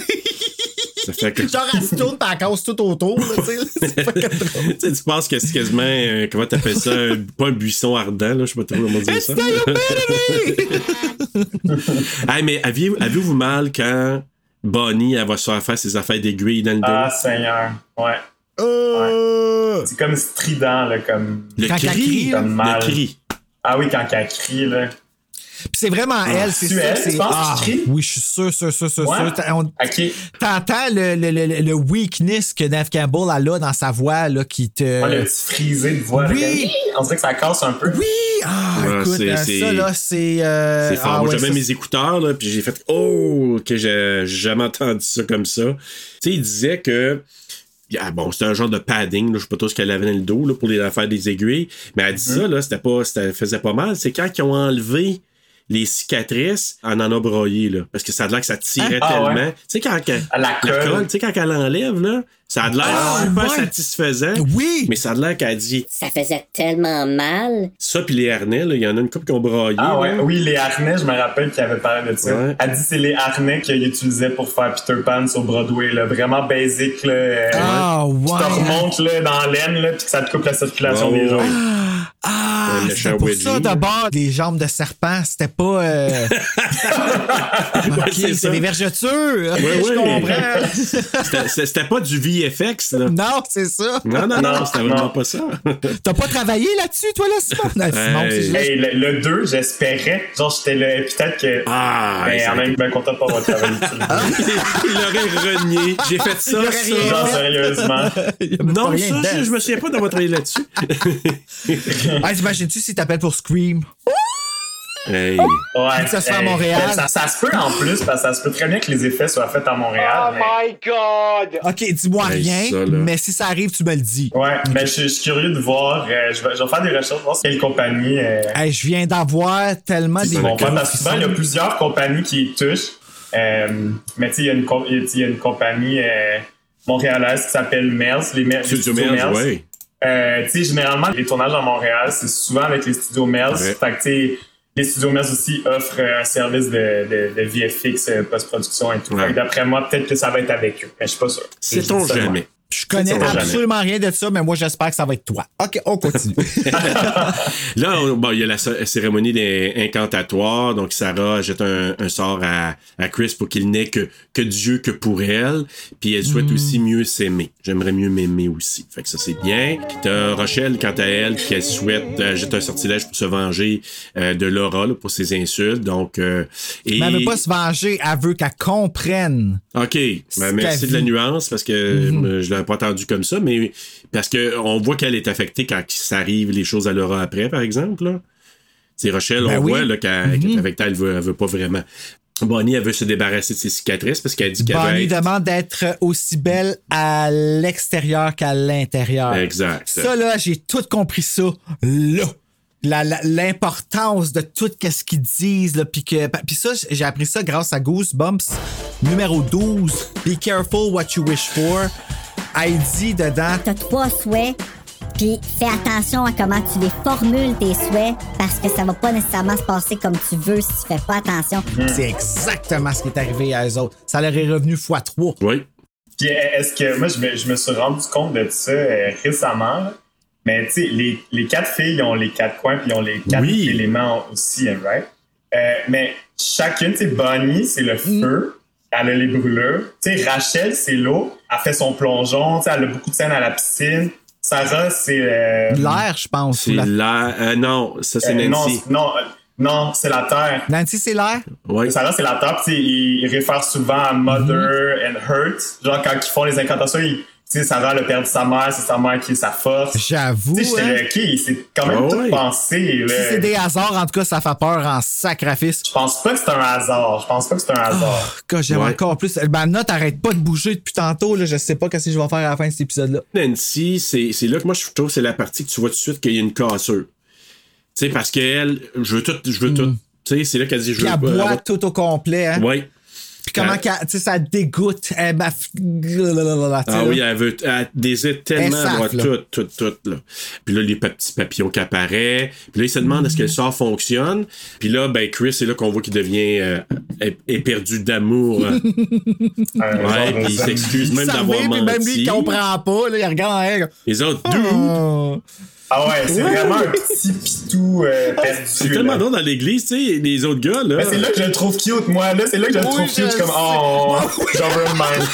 Ça fait que... Genre, elle se tourne pis elle casse tout autour, là, tu sais. C'est pas que drôle. Tu sais, tu penses que c'est quasiment, euh, comment t'appelles ça, un- pas un buisson ardent, là, je sais pas trop comment dire ça. Hey, mais aviez- avez-vous mal quand Bonnie, elle va se faire faire ses affaires d'aiguille dans le dos? Ah, Seigneur. Ouais. Euh... C'est comme strident, là, comme. le quand elle cri, crie, là. le Mal. cri. Ah oui, quand elle crie, là. Pis c'est vraiment elle, c'est tu ça. elle, c'est... tu penses Ah, qu'il crie? oui, je suis sûr, sûr, sûr, sûr, Ouais. sûr. T'as- on- OK. T'entends le, le, le, le weakness que Neve Campbell elle a dans sa voix, là, qui te... Ouais, le petit frisé de voix. là, Oui. comme- On dirait que ça casse un peu. Oui! Ah, Ouais, écoute, c'est- euh, c'est- ça, là, c'est... euh, C'est fort. ah, Moi, ouais, j'avais ça, mes écouteurs, là, puis j'ai fait « Oh! » que j'ai j'ai jamais entendu ça comme ça. Tu sais, il disait que... Ah, bon, c'était un genre de padding, là, je sais pas trop ce qu'elle avait dans le dos là, pour les faire des aiguilles, mais elle dit Mm. ça, là, c'était pas, c'était faisait pas mal. C'est quand ils ont enlevé les cicatrices, on en a broyé, là. Parce que ça a l'air que ça tirait Ah, tellement. ouais. Tu sais, quand elle, À la colle. tu sais, quand elle enlève, là, ça a l'air Ah, super ouais. satisfaisant. Oui! Mais ça a l'air qu'elle dit Ça faisait tellement mal. ça, puis les harnais, là, il y en a une couple qui ont broyé. Ah ouais, là. oui, les harnais, je me rappelle qu'il avait parlé de ça. Ouais. Elle dit que c'est les harnais qu'il utilisait pour faire Peter Pan sur Broadway, là. Vraiment basic, là. euh, Ah, Qui te ouais! remonte, là, dans l'aine, là, puis que ça te coupe la circulation Ouais, des ouais. jambes. Ah, Le c'était méchant pour Wedgie, ça, là. d'abord, les jambes de serpent, c'était pas... Euh... Ouais, ok, c'est c'est ça. des vergetures! Ouais, Je ouais. comprends! C'était- C'était c'était pas du V F X, là. Non, c'est ça! Non, non, non, Non, c'était non. vraiment pas ça. T'as pas travaillé là-dessus, toi, là, Simon? Non, Simon, Hey. c'est juste... Hey, le, le deux, j'espérais. Genre, j'étais là, peut-être que. Ah, ben, ça en aurait même été- bien content de pas avoir travaillé dessus. Il l'aurait renié. J'ai fait ça, aurait ça. rien Genre, sérieusement. Il y a même pas Non, rien ça, dedans. je, je me souviens pas d'avoir travaillé là-dessus. Ah, t'imagines-tu s'il t'appelle pour Scream? Hey. Ouais, que ça se fait à hey, Montréal. Ça, ça se peut en plus, parce que ça se peut très bien que les effets soient faits à Montréal. Oh mais... my God! OK, dis-moi Hey, rien, ça, là. mais si ça arrive, tu me le dis. Ouais, mais je, je suis curieux de voir. Euh, je, vais, je vais faire des recherches, voir quelle compagnie. Euh, Hey, je viens d'avoir tellement des ils vont faire. gros Parce que souvent, il y a frissons. plusieurs compagnies qui y touchent. Euh, mais tu sais, il y a une, com- il y a- il y a une compagnie euh, montréalaise qui s'appelle Melz. Les Mel- les Studio studios Melz, Melz. ouais. Euh, tu sais, généralement, les tournages à Montréal, c'est souvent avec les studios Melz. Ouais. Fait que, tu sais, les studios Melz aussi offrent un service de, de, de V F X, euh, post-production et tout. Ouais. Fait que d'après moi, peut-être que ça va être avec eux. Mais je suis pas sûr. Sait-on Je dis ça, jamais. ouais. Je connais Ça va jamais. absolument rien de ça, mais moi, j'espère que ça va être toi. OK, on continue. Là, on- bon, il y a la c- cérémonie des incantatoires. Donc, Sarah jette un, un sort à, à Chris pour qu'il n'ait que, que Dieu que pour elle. Puis elle souhaite Mm. aussi mieux s'aimer. J'aimerais mieux m'aimer aussi. Fait que ça, c'est bien. Puis t'as Rochelle, quant à elle, qu'elle souhaite euh, jeter un sortilège pour se venger euh, de Laura là, pour ses insultes. Donc, euh, et... Mais elle veut pas se venger, elle veut qu'elle comprenne. OK. Ben, merci qu'elle de la vit. nuance parce que Mm-hmm. euh, je l'avais pas entendu comme ça, mais parce que on voit qu'elle est affectée quand ça arrive les choses à Laura après, par exemple. Là. C'est Rochelle, Ben on oui. voit là, qu'elle, Mm-hmm. qu'elle est avec elle, elle veut, elle veut pas vraiment. Bonnie, elle veut se débarrasser de ses cicatrices parce qu'elle dit qu'elle veut Bonnie être... demande d'être aussi belle à l'extérieur qu'à l'intérieur. Exact. Ça, là, j'ai tout compris ça, là. La- la- l'importance de tout ce qu'ils disent, là, puis que, puis ça, j'ai appris ça grâce à Goosebumps numéro douze. Be careful what you wish for. Elle dit dedans, T'as trois souhaits, puis fais attention à comment tu les formules, tes souhaits, parce que ça va pas nécessairement se passer comme tu veux si tu fais pas attention. c'est exactement ce qui est arrivé à eux autres. Ça leur est revenu fois trois. Oui. Puis est-ce que moi je me, je me suis rendu compte de ça euh, récemment, là. Mais tu sais, les, les quatre filles ont les quatre coins puis ils ont les quatre Oui. éléments aussi, hein, right? Euh, mais chacune, tu sais, Bonnie, c'est le feu, elle a les brûlures. Tu sais, Rachel, c'est l'eau, elle fait son plongeon, tu sais, elle a beaucoup de scènes à la piscine. Sarah, c'est... Euh, L'air, je pense. C'est ou la- la... euh, non, ça, c'est euh, non, Nancy. c'est- non, euh, non, c'est la terre. Nancy, c'est l'air? Oui. Sarah, c'est la terre, puis tu sais, ils ils réfèrent souvent à Mother and Hurt. Genre, quand ils font les incantations, ils... Tu sais, Sarah elle a perdu sa mère, c'est sa mère qui est sa force. J'avoue, Tu sais, hein? j'étais OK, c'est quand même Ah tout ouais. pensé. Là. Si c'est des hasards, en tout cas, ça fait peur en sacrifice. Je pense pas que c'est un hasard. Je pense pas que c'est un hasard. Quand j'aime Ouais. encore plus. Ma note arrête pas de bouger depuis tantôt. Là. Je sais pas qu'est-ce que je vais faire à la fin de cet épisode-là. Nancy, c'est, c'est là que moi, je trouve que c'est la partie que tu vois tout de suite qu'il y a une cassure. Tu sais, parce qu'elle, je veux tout, je veux tout. Tu sais, c'est là qu'elle dit, je Puis veux elle pas. boit elle va- tout au complet. Hein? Oui. Puis comment Euh, qu'elle- tu sais, ça dégoûte. Elle baf... Ah oui, elle veut, elle désire tellement Elle avoir saffe, là. tout, tout, tout, là. Puis là, les petits papillons qui apparaissent. Puis là, il se demande est-ce que le sort fonctionne. Puis là, ben, Chris, c'est là qu'on voit qu'il devient euh, é- éperdu d'amour. Un genre Ouais, de puis il zen. s'excuse même Ça d'avoir revient, puis même lui, menti. il comprend pas. Là, il regarde en elle. Les autres, dude! Oh. Ah ouais, c'est vraiment un petit pitou euh, perdu. C'est tellement là. drôle dans l'église, tu sais, les autres gars, là. Mais c'est là que je le trouve cute, moi. Là, c'est là que je le Oui, trouve je cute. Je suis comme, sais. oh, j'en veux une même.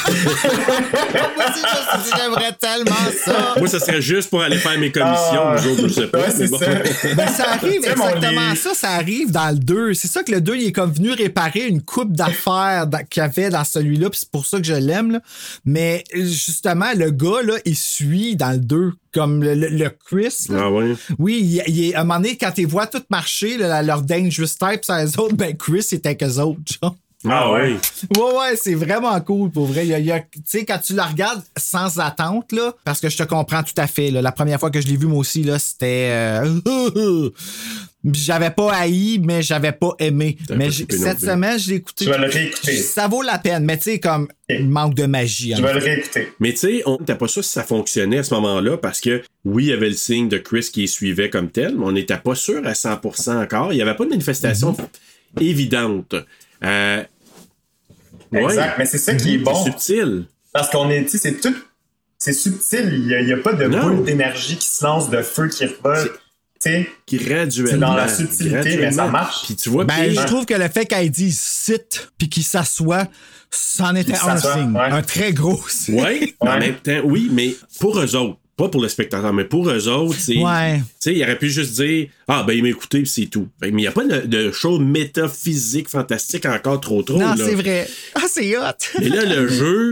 Moi aussi, je- j'aimerais tellement ça. Moi, ça serait juste pour aller faire mes commissions. Ah. Les autres, je sais pas. Ouais, mais c'est bon. ça. Ben, ça arrive Tu sais, mon exactement lit. ça, ça arrive dans le deux. C'est ça que le deux, il est comme venu réparer une coupe d'affaires dans- qu'il y avait dans celui-là, puis c'est pour ça que je l'aime, là. Mais justement, le gars, là, il suit dans le deux, comme le, le- le Chris, là. Ah ouais. Oui, il, il est, à un moment donné, quand tu vois tout marcher, là, leur Dangerous Type, ça les autres, ben Chris était qu'eux autres, genre. Ah ouais. Ouais, ouais, c'est vraiment cool, pour vrai. Il y a- il y a- Tu sais, quand tu la regardes sans attente, là, parce que je te comprends tout à fait, là. La première fois que je l'ai vu, moi aussi, là, c'était... euh, j'avais pas haï, mais j'avais pas aimé. T'avais Mais pas j'ai- trippé non cette plus. semaine, je l'ai écouté. Je vais le réécouter. Ça vaut la peine, mais tu sais, comme, il manque de magie. Je hein. vais le réécouter. Mais tu sais, on n'était pas sûr si ça fonctionnait à ce moment-là parce que, oui, il y avait le signe de Chris qui suivait comme tel, mais on n'était pas sûr à cent pour cent encore. Il n'y avait pas de manifestation Mm-hmm. évidente. Euh, ouais. Exact. Mais c'est ça qui est C'est bon. subtil. Parce qu'on est, tu sais, c'est tout. C'est subtil. Il n'y a, il y a pas de Non. boule d'énergie qui se lance, de feu qui revole. Tu sais, Graduellement. c'est dans la subtilité, mais ça graduellement. marche. Puis tu vois, Ben, puis- je trouve que le fait qu'elle dise sit puis qu'il s'assoit, c'en était Qu'il un s'assoit, signe. ouais. Un très gros signe. Oui, en Ouais. même temps, oui, mais pour eux autres. Pas pour le spectateur, mais pour eux autres, c'est. Ouais. Tu sais, il aurait pu juste dire ah, ben, il m'a écouté, puis c'est tout. Fait que, mais il n'y a pas de, de choses métaphysiques fantastiques encore trop trop. Non, là. c'est vrai. Ah, c'est hot. Mais là, le jeu,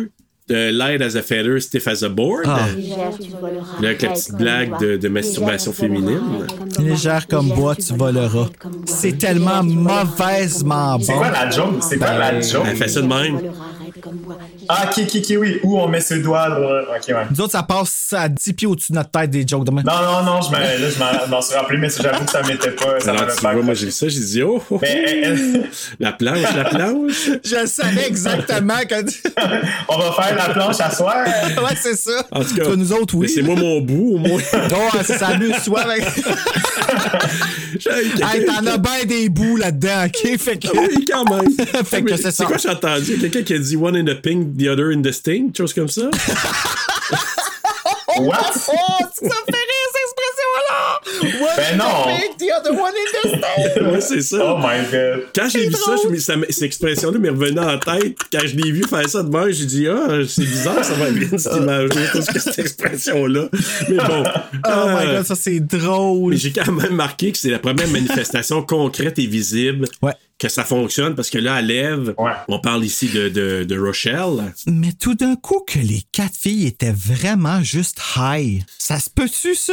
euh, light as a feather, stiff as a board. Ah. Là, avec la petite blague de, de masturbation féminine. Légère comme bois, tu voleras. C'est tellement mauvaisement bon. C'est quoi la joke? C'est quoi la joke? Elle fait ça de même. Ah, qui, qui, qui, oui. Où on met ses doigts, là. Ok, ouais. Nous autres, ça passe à dix pieds au-dessus de notre tête des jokes de même. Non, non, non, je m'en, là, je m'en, je m'en suis rappelé, mais j'avoue que ça m'était pas. Ça Alors, tu vois, moi, j'ai vu ça, j'ai dit, oh, oh, mais, elle... la planche, la planche. Je savais exactement que. On va faire la planche à soir. Ouais, c'est ça. En tout cas, toi, nous autres, oui. C'est moi mon bout, au moins. Oh, c'est ça, amuse-toi avec. Hey, t'en as bien des bouts là-dedans, ok? Fait que. Oui, quand même. Fait que c'est ça. C'est quoi j'ai entendu? Quelqu'un qui a dit one in the pink, the other in the sting, chose comme ça? What? Oh, ça me fait rire, cette expression-là! One ben in non! the pink, the other one in the sting! Oui, c'est ça. Oh my god. Quand j'ai vu ça, je, ça, cette expression-là m'est revenue en tête. Quand je l'ai vu faire ça de même, j'ai dit, ah, c'est bizarre, ça va bien cette image-là, parce que cette expression-là. Mais bon. Oh euh, my god, ça c'est drôle. Mais j'ai quand même marqué que c'est la première manifestation concrète et visible. Ouais. Que ça fonctionne, parce que là, à Lève, ouais. on parle ici de, de, de Rochelle. Mais tout d'un coup, que les quatre filles étaient vraiment juste high. Ça se peut-tu, ça?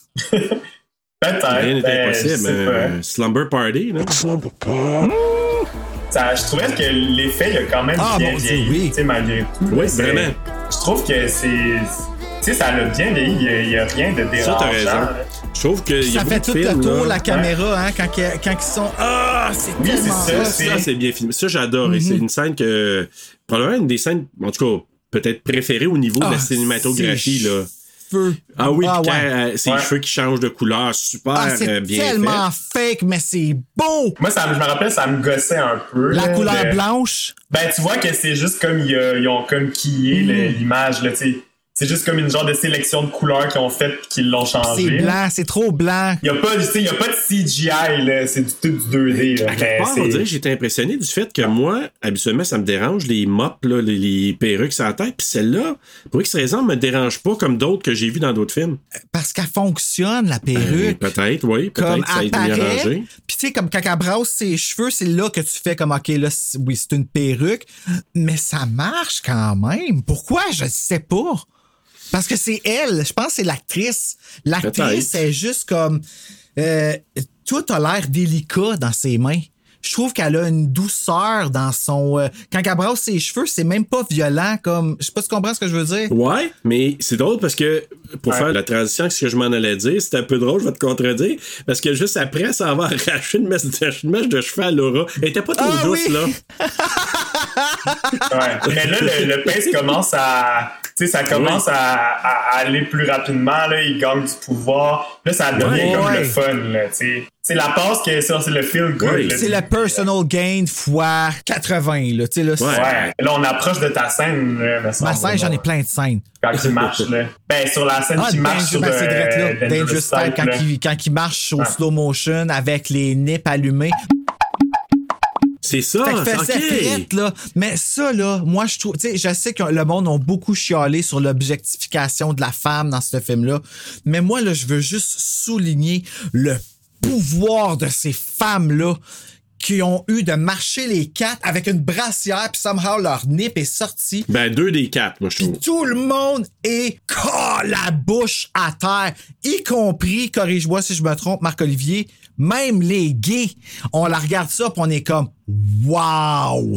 Peut-être. Rien n'était ben, impossible. Euh, slumber party, là. Slumber party. Ça, je trouvais que l'effet, il a quand même ah, bien bon vieilli, Dieu, oui. malgré tout. Oui, c'est, vraiment. Je trouve que c'est... Tu sais, ça l'a bien vieilli, il n'y a, a rien de dérangeant. Ça, t'as raison. Là. Je trouve que ça fait tout films, le tour, là. la caméra, hein, quand, quand ils sont... Ah, c'est oui, tellement c'est ça. Ça, C'est... ça, c'est bien filmé. Ça, j'adore. Mm-hmm. C'est une scène que... Probablement une des scènes, en tout cas, peut-être préférées au niveau ah, de la cinématographie, là. Cheveux. Ah oui, ah, puis quand ouais. euh, c'est ouais. les cheveux qui changent de couleur, super ah, c'est euh, bien tellement fait. fake, mais c'est beau! Moi, ça, je me rappelle, ça me gossait un peu. La là, couleur de... blanche? Ben, tu vois que c'est juste comme ils, ils ont comme quillé mm. l'image, là, tu sais. C'est juste comme une genre de sélection de couleurs qu'ils ont fait et qu'ils l'ont changé. C'est blanc, c'est trop blanc. Il n'y a, a pas de C G I, là. C'est du, tout du deux D. Là. À quelque part, on dirait que j'étais impressionné du fait que moi, habituellement, ça me dérange, les mops, là, les, les perruques sur la tête. Puis celle-là, pour X raison, me dérange pas comme d'autres que j'ai vues dans d'autres films. Parce qu'elle fonctionne, la perruque. Euh, peut-être, oui. Peut-être comme que ça a été arrangé. Puis tu sais, comme quand elle brasse ses cheveux, c'est là que tu fais comme, OK, là, oui, c'est une perruque. Mais ça marche quand même. Pourquoi? Je sais pas. Parce que c'est elle, je pense que c'est l'actrice. L'actrice est juste comme... Euh, tout a l'air délicat dans ses mains. Je trouve qu'elle a une douceur dans son... Euh, quand elle brasse ses cheveux, c'est même pas violent comme... Je sais pas si tu comprends ce que je veux dire. Ouais, mais c'est drôle parce que pour ouais. faire la transition avec ce que je m'en allais dire, c'était un peu drôle, je vais te contredire, parce que juste après, ça va arracher une mèche de, une mèche de cheveux à Laura. Elle était pas trop ah, douce, oui. là. Ouais. Mais là, le, le pace commence à... Tu sais, ça commence oui. à, à aller plus rapidement, là. Il gagne du pouvoir. Là, ça devient ouais, comme ouais. le fun, là, tu sais. C'est la passe que c'est, c'est le feel good. Oui. Là, c'est le personal gain fois quatre-vingts, là, tu sais, là. Ouais. ouais. Là, on approche de ta scène, là. Ma scène, là. J'en ai plein de scènes. Quand il marche, là. Ben, sur la scène ah, qui marche sur ben, de, c'est drette, là. Dangerous, Dangerous Type, quand, il, quand il marche au ah. slow motion avec les nips allumés. C'est ça, fait que c'est okay. frette, là. Mais ça, là, moi, je trouve... Tu sais, je sais que le monde a beaucoup chialé sur l'objectification de la femme dans ce film-là. Mais moi, là, je veux juste souligner le pouvoir de ces femmes-là qui ont eu de marcher les quatre avec une brassière, puis somehow leur nip est sorti. Ben, deux des quatre, moi, je trouve. Puis tout le monde est oh, la bouche à terre, y compris, corrige-moi si je me trompe, Marc-Olivier, même les gays. On la regarde ça, puis on est comme « Wow! »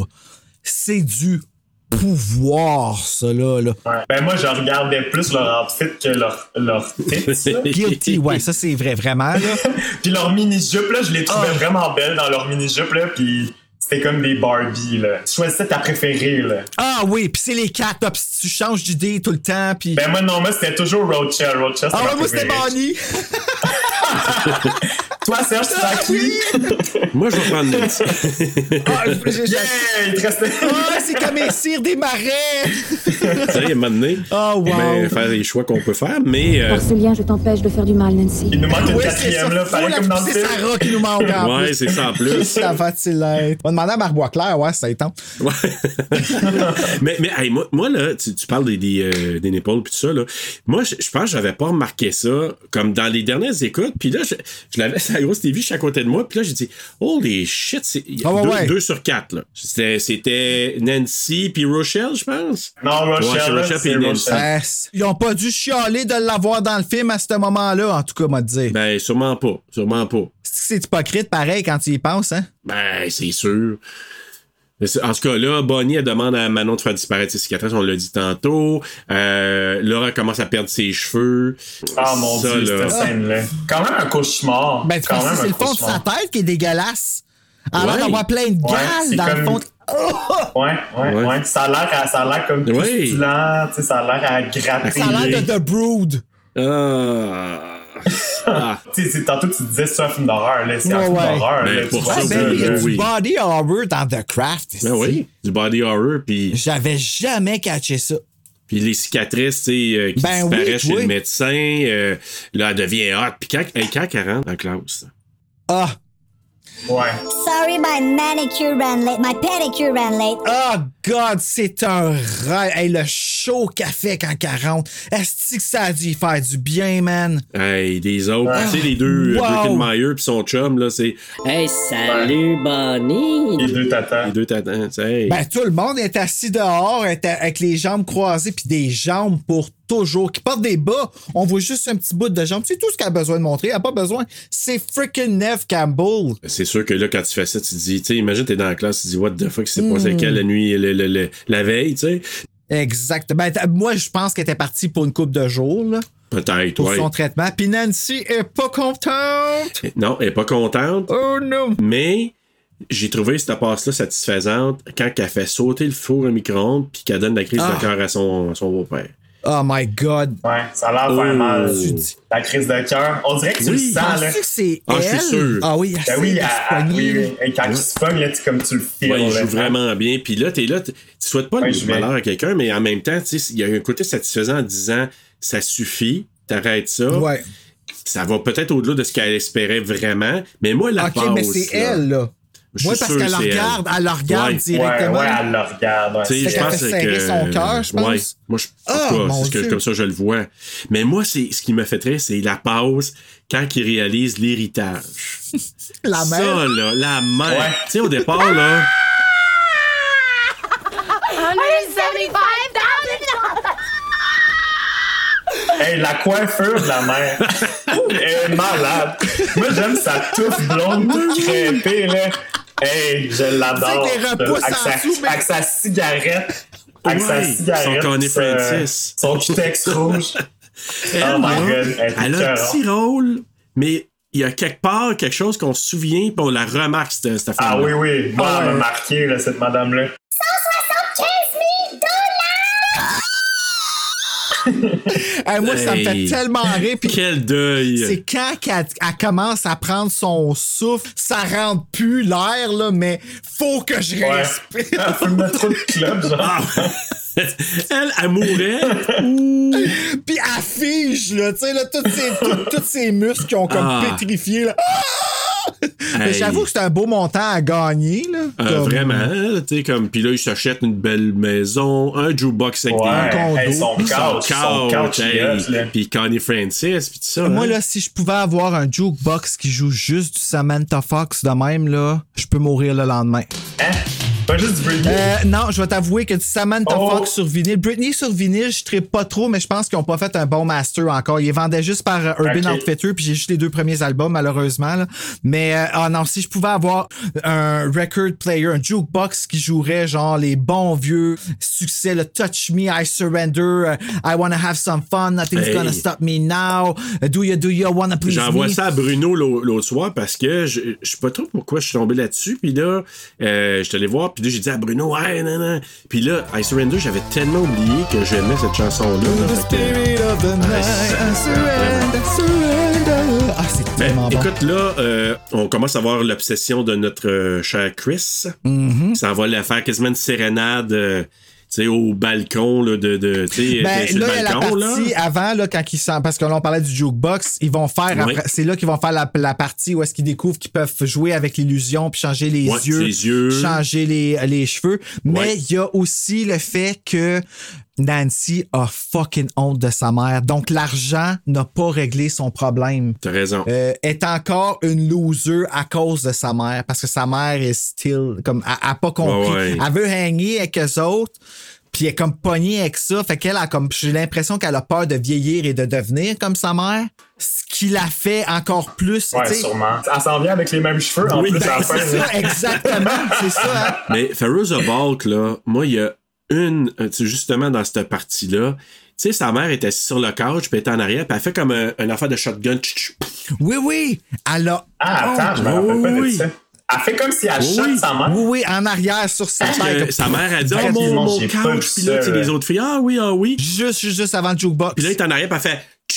C'est du pouvoir, ça, là. là. Ouais. Ben, moi, je regardais plus leur outfit que leur, leur tits. Guilty, ouais, ça, c'est vrai, vraiment, là. Puis leur mini-jupe, là, je les trouvais oh. vraiment belles dans leur mini-jupe, là, puis c'était comme des Barbie, là. Tu choisissais ta préférée, là. Ah oui, puis c'est les quatre, là, pis tu changes d'idée tout le temps, puis... Ben, moi, non, moi, c'était toujours Rochelle. Rochelle, ah ouais, moi, c'était Bonnie! Toi, Serge, tu prends qui? Moi, je vais prendre Nancy. Ah, j'ai, yeah, il te restait... Ah, c'est comme un cire des marais! Ça y est, maintenant. Oh, wow! Ben, faire les choix qu'on peut faire, mais... Euh... Par ce lien, je t'empêche de faire du mal, Nancy. Il nous manque une oui, quatrième, là. Pareil comme dans le film. C'est Sarah qui nous manque, en ouais, plus. c'est ça, en plus. Ça va-t-il être? On va demander à Marc Boisclair, ouais, ça étend. Ouais. mais, mais, hey, moi, moi, là, tu, tu parles des, des, euh, des nipples pis tout ça, là. Moi, je, je pense que j'avais pas remarqué ça, comme dans les dernières écoutes, pis là, je, je l'avais... sur la grosse T V, je suis à côté de moi, puis là, j'ai dit, holy shit, c'est oh, deux, ouais. deux sur quatre, là. C'était, c'était Nancy puis Rochelle, je pense. Non, Rochelle, ouais, c'est Rochelle puis Nancy. Euh, ils ont pas dû chialer de l'avoir dans le film à ce moment-là, en tout cas, m'a dit. Ben, sûrement pas, sûrement pas. C'est, c'est hypocrite, pareil, quand tu y penses, hein? Ben, c'est sûr. En tout cas, là, Bonnie, elle demande à Manon de faire disparaître ses cicatrices, on l'a dit tantôt. Euh, Laura commence à perdre ses cheveux. Ah, mon ça, Dieu, là. Cette scène-là. Quand même un cauchemar. Ben, quand même c'est le fond de sa tête qui est dégueulasse. Alors, ouais. d'avoir plein de gales ouais, dans comme... le fond. De... Oh! Ouais, ouais, ouais, ouais. Ça a l'air, à, ça a l'air comme ouais. stimulant, tu sais, ça a l'air à gratter. Ça a l'air de The Brood. Ah... Ah. Tu sais, tantôt tu disais c'est un film d'horreur, là. C'est ouais, un film ouais. d'horreur. Ben, là, pour ça, ben, il y a ben, du oui. body horror dans The Craft. Ben oui, du body horror. Puis j'avais jamais catché ça. Puis les cicatrices, tu sais, euh, qui ben disparaissent oui, chez oui. le médecin, euh, là, elle devient hot. Puis quand, hey, quand elle rentre dans Klaus. Ah! Ouais. Sorry, my manicure ran late. My pedicure ran late. Oh, God, c'est un rêve. Hey, le show qu'elle fait quand elle rentre. Est-ce que ça a dû faire du bien, man? Hey, des autres. Ah. Tu sais, les deux, wow. Birkenmeyer pis son chum, là, c'est... Hey, salut, Bonnie! Les deux tatans. Les deux tatans, tu sais. Ben, tout le monde est assis dehors, est avec les jambes croisées, puis des jambes pour toujours, qui portent des bas. On voit juste un petit bout de jambe. C'est tout ce qu'elle a besoin de montrer. Elle n'a pas besoin. C'est freaking Neve Campbell. C'est sûr que là, quand tu fais ça, tu te dis, tu sais, imagine, t'es dans la classe, tu te dis, what the fuck, c'est mm. passé quelle la nuit, le, le, le, la veille, tu sais. Exact. Ben, moi, je pense qu'elle était partie pour une couple de jours, là. Peut-être, Pour ouais. son traitement. Puis Nancy est pas contente. Non, elle est pas contente. Oh non. Mais j'ai trouvé cette passe-là satisfaisante quand elle fait sauter le four au micro-ondes puis qu'elle donne la crise ah. de cœur à son, à son beau-père. Oh my God. Ouais, ça a l'air de faire oh. mal. La crise de cœur. On dirait que tu oui, le sens, là. Que c'est ah, elle? je suis sûr. Ah oui, ben oui, à, à, oui, oui. Et quand ouais. il se pogne, là, comme tu le fais. Ouais, il joue vraiment bien. Puis là, t'es là, tu souhaites pas ouais, le malheur à quelqu'un, mais en même temps, il y a un côté satisfaisant en disant ça suffit, t'arrêtes ça. Ouais. Ça va peut-être au-delà de ce qu'elle espérait vraiment. Mais moi, la OK, pause, mais c'est là, elle, là. Oui, parce qu'elle la regarde, elle. elle la regarde ouais. directement. Ouais, ouais, elle la regarde. Ouais. Je pense qu'elle fait serrer que... son cœur, je pense. Ouais. Moi, je oh, pas, c'est que, comme ça je le vois. Mais moi, c'est ce qui me fait très, c'est la pause quand il réalise l'héritage. La mère. Ça, là, la mère. Ouais. Tu sais, au départ, là. one hundred seventy-five thousand dollars! Hey, la coiffure de la mère. Elle est malade. Moi, j'aime sa touffe blonde toute crêpée, là. Hey, je l'adore. Avec sa, dessous, mais... avec sa cigarette. Avec ouais, sa cigarette. Son Connie Francis. Son cutex rouge. Elle, oh my God. Elle, elle a un petit rôle, mais il y a quelque part quelque chose qu'on se souvient et on la remarque, cette, cette femme. Ah oui, oui. Moi, oh, elle m'a marqué, là, cette madame-là. Hey, moi, hey, ça me fait tellement rire. Pis quel deuil! C'est quand qu'elle, elle commence à prendre son souffle, ça rentre plus l'air, là, mais faut que je ouais. respire. Elle fait mettre trop de clubs, genre. Ah. Elle, elle mourait. Puis elle fige, là, tu sais, là, tous ses, tout, tous ses muscles qui ont comme ah. pétrifié, là. Ah! Mais hey. J'avoue que c'est un beau montant à gagner, là. Euh, comme... Vraiment, tu sais, comme. Puis là, il s'achète une belle maison, un jukebox avec ouais. un condo. Hey, son couch, son couch, hey. Puis Connie Francis, puis tout ça. Moi, hein. là, si je pouvais avoir un jukebox qui joue juste du Samantha Fox de même, là, je peux mourir le lendemain. Hein? Pas juste du Britney? Euh, non, je vais t'avouer que du Samantha oh. Fox sur vinyle. Britney sur vinyle, je trippe pas trop, mais je pense qu'ils ont pas fait un bon master encore. Ils vendaient juste par uh, Urban okay. Outfitters, puis j'ai juste les deux premiers albums, malheureusement. Là. Mais, euh, oh non, si je pouvais avoir un record player, un jukebox qui jouerait genre les bons vieux succès, le Touch Me, I Surrender, uh, I Wanna Have Some Fun, Nothing's hey. Gonna Stop Me Now, uh, Do You Do You Wanna Please J'envoie Me. ça à Bruno l'autre soir parce que je, je sais pas trop pourquoi je suis tombé là-dessus, puis là, euh, je suis allé voir, puis là, j'ai dit à Bruno, ouais, non, non. Puis là, I Surrender, j'avais tellement oublié que j'aimais cette chanson-là. Là, the spirit que... of the night, I surrender, surrender. Ah, c'est tellement ben, bon. Écoute, là, euh, on commence à voir l'obsession de notre euh, cher Chris. Mm-hmm. Ça va la faire quasiment une sérénade... Euh, T'sais, au balcon là, de, de t'sais, ben, sur là, le il y a balcon, la partie là. avant, là, quand ils sont, parce que là, on parlait du jukebox, ils vont faire, ouais. après, c'est là qu'ils vont faire la, la partie où est-ce qu'ils découvrent qu'ils peuvent jouer avec l'illusion puis changer les, ouais, yeux, les yeux, changer les, les cheveux. Mais il ouais. y a aussi le fait que Nancy a fucking honte de sa mère. Donc, l'argent n'a pas réglé son problème. T'as raison. Euh, est encore une loser à cause de sa mère. Parce que sa mère est still, comme, elle n'a pas compris. Ouais, ouais. Elle veut hanger avec eux autres. Puis elle est comme pognée avec ça. Fait qu'elle a comme, j'ai l'impression qu'elle a peur de vieillir et de devenir comme sa mère. Ce qui la fait encore plus. Ouais, t'sais. sûrement. Elle s'en vient avec les mêmes cheveux en Oui, plus ben, à la fin. c'est ça, exactement. C'est ça, hein? Mais Fairuza Balk, là, moi, il y a une, tu sais, justement, dans cette partie-là, tu sais, sa mère est assise sur le couch, puis elle est en arrière, puis elle fait comme un, une affaire de shotgun. Oui, oui. Elle a. Ah, attends, oh, je me rappelle pas oui. de ça. Elle fait comme si elle Oui, shot sa mère. Oui, oui, en arrière sur sa Parce tête. que sa mère a dit, Bref, oh, mon, mon j'ai pas vu couch, puis là, tu sais, ça, les autres filles, ah oui, ah oui. Juste, juste, juste avant le jukebox. Puis là, il est en arrière, puis elle fait.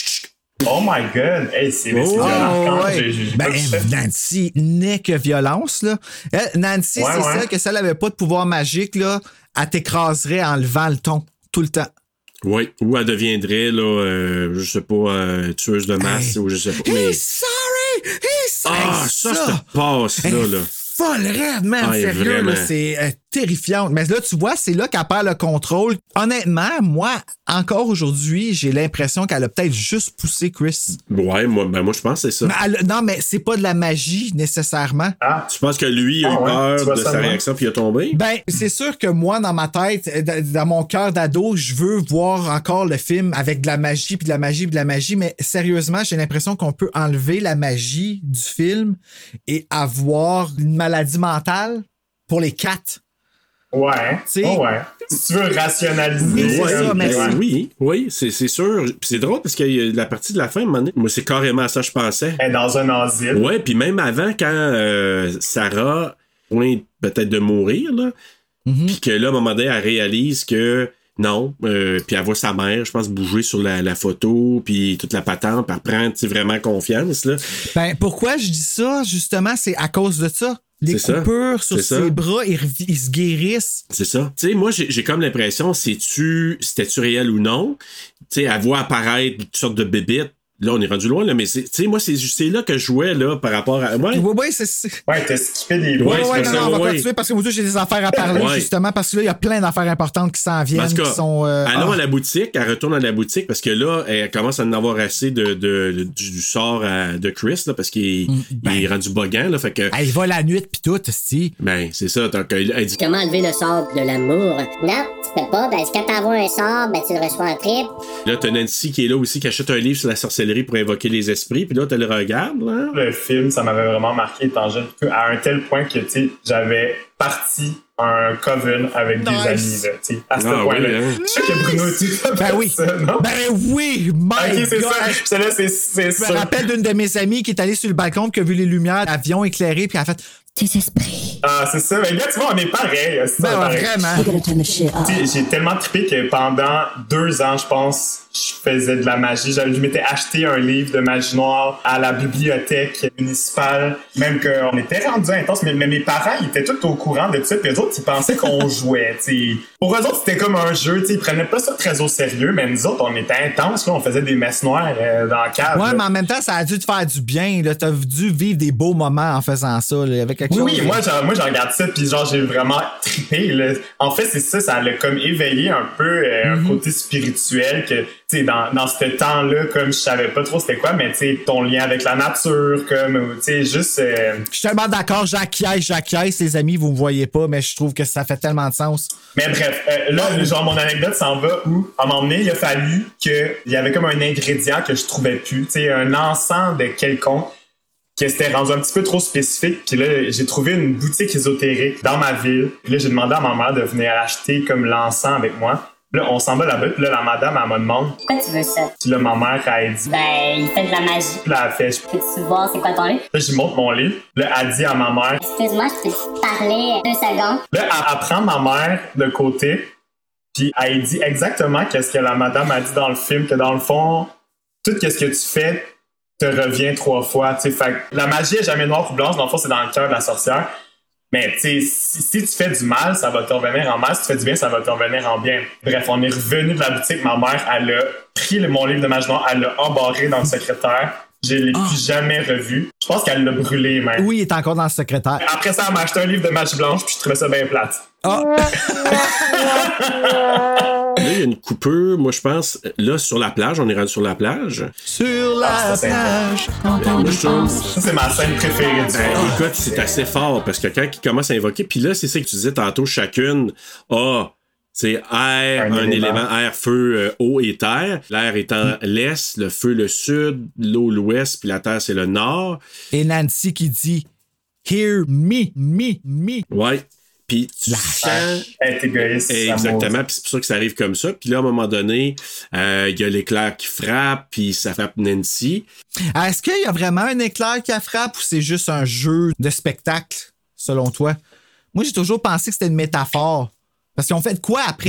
Oh my god, hey, c'est Oh, c'est violent. ouais. J'ai- j'ai pas Ben, vu ça. Nancy n'est que violence, là. Elle, Nancy, Ouais, c'est ouais. celle que si elle n'avait pas de pouvoir magique, là, elle t'écraserait en levant le ton tout le temps. Oui, ou elle deviendrait, là, euh, je sais pas, euh, tueuse de masse, Hey. ou je sais pas. Mais... He's sorry! He's sorry! Ah, ça, cette passe-là, Elle est là. folle raide, man, Ah, sérieux, vraiment. là, c'est euh, terrifiant. Mais là, tu vois, c'est là qu'elle perd le contrôle. Honnêtement, moi, encore aujourd'hui, j'ai l'impression qu'elle a peut-être juste poussé Chris. Ouais, moi, ben, moi, je pense que c'est ça. Mais elle- non, mais c'est pas de la magie, nécessairement. Ah, Tu penses que lui a eu Ah ouais, tu peur vois de ça, sa moi? réaction, puis il a tombé? Ben, c'est sûr que moi, dans ma tête, euh, d- dans mon cœur d'ado, je veux voir encore le film avec de la magie, puis de la magie, puis de la magie, mais sérieusement, j'ai l'impression qu'on peut enlever la magie du film et avoir une maladie mentale pour les quatre. ouais. T'sais- Oh, ouais. Si tu veux rationaliser. Oui, c'est comme- ça, mais- ouais. Oui, oui, c'est, c'est sûr. Puis c'est drôle parce que y a la partie de la fin, à un moment donné, moi, c'est carrément à ça que je pensais. Elle est dans un asile. Ouais, puis même avant, quand euh, Sarah pointe peut-être de mourir, là, Mhm. puis que là, à un moment donné, elle réalise que non, euh, puis elle voit sa mère, je pense, bouger sur la, la photo, puis toute la patente, puis elle prend tu sais, vraiment confiance, là. Ben, pourquoi je dis ça, justement, c'est à cause de ça. Les C'est ça. coupures sur C'est ça. ses bras, ils, revi- ils se guérissent. C'est ça. Tu sais, moi, j'ai, j'ai comme l'impression, c'est-tu, c'était-tu réel ou non? Tu sais, elle voit apparaître toutes sortes de bébites. Là, on est rendu loin, là, mais c'est, tu sais, moi, c'est, c'est là que je jouais, là, par rapport à. Ouais. Oui, oui, c'est ça. Ouais, t'as skippé des Ouais, Ouais, c'est ouais, ça, non, non, on va ouais. continuer parce que moi, j'ai des affaires à parler, Ouais. justement, parce que là, il y a plein d'affaires importantes qui s'en viennent, En tout cas, qui sont. euh, allons ah. à la boutique, elle retourne à la boutique parce que là, elle commence à en avoir assez de, de, de- du, du sort à- de Chris, là, parce qu'il ben. il est rendu boguant, là, fait que. Elle va la nuit pis tout, si. Ben, c'est ça, donc, elle, elle dit. Comment enlever le sort de l'amour? Non, tu peux pas. Ben, quand t'envoies un sort, ben, tu le reçois en trip. Là, t'as Nancy qui est là aussi, qui achète un livre sur la sorcellerie pour invoquer les esprits, puis là, t'as le regarde, là. Le film, ça m'avait vraiment marqué étant jeune, à un tel point que, tu sais, j'avais parti un coven avec Nice. des amis, là, tu sais, à ce Ah, point-là. oui, hein. Je sais que Bruno, tu sais, Ben oui. ça, non? Ben oui, my Ok, c'est God. ça. Celle-là, c'est, c'est Je me ça. rappelle d'une de mes amies qui est allée sur le balcon, qui a vu les lumières, l'avion éclairé, puis elle a fait tes esprits. Ah, c'est ça. Mais là, tu vois, on est pareil. C'est Ben ça, ouais, pareil. vraiment. We're gonna turn the shit up. Tu sais, j'ai tellement trippé que pendant deux ans, je pense, je faisais de la magie. J'avais, je m'étais acheté un livre de magie noire à la bibliothèque municipale. Même qu'on était rendu intense, mais, mais mes parents, ils étaient tous au courant de tout ça. Puis eux autres, ils pensaient qu'on jouait, tu sais. Pour eux autres, c'était comme un jeu, tu sais. Ils prenaient pas ça très au sérieux, mais nous autres, on était intenses, là. On faisait des messes noires euh, dans la cave. Ouais, là. mais en même temps, ça a dû te faire du bien, là. T'as dû vivre des beaux moments en faisant ça, là, avec quelque Oui, chose. oui, moi, genre, moi, je regarde ça, puis genre, j'ai vraiment trippé, là. En fait, c'est ça, ça l'a comme éveillé un peu euh, Mm-hmm. un côté spirituel que, tu sais, dans, dans ce temps-là, comme je savais pas trop c'était quoi, mais tu sais, ton lien avec la nature, comme, tu sais, juste... euh, Je suis tellement d'accord, j'acquiesce, j'acquiesce, les amis, vous me voyez pas, mais je trouve que ça fait tellement de sens. Mais bref, euh, là, genre, mon anecdote s'en va où, à un moment donné, il a fallu qu'il y avait comme un ingrédient que je trouvais plus, tu sais, un encens de quelconque, que c'était rendu un petit peu trop spécifique. Puis là, j'ai trouvé une boutique ésotérique dans ma ville. Puis là, j'ai demandé à ma mère de venir acheter comme l'encens avec moi. Puis là, on s'en va là-bas. Puis là, la madame, elle me demande. Pourquoi tu veux ça? Puis là, ma mère, elle dit. Ben, il fait de la magie. Puis là, elle fait. Peux-tu voir c'est quoi ton livre? Là, j'y montre mon livre. Là, elle dit à ma mère. Excuse-moi, je peux te parler deux secondes? Là, elle, elle prend ma mère de côté. Puis elle dit exactement qu'est-ce que la madame a dit dans le film. Que dans le fond, tout ce que tu fais te revient trois fois. T'sais. Fait que la magie est jamais noire ou blanche. Dans le fond, c'est dans le cœur de la sorcière. Mais tu sais, si, si tu fais du mal, ça va te revenir en mal. Si tu fais du bien, ça va te revenir en bien. Bref, on est revenu de la boutique. Ma mère, elle a pris le, mon livre de magie noire, elle l'a embarré dans le secrétaire. Je l'ai Oh. plus jamais revu. Je pense qu'elle l'a brûlé même. Oui, il est encore dans le secrétaire. Après ça, elle m'a acheté un livre de magie blanche, puis je trouvais ça bien plate. Ah! Là, il y a une coupure, moi, je pense. Là, sur la plage, on est rendu sur la plage. Sur la Ah, ça, plage. Ben, moi, je trouve- Ça, c'est ma scène préférée du Ben, film. écoute, c'est assez fort parce que quand il commence à invoquer, puis là, c'est ça que tu disais tantôt, chacune a. C'est air, un, Un élément. élément. air, feu, euh, eau et terre. L'air étant l'est, le feu le sud, l'eau l'ouest, puis la terre c'est le nord. Et Nancy qui dit Hear me, me, me. Ouais. Puis tu sens. Elle est égoïste. Exactement, puis c'est pour ça que ça arrive comme ça. Puis là, à un moment donné, euh, il y a l'éclair qui frappe, puis ça frappe Nancy. Est-ce qu'il y a vraiment un éclair qui la frappe ou c'est juste un jeu de spectacle, selon toi? Moi, j'ai toujours pensé que c'était une métaphore. Parce qu'ils ont fait de quoi après?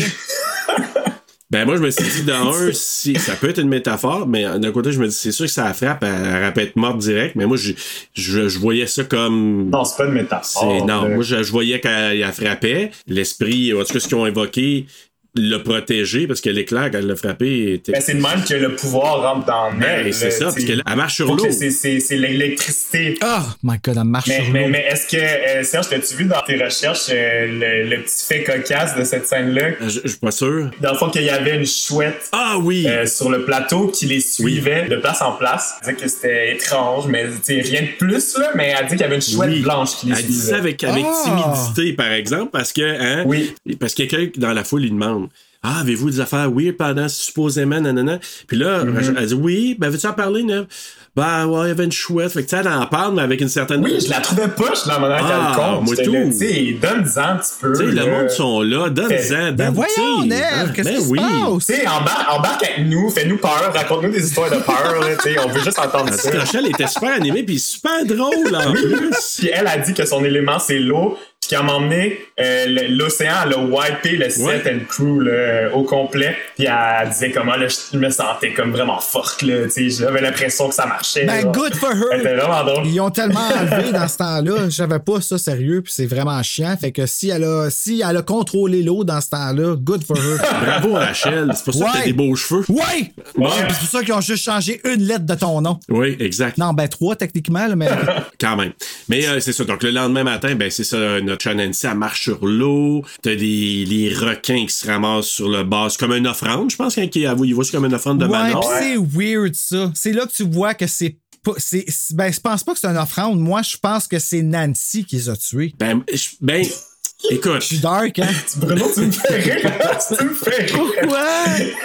Ben moi, je me suis dit, d'un, si, ça peut être une métaphore, mais d'un côté, je me dis, c'est sûr que ça la frappe, elle, elle aurait pu être morte direct, mais moi, je, je, je voyais ça comme... Non, c'est pas une métaphore. C'est, non, là. moi, je, je voyais qu'elle elle frappait. L'esprit, en tout cas, ce qu'ils ont invoqué, l'a protégé, parce que l'éclair, quand elle l'a frappé, était... Ben, c'est le même que le pouvoir rentre dans elle. Ben, c'est ça, parce qu'elle elle marche sur Faut l'eau. que C'est, c'est, c'est l'électricité. Oh my God, elle marche Mais, sur mais, l'eau. mais est-ce que, euh, Serge, t'as-tu vu dans tes recherches euh, le, le petit fait cocasse de cette scène-là? Je, je suis pas sûr. Dans le fond, qu'il y avait une chouette Ah oui! euh, sur le plateau qui les suivait oui. de place en place. Elle disait que c'était étrange, mais rien de plus, là, mais elle dit qu'il y avait une chouette oui. blanche qui les elle suivait. Elle dit ça avec, avec oh. timidité, par exemple, parce que, hein, oui. parce que quelqu'un dans la foule, il demande Ah, avez-vous des affaires weird pendant supposément, nanana? Puis là, mm-hmm. elle dit oui, ben veux-tu en parler, Nev? Ben ouais, il y avait une chouette. Fait que tu sais, elle en parle, mais avec une certaine. Oui, je la trouvais poche dans la manière ah, qu'elle compte. Moi tout. Tu sais, donne-en un petit peu. Tu sais, là. le monde sont là, donne-en. Ben voyons, Nev, hein, qu'est-ce ben qui oui. se passe? Tu sais, embarque, embarque avec nous, fais-nous peur, raconte-nous des histoires de peur, là, tu sais, on veut juste entendre ça. Rachel était super animée puis super drôle en plus. Puis elle a dit que son élément, c'est l'eau. Puis qu'à un moment donné, euh, l'océan, elle a wipé le set ouais. and crew là, au complet. Puis elle disait comment là, je me sentais comme vraiment forte. Là, j'avais l'impression que ça marchait. Ben, là. good for her! C'était vraiment drôle. Ils ont tellement enlevé dans ce temps-là. J'avais pas ça sérieux, puis c'est vraiment chiant. Fait que si elle a, si elle a contrôlé l'eau dans ce temps-là, good for her. Bravo, Rachel. C'est pour ça ouais. que t'as des beaux cheveux. Ouais! ouais. C'est pour ça qu'ils ont juste changé une lettre de ton nom. Oui, exact. Non, ben trois techniquement, là, mais. Quand même. Mais euh, c'est ça. Donc le lendemain matin, ben c'est ça. Notre chère Nancy, elle marche sur l'eau. T'as des les requins qui se ramassent sur le bas. C'est comme une offrande, je pense qu'il y a, il voit ça comme une offrande de ouais, Manon. Ouais, c'est weird, ça. C'est là que tu vois que c'est pas. C'est, ben, je pense pas que c'est une offrande. Moi, je pense que c'est Nancy qui les a tués. Ben, je, ben. Écoute. Je suis dark, hein? Bruno, tu me fais rire. Tu me fais rire. Pourquoi?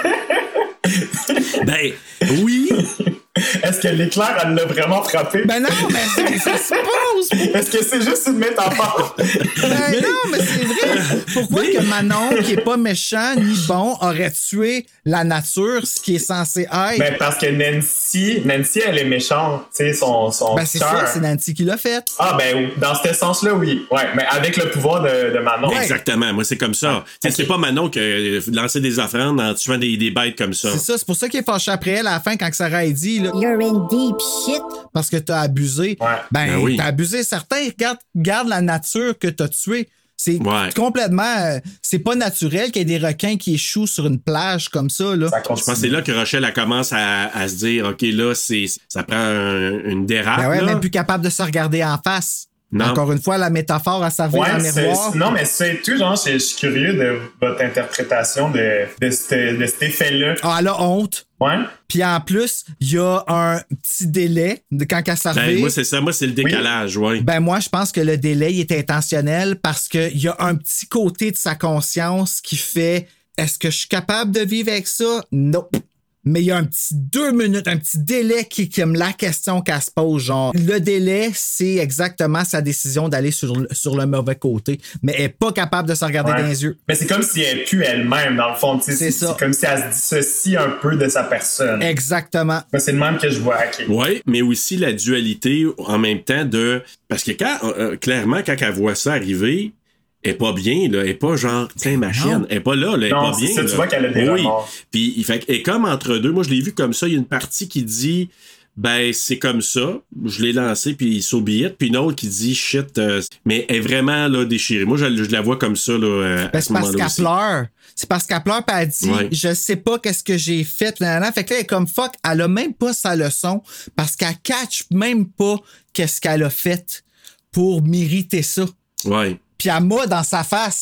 Ben, oui. Est-ce que l'éclair, elle l'a vraiment frappé? Ben non, mais ça se pose! Est-ce que c'est juste une métaphore? Ben mais... non, mais c'est vrai! Pourquoi mais... que Manon, qui est pas méchant ni bon, aurait tué la nature, ce qui est censé être? Ben parce que Nancy, Nancy, elle est méchante, tu sais, son, son Ben c'est ça, c'est Nancy qui l'a fait. Ah ben, dans ce sens-là, oui. Ouais, mais avec le pouvoir de, de Manon. Ouais. Exactement, moi c'est comme ça. Ouais. Okay. C'est pas Manon qui a lancé des offrandes en tuant des, des bêtes comme ça. C'est ça, c'est pour ça qu'il est fâché après elle, à la fin, quand Sarah a dit, là, You're in deep shit. Parce que t'as abusé. Ouais. Ben, ben oui. t'as abusé. Certains, regarde, regarde la nature que t'as tuée. C'est ouais. complètement... Euh, c'est pas naturel qu'il y ait des requins qui échouent sur une plage comme ça. Là. ça je pense que c'est là que Rochelle elle commence à, à se dire, OK, là, c'est, ça prend un, une dérape. Ben ouais, là. même plus capable de se regarder en face. Non. Encore une fois, la métaphore à servir ouais, dans le miroir. C'est, non, mais c'est tout, genre, je suis curieux de votre interprétation de, de, cet, de cet effet-là. Ah, elle a honte. Ouais. Puis en plus, il y a un petit délai de quand elle servir. Ben, moi, c'est ça. Moi, c'est le décalage, oui. Ouais. Ben, moi, je pense que le délai il est intentionnel parce qu'il y a un petit côté de sa conscience qui fait est-ce que je suis capable de vivre avec ça? Non. Mais il y a un petit deux minutes, un petit délai qui est comme la question qu'elle se pose. Genre, le délai, c'est exactement sa décision d'aller sur, sur le mauvais côté. Mais elle n'est pas capable de se regarder ouais. dans les yeux. Mais c'est comme si elle pue elle-même, dans le fond. C'est, c'est, ça. C'est comme si elle se dissocie un peu de sa personne. Exactement. Mais c'est le même que je vois. Okay. Oui, mais aussi la dualité en même temps de... Parce que quand, euh, clairement, quand elle voit ça arriver... Elle est pas bien, là. Elle est pas genre, tiens, ma chienne. Elle est pas là, là. Elle est non, pas bien. Ça, là. Tu vois qu'elle a des oui. remords. Puis, il fait, elle est comme entre deux. Moi, je l'ai vu comme ça. Il y a une partie qui dit, ben, c'est comme ça. Je l'ai lancé, puis il s'obillette. Puis une autre qui dit, shit. Euh, mais elle est vraiment, là, déchirée. Moi, je, je la vois comme ça, là. Ben, c'est parce qu'elle aussi. pleure. C'est parce qu'elle pleure, puis elle dit, ouais. je sais pas qu'est-ce que j'ai fait. Nanana. Fait que là, elle est comme fuck. Elle a même pas sa leçon parce qu'elle catch même pas qu'est-ce qu'elle a fait pour mériter ça. Ouais. Puis elle m'a dans sa face, là.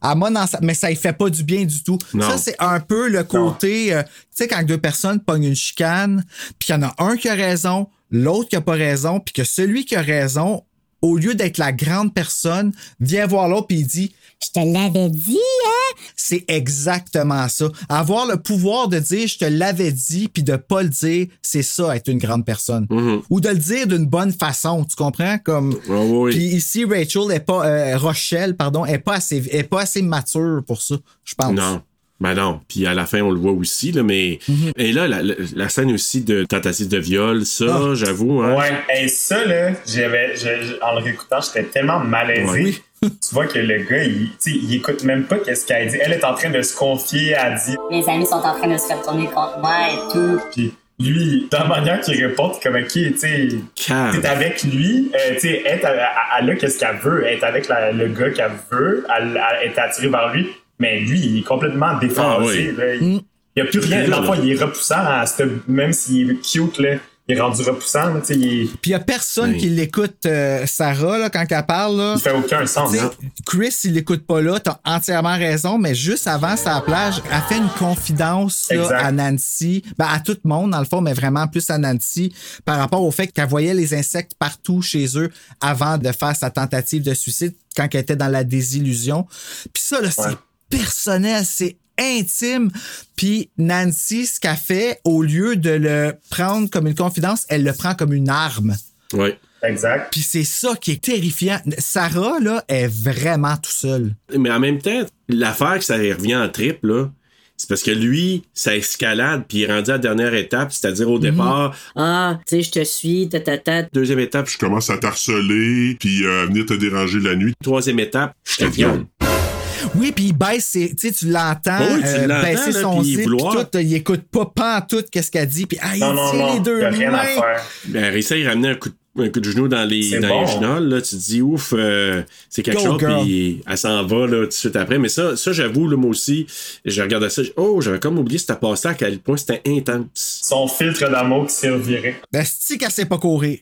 Elle m'a dans sa... Mais ça ne fait pas du bien du tout. Non. Ça, c'est un peu le côté... Euh, tu sais, quand deux personnes pognent une chicane, puis qu'il y en a un qui a raison, l'autre qui n'a pas raison, puis que celui qui a raison, au lieu d'être la grande personne, vient voir l'autre puis il dit « Je te l'avais dit, hein? » C'est exactement ça. Avoir le pouvoir de dire « Je te l'avais dit » puis de pas le dire, c'est ça, être une grande personne. Mm-hmm. Ou de le dire d'une bonne façon, tu comprends? Comme... Oh, oui. Puis ici, Rachel est pas... Euh, Rochelle, pardon, est pas assez, est pas assez mature pour ça, je pense. Non. Ben non. Puis à la fin, on le voit aussi, là, mais... Mm-hmm. Et là, la, la, la scène aussi de tentative de viol, ça, oh. j'avoue, hein? Ouais, et ça, là, j'avais... Je, en le réécoutant, j'étais tellement malaisé. Ouais. Tu vois que le gars, il, il écoute même pas qu'est-ce qu'elle dit. Elle est en train de se confier, elle dit... Mes amis sont en train de se retourner contre moi et tout. Puis lui, dans la manière qu'il répond, comme, OK, tu sais, t'es avec lui, euh, tu sais, elle, elle, elle a qu'est-ce qu'elle veut, elle est avec la, le gars qu'elle veut, elle, elle est attirée vers lui. Mais lui, il est complètement défoncé. Ah, oui. Là. Il n'y a plus rien. Dans le fond, il est repoussant. À cette, même s'il est cute, là, il est rendu repoussant. Là, il est... Puis il n'y a personne oui. qui l'écoute, euh, Sarah, là, quand elle parle. Là. Il fait aucun sens. Hein? Chris, il l'écoute pas là. Tu as entièrement raison. Mais juste avant sa plage, elle fait une confidence là, à Nancy. Ben, à tout le monde, dans le fond, mais vraiment plus à Nancy par rapport au fait qu'elle voyait les insectes partout chez eux avant de faire sa tentative de suicide quand elle était dans la désillusion. Puis ça, là, ouais. c'est personnel, c'est intime. Puis Nancy, ce qu'elle fait, au lieu de le prendre comme une confidence, elle le prend comme une arme. Oui. Exact. Puis c'est ça qui est terrifiant. Sarah, là, est vraiment tout seule. Mais en même temps, l'affaire que ça revient en trip, là, c'est parce que lui, ça escalade, puis il est rendu à la dernière étape, c'est-à-dire au mm-hmm. départ... Ah, tu sais, je te suis, tatata. Deuxième étape, je commence à t'harceler, puis euh, venir te déranger la nuit. Troisième étape, je te viole. Oui, puis il baisse, tu sais, tu l'entends, oh, oui, tu euh, l'entends baisser là, son zip, puis tout, il écoute pas pantoute qu'est-ce qu'elle dit, puis ah, il non, tient non, les deux mains. Rien à faire. Ben, elle essaie de ramener un coup de un coup de genou dans les, dans bon. les genoux, là, tu te dis, ouf, euh, c'est quelque Go chose, puis elle s'en va là, tout de suite après. Mais ça, ça j'avoue, là, moi aussi, je regardais ça, oh, j'avais comme oublié c'était passé à quel point c'était intense. Son filtre d'amour qui s'est reviré. Ben, c'est-tu qu'elle sait pas courir?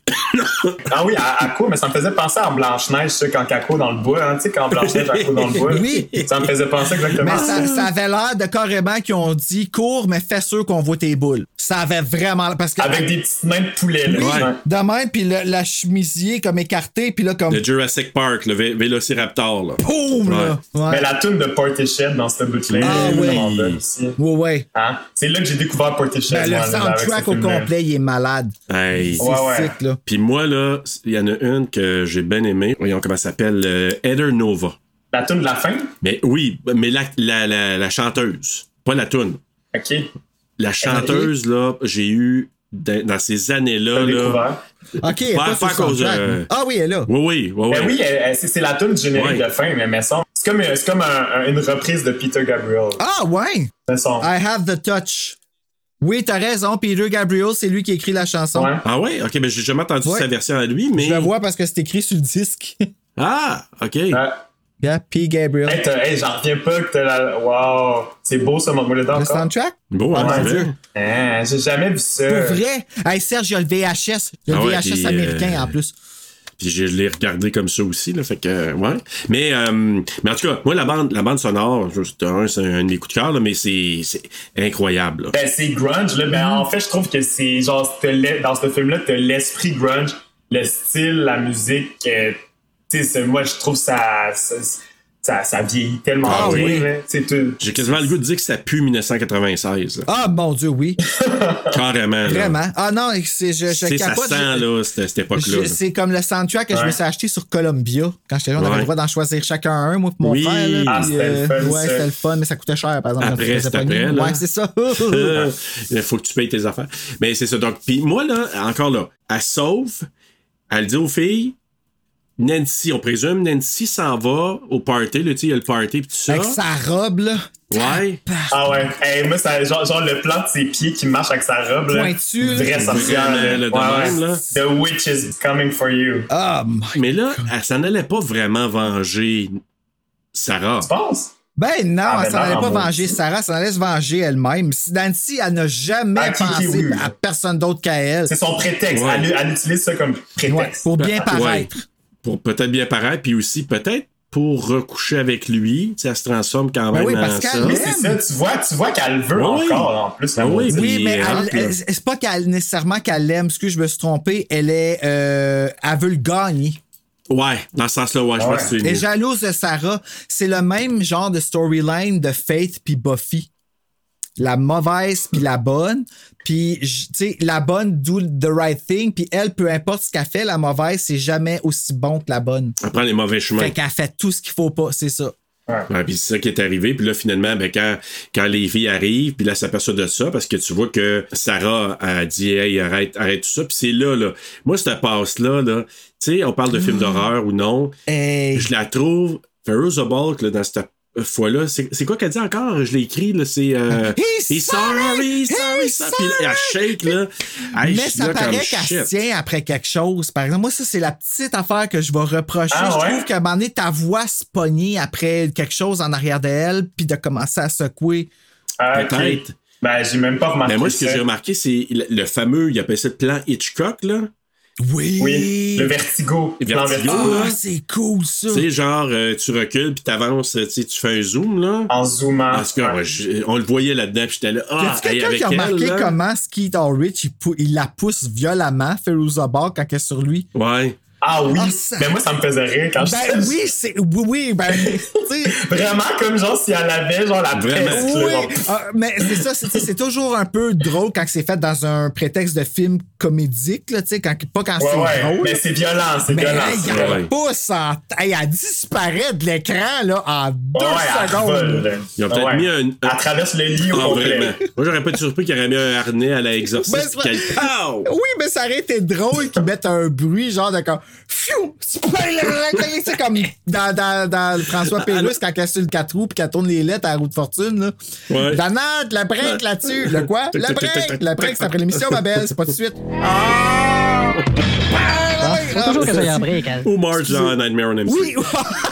Ah oui, à, à court, mais ça me faisait penser à Blanche-Neige, ça, quand elle court dans le bois, hein, tu sais, quand Blanche-Neige elle court dans le bois. Oui. Ça me faisait penser exactement mais ça. ça. Ça avait l'air de carrément qu'ils ont dit, cours, mais fais sûr qu'on voit tes boules. Ça avait vraiment... Parce que, avec des petites mains de poulet, là. Oui, ouais. de même, puis la chemisier comme écarté, puis là, comme... Le Jurassic Park, le vé- Vélociraptor, là. Boum, ouais. là! Ouais. Mais la toune de Portishead dans ce bout-là, ah, oui. oui. Oui, oui. Hein? C'est là que j'ai découvert Portishead. Ben, le soundtrack au complet, il est malade. Hey. C'est ouais, ouais. sick, là. Puis moi, là, il y en a une que j'ai bien aimée. Voyons comment ça s'appelle. Euh, Heather Nova. La toune de la fin? Mais oui, mais la, la, la, la chanteuse. Pas la toune. OK. La chanteuse, là, j'ai eu... Dans, dans ces années-là, là. OK, elle pas pas cause, euh... Ah oui, elle est là. Oui, oui, oui. Ben oui, elle, elle, c'est, c'est la tune du générique ouais. de fin, mais, mais son, c'est comme, c'est comme un, un, une reprise de Peter Gabriel. Ah ouais? C'est son. I have the touch. Oui, t'as raison, Peter Gabriel, c'est lui qui écrit la chanson. Ouais. Ah ouais? OK, ben j'ai jamais entendu ouais. sa version à lui, mais... Je la vois parce que c'est écrit sur le disque. Ah, OK. Euh, Yeah, P. Gabriel. Hey, hey, j'en reviens pas que t'as la... Wow! C'est beau, ça, mon le Le soundtrack? Beau, hein, oh, c'est vrai. Hein, j'ai jamais vu ça. Pour vrai? Hey, Serge, il y a le V H S. Il y a le ah ouais, V H S puis, américain, euh... en plus. Puis je l'ai regardé comme ça aussi, là, fait que, ouais. Mais, euh, mais en tout cas, moi, la bande, la bande sonore, c'est un, c'est un de mes coups de cœur, là, mais c'est, c'est incroyable, là. Ben, c'est grunge, là. Ben, en fait, je trouve que c'est, genre, dans ce film-là, t'as l'esprit grunge, le style, la musique, euh, tu sais, moi, je trouve ça... ça Ça, ça vieillit tellement ah, bien. Oui. Là. Tout... J'ai quasiment le goût de dire que ça pue dix-neuf cent quatre-vingt-seize. Là. Ah, mon Dieu, oui. Carrément. Vraiment. Ah non, c'est, je, je capote. Ça sent, là, cette, cette époque-là. Je, c'est comme le soundtrack que ouais. je me suis acheté sur Columbia. Quand j'étais jeune, on avait le droit d'en choisir chacun un, moi pour mon oui. frère. Là, ah, puis, c'était euh, le fun. Ouais, c'était le fun, mais ça coûtait cher, par exemple. Après, c'est après, là. Ouais, c'est ça. Il faut que tu payes tes affaires. Mais c'est ça. Donc, puis moi, là, encore là, elle sauve, elle dit aux filles, Nancy, on présume, Nancy s'en va au party, là, tu sais, il y a le party pis tout ça. Avec sa robe, là. Ouais. Ah ouais. Hey, moi, ça, genre, genre le plan de ses pieds qui marche avec sa robe, là. Pointu, là. Vraie sorcière. Le, le ouais, même, là. The witch is coming for you. Oh mais là, God. Elle s'en allait pas vraiment venger Sarah. Tu penses? Ben non, ah, elle s'en allait pas venger Sarah, elle s'en allait se venger elle-même. Nancy, elle n'a jamais ah, pensé qui, qui, oui. à personne d'autre qu'à elle. C'est son prétexte. Ouais. Elle, elle utilise ça comme prétexte. Ouais, pour bien paraître. Ouais. Pour peut-être bien paraître, puis aussi peut-être pour recoucher avec lui. Ça se transforme quand même ben oui, en parce ça. Mais c'est ça, tu vois, tu vois qu'elle veut oui. encore, en plus. Ben oui, oui, puis, mais euh, elle, elle, c'est pas qu'elle, nécessairement qu'elle l'aime, excuse, je me suis trompé, elle est, euh, elle veut le gagner. Ouais, dans ce sens-là, ouais, je ouais. pense que c'est Elle est jalouse de Sarah. C'est le même genre de storyline de Faith puis Buffy. La mauvaise puis la bonne. Puis, tu sais, la bonne do the right thing. Puis elle, peu importe ce qu'elle fait, la mauvaise, c'est jamais aussi bon que la bonne. Elle prend les mauvais chemins. Fait qu'elle fait tout ce qu'il faut pas, c'est ça. Ouais. Ouais, puis c'est ça qui est arrivé. Puis là, finalement, ben, quand, quand les filles arrivent, puis là, ça s'aperçoit de ça, parce que tu vois que Sarah a dit « Hey, arrête, arrête tout ça ». Puis c'est là, là. Moi, cette passe-là, là, tu sais, on parle de films d'horreur ou non. Hey. Je la trouve... Fairuza Balk, là, dans cette fois-là, c'est, c'est quoi qu'elle dit encore? Je l'ai écrit, là, c'est... Euh, He's, he's sorry! sorry, sorry, He's sorry. Puis elle shake, là. Hey, mais je suis ça là paraît comme qu'elle shit. se tient après quelque chose. Par exemple, moi, ça, c'est la petite affaire que je vais reprocher. Ah, je ouais? trouve qu'à un moment donné, ta voix se pognait après quelque chose en arrière d'elle, puis de commencer à secouer. Ah, Peut-être. ok. Ben, j'ai même pas remarqué. Mais moi, ce que ça. j'ai remarqué, c'est le, le fameux, il appelle ça le plan Hitchcock, là. Oui! Oui, le vertigo. Le Plan vertigo. Ah, c'est cool, ça! Tu sais, genre, euh, tu recules, puis t'avances, tu sais, tu fais un zoom, là. En zoomant. En tout cas, ouais, je- on le voyait là-dedans, puis j'étais là, Y ah, a-tu hey, quelqu'un avec qui a elle, remarqué là. comment Skeet Ulrich, il, pou- il la pousse violemment, Fairuza Balk, quand elle est sur lui? Ouais. Ah oui, Ah, ça- mais moi, ça me faisait rire quand je Ben oui, c'est... Oui, oui, ben... tu sais... Vraiment comme genre si elle avait genre la Vraiment. presse. là, Oui, genre. ah, mais c'est ça, c'est, c'est toujours un peu drôle quand c'est fait dans un prétexte de film comédique, là, tu sais, quand, pas quand Ouais, c'est ouais, drôle. mais c'est violent, c'est Mais violent. hey, c'est il violent. Ouais. pousse en... Hey, elle disparaît de l'écran là, en deux Ouais, elle secondes. vole, là. Ils ont peut-être Ouais. mis un- un- Elle traverse le lit au Ah, complet. vraiment. Moi, j'aurais pas été surpris qu'il aurait mis un harnais à la Ben, exorciste, c'est puis qu'elle pow! Oui, mais ça aurait été drôle qu'ils mettent un bruit genre de comme... Fiou! C'est comme dans, dans, dans François Pérusse quand elle est sur le quatre roues puis qu'elle tourne les lettres à la roue de fortune. Là. Ouais. La note, la break là-dessus. Le quoi? La break! La break, c'est après l'émission, ma belle. C'est pas tout de suite. Ah! Faut toujours que ça y ait un break. hein. Ou Marge dans Nightmare on M C. Oui!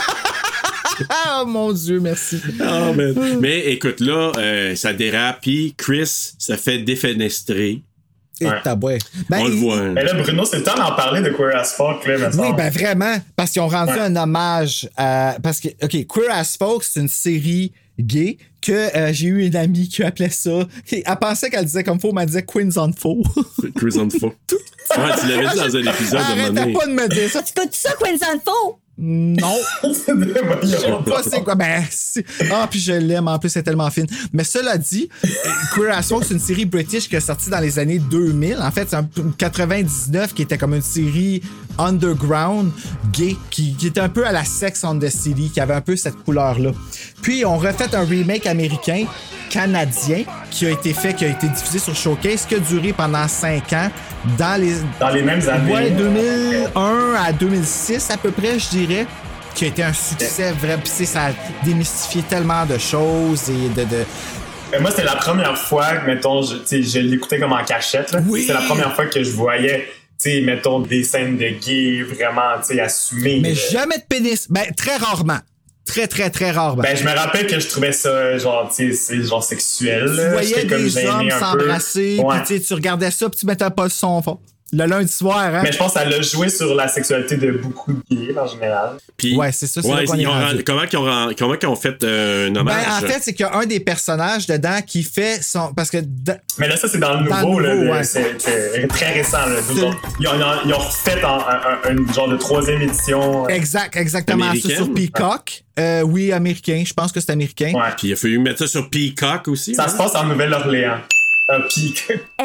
Ah, mon Dieu, merci. Ah, man. Mais écoute, là, euh, ça dérape, puis Chris se fait défenestrer. Et Ouais. tabouet. Ben, On le il- voit. hein. Mais là, Bruno, c'est le temps d'en parler de Queer as Folk, là, maintenant. Oui, ben vraiment, parce qu'ils ont rendu Ouais. un hommage à... Parce que, OK, Queer as Folk, c'est une série gay que euh, j'ai eu une amie qui appelait ça... Elle pensait qu'elle disait comme faux, mais elle disait Queens on Faux. Chris on faux. Ouais, tu l'avais dit dans un épisode de Arrêtez Money. pas de me dire ça. Tu écoutes ça, Queens Faux? Non. Je sais Voyons. pas c'est quoi. Ben, c'est- ah, puis je l'aime. En plus, c'est tellement fine. Mais cela dit, euh, Queer as Folk, c'est une série british qui est sortie dans les années deux mille. En fait, c'est en quatre-vingt-dix-neuf qui était comme une série underground gay qui, qui était un peu à la Sex and the City, qui avait un peu cette couleur-là. Puis, on refait un remake américain canadien qui a été fait, qui a été diffusé sur Showcase, qui a duré pendant cinq ans dans les... Dans les mêmes années. Ouais, deux mille un à deux mille six à peu près, je dirais, qui a été un succès vrai. Puis tu sais, ça a démystifié tellement de choses et de... de... Mais moi, c'était la première fois que, mettons, je, tu sais, je l'écoutais comme en cachette. Là. Oui. C'est la première fois que je voyais, tu sais, mettons, des scènes de gays vraiment, tu sais, assumées. Mais là. jamais de pénis. Ben, très rarement. Très, très, très rarement. Ben, je me rappelle que je trouvais ça, genre, tu sais, c'est genre sexuel. Tu là. voyais J'étais comme des gêné hommes un peu. s'embrasser, Ouais. puis tu sais, tu regardais ça, puis tu mettais pas le son fort. Le lundi soir, hein? Mais je pense que ça l'a joué sur la sexualité de beaucoup de gays, en général. Puis, Ouais, c'est ça, c'est ouais, là qu'on ils est ont rendu. rendu- comment, qu'ils ont, ren- comment qu'ils ont fait euh, un Ben, hommage? en fait, c'est qu'il y a un des personnages dedans qui fait son... Parce que... de- Mais là, ça, c'est dans le Dans nouveau, le là. nouveau, le- ouais. C'est c'est très récent, là. Ils ont, ils ont, ils ont refait en, un, un, une genre de troisième édition. Exact, exactement. Ça Américaine? sur Peacock. Euh, oui, américain. Je pense que c'est américain. Ouais. Puis il a fallu mettre ça sur Peacock aussi. Ça hein? se passe en Nouvelle-Orléans. Un pic.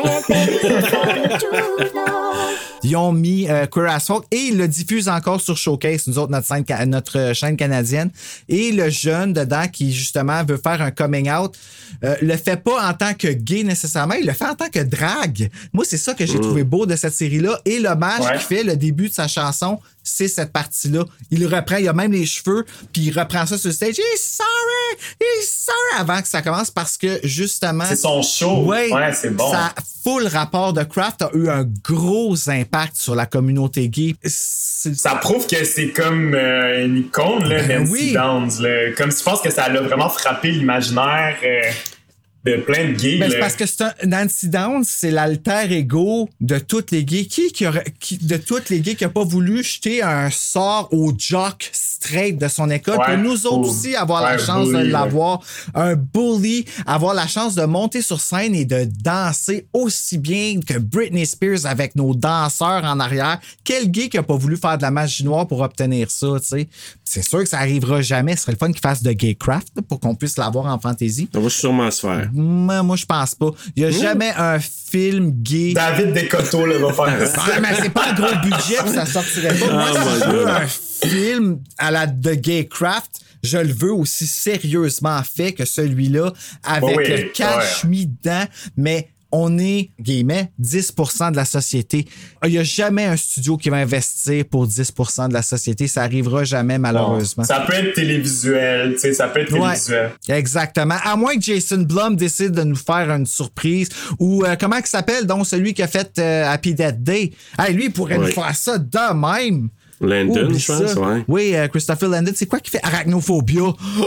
Ils ont mis euh, Queer as Folk et ils le diffusent encore sur Showcase, nous autres, notre, scène, ca- notre euh, chaîne canadienne. Et le jeune dedans qui, justement, veut faire un coming out, euh, le fait pas en tant que gay nécessairement, il le fait en tant que drague. Moi, c'est ça que j'ai Mm. trouvé beau de cette série-là. Et l'hommage Ouais. qu'il fait, le début de sa chanson, c'est cette partie-là. Il reprend, il a même les cheveux, puis il reprend ça sur le stage. He's sorry! He's sorry! Avant que ça commence parce que, justement... C'est son show. Ouais, Ouais, c'est bon. Ça, full rapport de Kraft a eu un gros impact sur la communauté gay. C'est- Ça prouve que c'est comme euh, une icône, là, Ben Nancy oui. Downs. Là. Comme je pense que ça l'a vraiment frappé l'imaginaire. euh, de plein de gays. Ben, c'est parce que c'est un, Nancy Downs, c'est l'alter ego de toutes les gays. Qui, qui, aurait, qui de toutes les gays qui n'a pas voulu jeter un sort au jock straight de son école ouais, pour nous autres pour, aussi avoir ouais, la chance bully, de l'avoir. Ouais. Un bully, avoir la chance de monter sur scène et de danser aussi bien que Britney Spears avec nos danseurs en arrière. Quel gay qui n'a pas voulu faire de la magie noire pour obtenir ça, tu sais? C'est sûr que ça arrivera jamais. Ce serait le fun qu'ils fassent de Gaycraft là, pour qu'on puisse l'avoir en fantasy. Ça va sûrement se faire. Moi, moi je pense pas. Il n'y a mmh. jamais un film gay. David Descoteaux là, va faire ça. Ah, mais c'est pas un gros budget puis ça sortirait pas. Moi, oh si je veux un film à la de Gaycraft, je le veux aussi sérieusement fait que celui-là avec oui, le cash ouais. mis dedans, mais on est, guillemets, dix pour cent de la société. Il n'y a jamais un studio qui va investir pour dix pour cent de la société. Ça n'arrivera jamais, malheureusement. Bon, ça peut être télévisuel, tu sais, ça peut être télévisuel. Ouais, exactement. À moins que Jason Blum décide de nous faire une surprise. Ou, euh, comment il s'appelle, donc, celui qui a fait euh, Happy Death Day? Hey, lui, il pourrait ouais. nous faire ça de même. Landon, je pense, ouais. Oui, euh, Christopher Landon. C'est quoi qui fait Arachnophobia?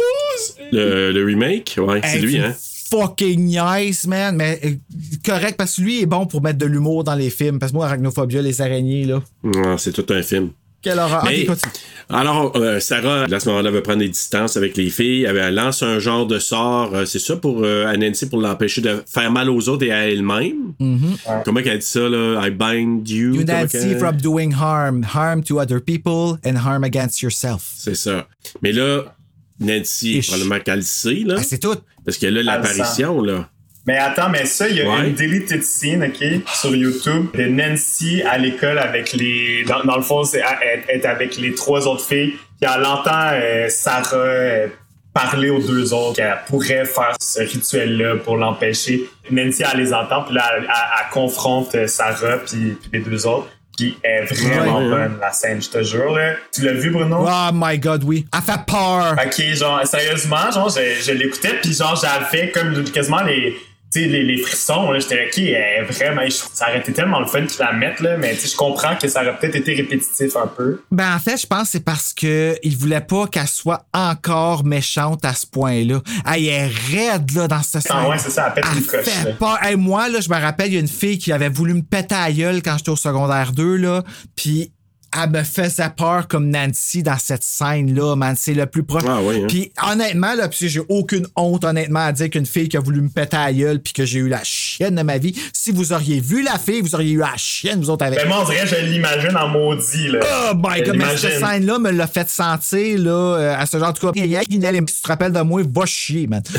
le, le remake? Ouais, hey, c'est lui, hein? Fucking nice, man. Mais euh, correct, parce que lui est bon pour mettre de l'humour dans les films. Parce que moi, Arachnophobia, les araignées, là. Non, c'est tout un film. Quelle horreur. Mais, okay, alors, euh, Sarah, à ce moment-là, veut prendre des distances avec les filles. Elle, elle lance un genre de sort, euh, c'est ça, pour euh, à Nancy, pour l'empêcher de faire mal aux autres et à elle-même. Mm-hmm. Ouais. Comment qu'elle dit ça, là? I bind you. You, Nancy, from doing harm. Harm to other people and harm against yourself. C'est ça. Mais là, Nancy, Ish. probablement qu'elle le sait, là. Ah, c'est tout. Parce que là, l'apparition, là. Mais attends, mais ça, il y a ouais. une deleted scene, OK, sur YouTube, de Nancy à l'école avec les... Dans, dans le fond, c'est être avec les trois autres filles. Puis elle entend euh, Sarah euh, parler aux deux autres qu'elle pourrait faire ce rituel-là pour l'empêcher. Nancy, elle les entend, puis là, elle, elle, elle confronte Sarah puis, puis les deux autres. Qui est vraiment ouais, bonne, ouais. la scène, je te jure. Là. Tu l'as vu, Bruno? Oh my God, oui. Elle fait peur. OK, genre, sérieusement, genre, je, je l'écoutais, puis genre, j'avais comme quasiment les... Tu sais, les, les frissons, là, j'étais OK, elle, vraiment, je, ça aurait été tellement le fun qu'ils la mettent, là, mais tu sais, je comprends que ça aurait peut-être été répétitif un peu. Ben, en fait, je pense que c'est parce que il voulait pas qu'elle soit encore méchante à ce point-là. Elle est raide, là, dans cette scène. Ah ouais, c'est ça, elle pète une coche. Fait peur. Hey, moi, là, je me rappelle, il y a une fille qui avait voulu me péter à la gueule quand j'étais au secondaire deux, là, puis elle me faisait peur comme Nancy dans cette scène-là, man. C'est le plus proche. Ah oui, hein? Puis honnêtement, là, puis j'ai aucune honte, honnêtement, à dire qu'une fille qui a voulu me péter à la gueule puis que j'ai eu la chienne de ma vie. Si vous auriez vu la fille, vous auriez eu la chienne, vous autres, avec. Ben moi, on dirait, je l'imagine en maudit, là. Oh my God, mais cette scène-là me l'a fait sentir, là, à ce genre de cas. Si tu te rappelles de moi, va chier, man.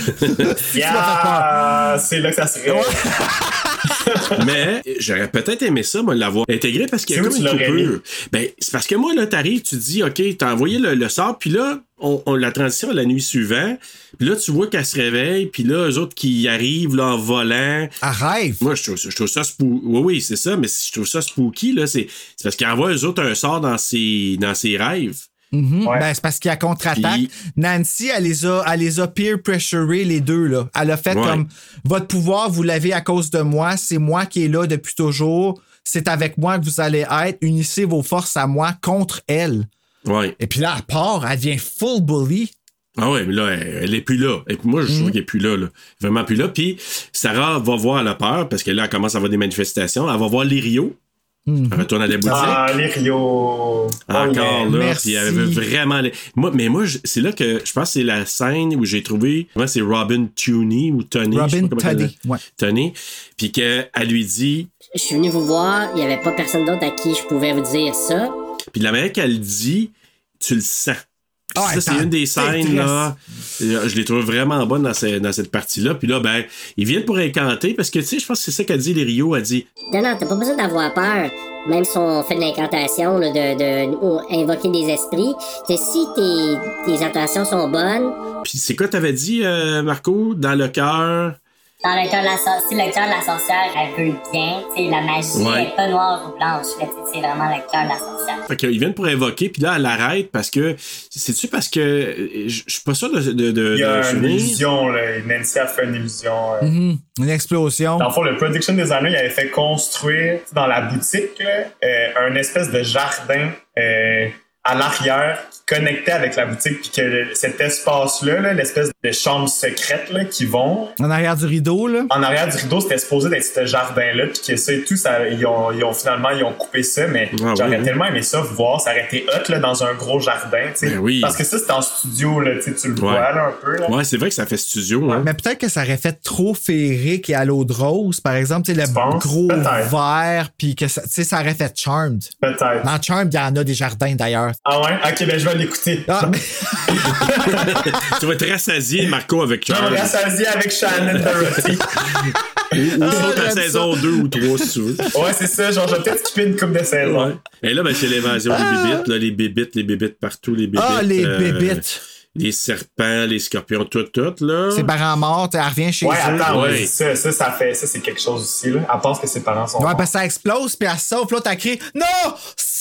Yeah, c'est là que ça serait. Mais j'aurais peut-être aimé ça, moi, l'avoir intégré parce qu'il y a comme une coupure. Ben, c'est parce que moi, là, t'arrives, tu dis, OK, t'as envoyé le, le sort, puis là, on, on la transition à la nuit suivante, puis là, tu vois qu'elle se réveille, puis là, eux autres qui arrivent, là, en volant. Elle rêve. Moi, je trouve, je trouve ça spooky. Oui, oui, c'est ça, mais je trouve ça spooky, là. C'est, c'est parce qu'elle envoie eux autres un sort dans ses, dans ses rêves. Mm-hmm. Ouais. Ben, c'est parce qu'il y a contre-attaque. Puis... Nancy, elle les a, elle les a peer pressurés les deux, là. Elle a fait ouais. comme, votre pouvoir, vous l'avez à cause de moi, c'est moi qui est là depuis toujours, c'est avec moi que vous allez être, unissez vos forces à moi contre elle. Ouais. Et puis là, elle part, elle devient full bully. Ah ouais, mais là, elle, elle est plus là. Et puis moi, je mm-hmm. trouve qu'elle est plus là, là. Vraiment plus là. Puis Sarah va voir, elle a peur, parce que là, elle commence à avoir des manifestations. Elle va voir Lirio. Mm-hmm. Elle retourne à la boutique. Ah, les Rio. Encore oh, là. Puis elle veut vraiment. Les... Moi, mais moi, je, c'est là que je pense que c'est la scène où j'ai trouvé. Moi, c'est Robin Tunney ou Tony. Robin Tunney. Ouais. Tony. Puis qu'elle lui dit. Je suis venu vous voir, il n'y avait pas personne d'autre à qui je pouvais vous dire ça. Puis de la manière qu'elle dit, tu le sens. Ah, ça, c'est une des scènes, là. Je les trouve vraiment bonnes dans, ce, dans cette partie-là. Puis là, ben, ils viennent pour incanter parce que, tu sais, je pense que c'est ça qu'a dit les Rio. A dit. Non, non, t'as pas besoin d'avoir peur. Même si on fait de l'incantation, là, de, de, de invoquer des esprits, que si tes, tes intentions sont bonnes. Puis c'est quoi t'avais dit, euh, Marco, dans le cœur? Dans le cœur de la sorcière, si le cœur de la sorcière, elle veut le bien, tu sais, la magie ouais. n'est pas noire ou blanche, là, c'est vraiment le cœur de la sorcière. Fait qu'ils viennent pour invoquer, puis là, elle l'arrête parce que, c'est-tu parce que, je suis pas sûr de, de, de il y a de une illusion, là, Nancy a fait une illusion. Euh. Mm-hmm. Une explosion. Dans le fond, le production designer, il avait fait construire, dans la boutique, là, euh, un espèce de jardin, euh, à l'arrière qui connectait avec la boutique, puis que le, cet espace-là, là, l'espèce de chambre secrète là, qui vont... En arrière du rideau, là? En arrière du rideau, c'était supposé d'être ce jardin-là, puis que ça et tout, ça, ils, ont, ils ont finalement ils ont coupé ça, mais ah, j'aurais oui, tellement aimé ça, voir, ça aurait été hot là, dans un gros jardin, tu sais. Oui. Parce que ça, c'était en studio, là, tu le ouais. vois là, un peu. Là. Ouais, c'est vrai que ça fait studio. Hein. Mais peut-être que ça aurait fait trop féerique et à l'eau de rose, par exemple, tu sais, le penses? Gros peut-être. Vert, puis que ça, ça aurait fait Charmed. Peut-être. Dans Charmed, il y en a des jardins d'ailleurs. Ah ouais? Ok, ben je vais l'écouter. Ah. Tu vas être rassasié, Marco, avec Charmed. Je vais être rassasié avec Shannon Doherty. Ou ah, la saison deux ou trois, si tu veux. Ouais, c'est ça. Genre, je vais peut-être skipper une coupe de saison. Ouais. Et là, ben, c'est l'invasion ah. des bébites, là, les bébites, les bébites partout, les bébites. Ah, les euh, bébites. Les serpents, les scorpions, tout, tout, là. Ses parents morts, elle revient chez ouais, eux. Attends, ouais, attends, ça, ça, ça fait, ça, c'est quelque chose aussi, là. Elle pense que ses parents sont ouais, morts. parce que ça explose, puis elle sauve, là, t'as crié « Non! Sarah! »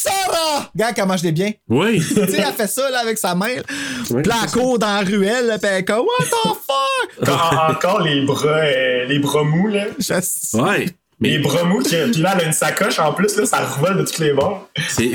Regarde comment je l'ai bien. Oui. Tu sais, elle fait ça, là, avec sa main. Oui, puis elle court dans la ruelle, là, puis elle est comme « What the fuck? » Quand, encore les bras, euh, les bras mous, là. Je... Ouais. Mais... Les bras mous, puis là, elle a une sacoche, en plus, là, ça revole de tous les bords. C'est...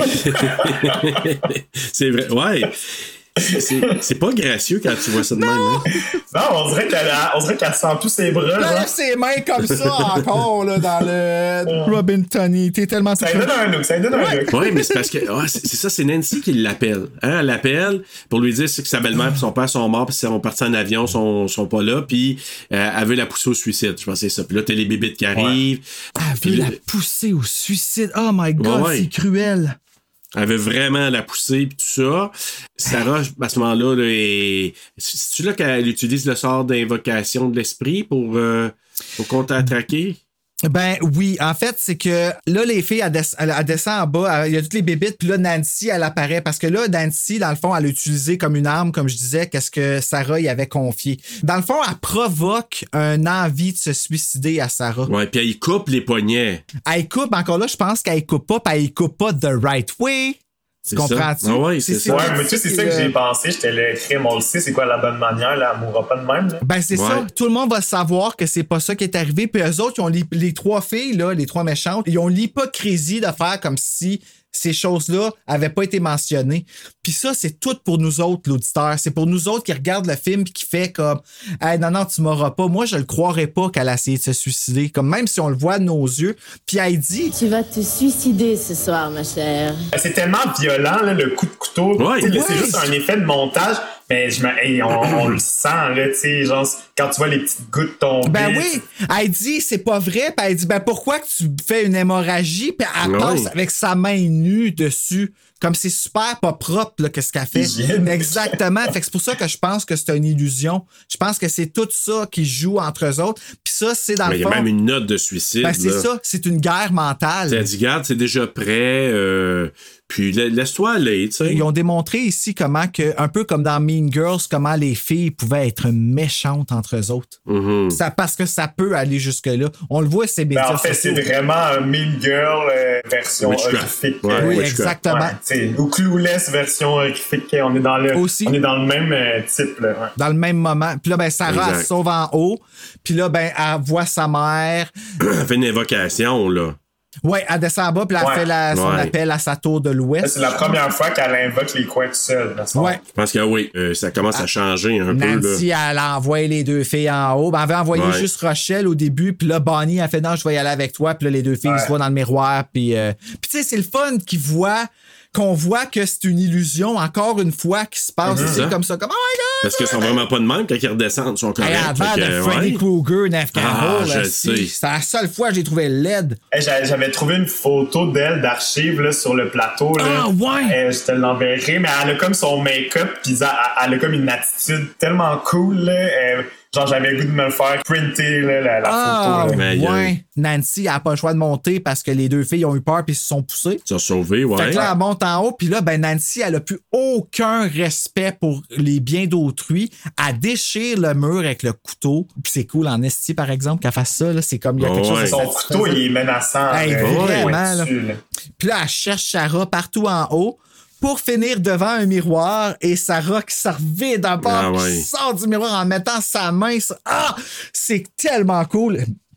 c'est vrai, ouais. C'est, c'est pas gracieux quand tu vois ça de non. même. Hein? Non, on dirait qu'elle, on dirait qu'elle sent tous ses bras. Elle lève ses mains comme ça encore là, dans le Robin Tony. T'es tellement... Ça lui donne un look, ça lui donne un look. Oui, mais c'est parce que oh, c'est, c'est ça, c'est Nancy qui l'appelle. Hein? Elle l'appelle pour lui dire que sa belle-mère et son père sont morts, puis ils sont partis en avion, sont, sont pas là, puis euh, elle veut la pousser au suicide. Je pense que c'est ça. Puis là, t'as les bébites qui arrivent. Ouais. Elle veut la pousser au suicide. Oh my God, ouais, ouais. C'est cruel. Elle veut vraiment la pousser pis tout ça. Sarah, à ce moment-là, là, est... c'est-tu là qu'elle utilise le sort d'invocation de l'esprit pour, euh, pour contre-attaquer? Ben oui, en fait, c'est que là, les filles, elles, des- elles descendent en bas, il y a toutes les bébites, puis là, Nancy, elle apparaît, parce que là, Nancy, dans le fond, elle a utilisé comme une arme, comme je disais, qu'est-ce que Sarah y avait confié. Dans le fond, elle provoque un envie de se suicider à Sarah. Ouais, puis elle coupe les poignets. Elle coupe, mais encore là, je pense qu'elle coupe pas, puis elle coupe pas the right way. Tu comprends-tu? Ah ouais, c'est, c'est ça. Ouais, mais tu sais, c'est, c'est ça que j'ai pensé. J'étais le crime, on le sait, c'est quoi la bonne manière, là, elle mourra pas de même. Là. Ben, c'est ouais. ça. Tout le monde va savoir que c'est pas ça qui est arrivé. Puis eux autres, ils ont les, les trois filles, là, les trois méchantes, ils ont l'hypocrisie de faire comme si ces choses-là avaient pas été mentionnées. Puis ça, c'est tout pour nous autres, l'auditeur. C'est pour nous autres qui regardent le film et qui fait comme « Hey, non, non, tu m'auras pas. » Moi, je le croirais pas qu'elle a essayé de se suicider. Comme même si on le voit de nos yeux. Puis elle dit... Tu vas te suicider ce soir, ma chère. C'est tellement violent, là, le coup de couteau. Ouais, là, ouais. C'est juste un effet de montage. Mais je me, hey, on, on le sent, là, tu sais, genre, quand tu vois les petites gouttes tomber. Ben oui, elle dit, c'est pas vrai, puis elle dit, ben pourquoi que tu fais une hémorragie, puis elle passe oui. avec sa main nue dessus, comme c'est super pas propre, là, qu'est-ce qu'elle fait. Hygiène. Exactement, fait que c'est pour ça que je pense que c'est une illusion. Je pense que c'est tout ça qui joue entre eux autres, puis ça, c'est dans mais le fond... il y a même une note de suicide, ben c'est là. ça, c'est une guerre mentale. Elle dit, garde, c'est déjà prêt, euh... Puis laisse-toi aller, tu sais. Ils ont démontré ici comment que, un peu comme dans Mean Girls, comment les filles pouvaient être méchantes entre eux autres. Mm-hmm. Ça, parce que ça peut aller jusque-là. On le voit, c'est médias ben, en fait, sociaux. c'est vraiment un Mean Girl euh, version horrifique. Ouais, oui, ouais, exactement. Ouais, ou Clueless version horrifique. On est dans le, Aussi, on est dans le même euh, type. Là, ouais. Dans le même moment. Puis là, ben, Sarah, exact. Elle se sauve en haut. Puis là, ben, elle voit sa mère. Elle fait une invocation, là. Ouais, elle descend en bas, puis elle ouais. fait la, son ouais. appel à sa tour de l'Ouest. C'est la première fois qu'elle invoque les coins tout seul. Ouais. Je pense que oui, euh, ça commence à, à changer un Nancy, peu. Nancy, elle envoie les deux filles en haut. Ben, elle avait envoyé ouais. juste Rochelle au début, puis là, Bonnie, elle fait non, je vais y aller avec toi. Puis là, les deux filles, ouais. ils se voient dans le miroir. Puis, euh... puis tu sais, c'est le fun qu'ils voient, qu'on voit que c'est une illusion, encore une fois, qui se passe. Mm-hmm. C'est comme ça, comme oh my God! Parce qu'ils sont vraiment pas de même quand ils redescendent, ils sont corrects. Hey, avant de Freddy ouais. Krueger, Neve Campbell, ah, c'est la seule fois que j'ai trouvé laide. Hey, j'avais trouvé une photo d'elle d'archives là, sur le plateau. Là. Ah ouais! Hey, je te l'enverrai, mais elle a comme son make-up, puis elle, elle a comme une attitude tellement cool. Là. Elle, genre, j'avais le goût de me le faire printer, là, la, la ah, photo. Là. Ouais. Nancy, elle n'a pas le choix de monter parce que les deux filles ont eu peur puis se sont poussées. Ils se sont sauvés, ouais. Fait que là, elle monte en haut, puis là, ben, Nancy, elle a plus aucun respect pour les biens d'autrui. Elle déchire le mur avec le couteau. Puis c'est cool en esti, par exemple, qu'elle fasse ça. Là. C'est comme il y a quelque oh, chose ouais. de Son couteau, il est menaçant. Hey, euh, vraiment, ouais, là. dessus, là. Puis là, elle cherche Sarah partout en haut. Pour finir devant un miroir et Sarah qui s'en revient d'un bord, ah, ouais. qui sort du miroir en mettant sa main sur... Ah! C'est tellement cool!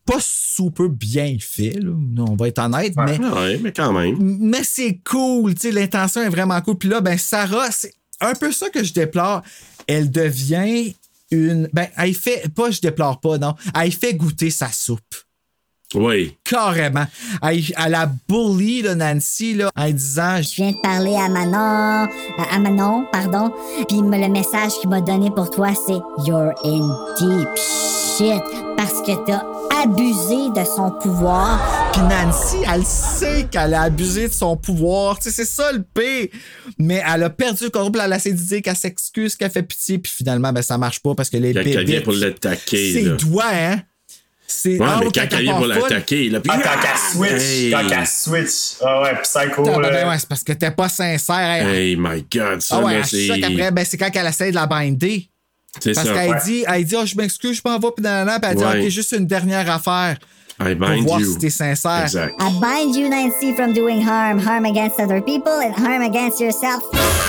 pas super bien fait, là. On va être honnête, ouais. mais... Ouais, mais quand même. Mais c'est cool, tu sais, l'intention est vraiment cool. Puis là, ben, Sarah, c'est un peu ça que je déplore. Elle devient une... Ben, elle fait... Pas je déplore pas, non. Elle fait goûter sa soupe. Oui. Carrément. Elle, elle a bully, là, Nancy, là, en disant... Je viens de parler à Manon, à Manon, pardon, puis le message qu'il m'a donné pour toi, c'est « You're in deep shit » parce que t'as abusé de son pouvoir. Puis Nancy, elle sait qu'elle a abusé de son pouvoir. Tu sais, c'est ça le pire. Mais elle a perdu le contrôle, puis elle a essayé de dire qu'elle s'excuse, qu'elle fait pitié, puis finalement, ben, ça marche pas parce que les bébés... Quand elle vient pour l'attaquer, c'est là. doigt, hein? C'est ouais, ah, mais quand elle vient pour l'attaquer, là, puis ah, quand elle switch, hey. quand elle switch, ah ouais, psycho, ben, là. Ben ouais, c'est parce que t'es pas sincère. Hein. Hey my God, ça, ah ouais, là, c'est... ça qu'après, ben, c'est quand elle essaie de la binder. C'est parce ça. qu'elle ouais. dit, elle dit, oh, je m'excuse, je m'en vais, puis nanana, puis elle dit, ouais. ok, juste une dernière affaire. I bind pour voir you. si t'es sincère. Exact. I bind you, Nancy, from doing harm, harm against other people and harm against yourself.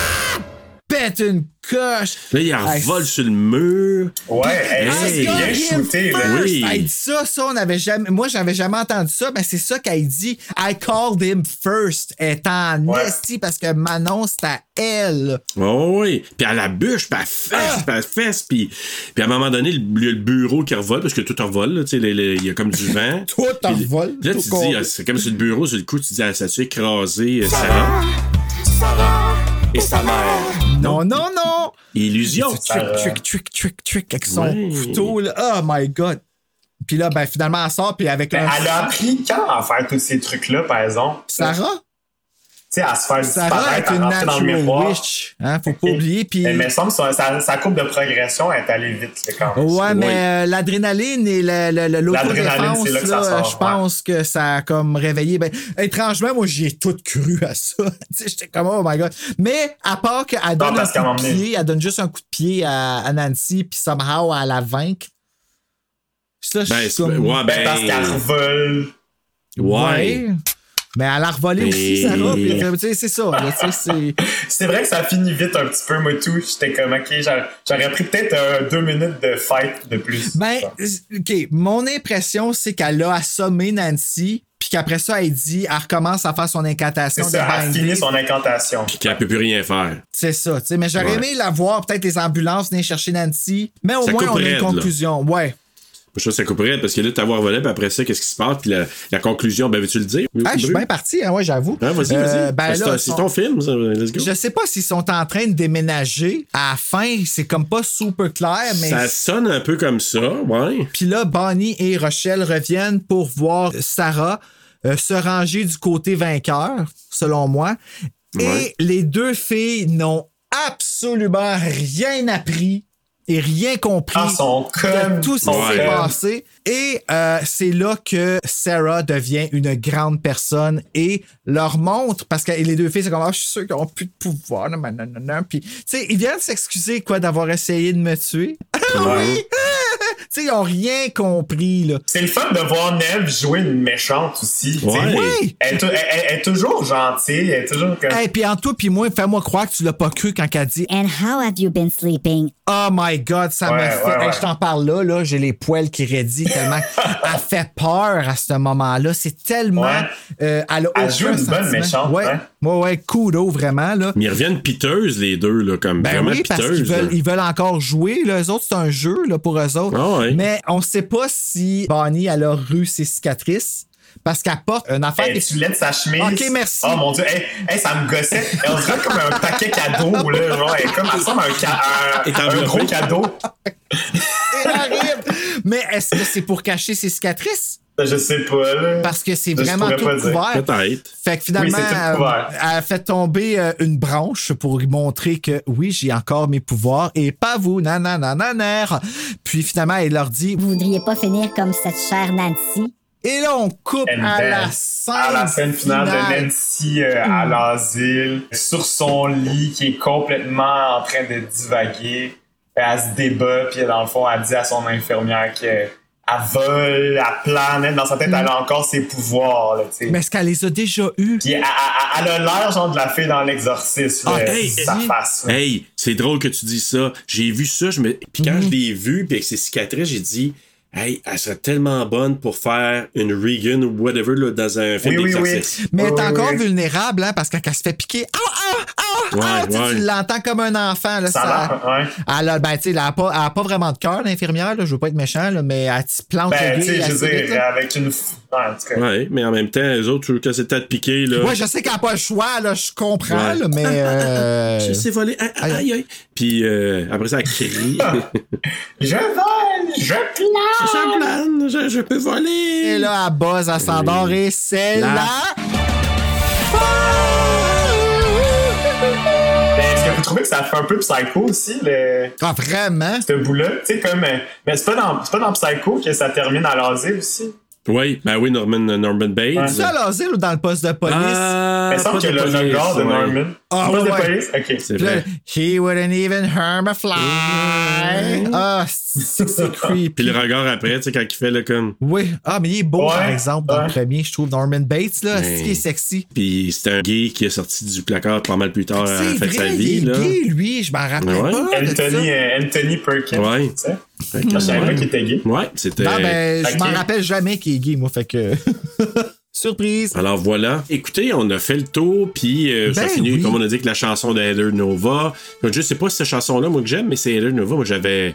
Pète une coche. Là, il en vole sur le mur. Ouais, hey, hey, bien shooté. Oui. Elle dit ça, ça, on avait jamais... Moi, j'avais jamais entendu ça, mais c'est ça qu'elle dit. I called him first. Elle est en ouais. esti parce que Manon, c'est à elle. Oh, oui. Puis elle la bûche, puis elle fesse, ah. puis elle fesse. Puis, puis à un moment donné, le, le bureau qui revole, parce que tout revole, tu sais, il y a comme du vent. Tout revole. Là, tu dis, ah, c'est comme sur le bureau, sur le coup, tu dis, ah, ça s'est écrasé, euh, Sarah. Sarah. Et sa mère. Non, non, non! Illusion. Trick, trick, trick, trick, trick, avec son ouais. couteau, là. Oh my God! Puis là, ben, finalement, elle sort, puis avec ben, un... Elle a appris quand à faire tous ces trucs-là, par exemple? Sarah? Tu sais, à se faire Sarah est une natural witch. Hein, faut pas oublier. Puis... Mais il me semble que sa, sa courbe de progression est allée vite, là, quand même. Ouais, mais euh, l'adrénaline et le, le, le, l'autodéfense, là, là je pense ouais. que ça a comme réveillé. Ben, étrangement, moi, j'y ai tout cru à ça. Tu sais, j'étais comme, oh my God. Mais à part qu'elle donne non, un coup de pied, elle donne juste un coup de pied à, à Nancy, puis somehow, elle la vaincre. Ça, je ben, suis comme... Ouais, ben... Parce qu'elle revole. Ouais. ouais. Mais elle a revolé et... aussi, Sarah. Puis, tu sais, c'est ça. Là, c'est... c'est vrai que ça finit vite un petit peu, moi, tout. J'étais comme, OK, j'aurais, j'aurais pris peut-être euh, deux minutes de fight de plus. Ben, OK. Mon impression, c'est qu'elle a assommé Nancy, puis qu'après ça, elle dit, elle recommence à faire son incantation. C'est ça, elle finit son incantation. Puis qu'elle peut plus rien faire. C'est ça, tu sais. Mais j'aurais ouais. aimé la voir, peut-être les ambulances venir chercher Nancy. Mais au ça moins, on a une conclusion. Là. Ouais. Je trouve que ça couperait parce que là, t'avoir volé, puis après ça, qu'est-ce qui se passe? Puis la, la conclusion, ben, veux-tu le dire? Ah, je suis bien parti, hein, ouais, j'avoue. Ah, vas-y, vas-y. Euh, ben, c'est, là, c'est ton film, ça. Let's go. Je sais pas s'ils sont en train de déménager. À la fin, c'est comme pas super clair, mais. Ça sonne un peu comme ça, ouais. Puis là, Bonnie et Rochelle reviennent pour voir Sarah euh, se ranger du côté vainqueur, selon moi. Ouais. Et les deux filles n'ont absolument rien appris. Et rien compris ah, son de tout ce qui ouais. s'est passé. Et euh, c'est là que Sarah devient une grande personne et leur montre, parce que les deux filles, c'est comme, ah, je suis sûr qu'ils n'ont plus de pouvoir. Non, non, non, non. Puis, tu sais, ils viennent s'excuser, quoi, d'avoir essayé de me tuer. Ouais. Oui! Tu sais, ils n'ont rien compris, là. C'est le fun de voir Neve jouer une méchante aussi. Ouais. Oui! Elle, elle, elle, elle est toujours gentille, elle est toujours comme... Hey, puis en toi puis moi, fais-moi croire que tu l'as pas cru quand elle dit « And how have you been sleeping? » Oh my God, ça ouais, m'a fait... Ouais, ouais. Hey, je t'en parle là, là, j'ai les poils qui raidissent tellement... Elle fait peur à ce moment-là. C'est tellement... Ouais. Euh, elle a elle joue une bonne méchante. Ouais, hein? ouais, ouais, kudos, vraiment, là. Mais ils reviennent piteuses, les deux, là, comme ben vraiment oui, piteuses. parce qu'ils veulent, ils veulent encore jouer, là. Eux autres, c'est un jeu, là, pour eux autres. Oh, ouais. Mais on sait pas si Bonnie, elle a eu ses cicatrices. Parce qu'elle porte une affaire. Hey, tu lèves sa chemise. OK, merci. Oh mon Dieu, hey, hey, ça me gossait. Elle on dirait comme un paquet cadeau, là. Genre, elle, comme, elle ressemble à un, ca- un, un gros cadeau. C'est horrible. Mais est-ce que c'est pour cacher ses cicatrices? Je sais pas, là. Parce que c'est vraiment tout couvert. Peut-être. Fait que finalement, oui, elle, elle a fait tomber euh, une branche pour lui montrer que oui, j'ai encore mes pouvoirs et pas vous, nananananer. Puis finalement, elle leur dit, vous voudriez pas finir comme cette chère Nancy? Et là, on coupe And à then, la scène à la scène finale, finale de Nancy euh, à mm. l'asile, sur son lit, qui est complètement en train de divaguer. Elle se débat, puis dans le fond, elle dit à son infirmière qu'elle vole, elle plane, dans sa tête, mm. elle a encore ses pouvoirs. Là, mais est-ce qu'elle les a déjà eus? Puis elle, elle, elle a l'air genre de la fille dans l'exorcisme, ah, là, hey, sa hey, face. Là. Hey, c'est drôle que tu dis ça. J'ai vu ça, je me... puis quand mm. je l'ai vu, puis avec ses cicatrices, j'ai dit... hey, elle serait tellement bonne pour faire une Regan ou whatever là, dans un film oui, d'exorcisme. Oui, oui. Mais elle est oui, encore oui. vulnérable, hein, parce que quand elle se fait piquer, ah, ah, ah, Ouais, ah, tu sais, ouais. tu l'entends comme un enfant. Là, Ça ça, a l'air, ouais. Elle a, ben, tu sais, elle a pas, elle a pas vraiment de cœur, l'infirmière, là, je veux pas être méchant, là, mais elle te plante Ben, le tu sais, gars je veux assez vite, dire, là. avec une. Ouais, en tout cas. Ouais, mais en même temps, les autres, quand c'était de piquer, là. Ouais, je sais qu'elle n'a pas le choix, là, je comprends, Ouais. là, mais. Euh... Je sais voler. Aïe, aïe, aïe. Puis euh, après ça, elle crie. Je vole, je plane. Je plane, je, je peux voler. Et là, elle buzz, elle s'endort et c'est Là. là. Est-ce que vous trouvez que ça fait un peu Psycho aussi, le. Ah, vraiment? Ce bout-là? Tu sais, comme. euh, Mais c'est pas, dans... c'est pas dans Psycho que ça termine à l'asile aussi? Oui, ben oui, Norman, Norman Bates. Ouais. C'est à l'asile ou dans le poste de police? Ah, Mais il semble pas que de le police, regard de ouais. Norman. Ah, Poste ouais, de ouais. police? Ok. C'est Puis là, vrai. he wouldn't even harm a fly. Ah, c'est c'est creepy. Puis le regard après, tu sais, quand il fait le comme. Oui. Ah, mais il est beau, Ouais, par exemple, dans ouais. le premier, je trouve. Norman Bates, là, Ouais. c'est qu'il est sexy. Puis c'était un gay qui est sorti du placard pas mal plus tard à la C'est fin de sa vrai, vie, il est là. gay, lui. Je m'en rappelle Ouais. pas de Anthony, ça. euh, Anthony Perkins. Ouais. Tu sais? Je savais pas qu'il était gay. Ouais, c'était. Non, ben, je Ok. m'en rappelle jamais qu'il est gay, moi, fait que... Surprise! Alors voilà. Écoutez, on a fait le tour, puis euh, ça Ben finit, oui. comme on a dit, avec la chanson de Heather Nova. Je sais pas si cette chanson-là, moi, que j'aime, mais c'est Heather Nova. Moi, j'avais.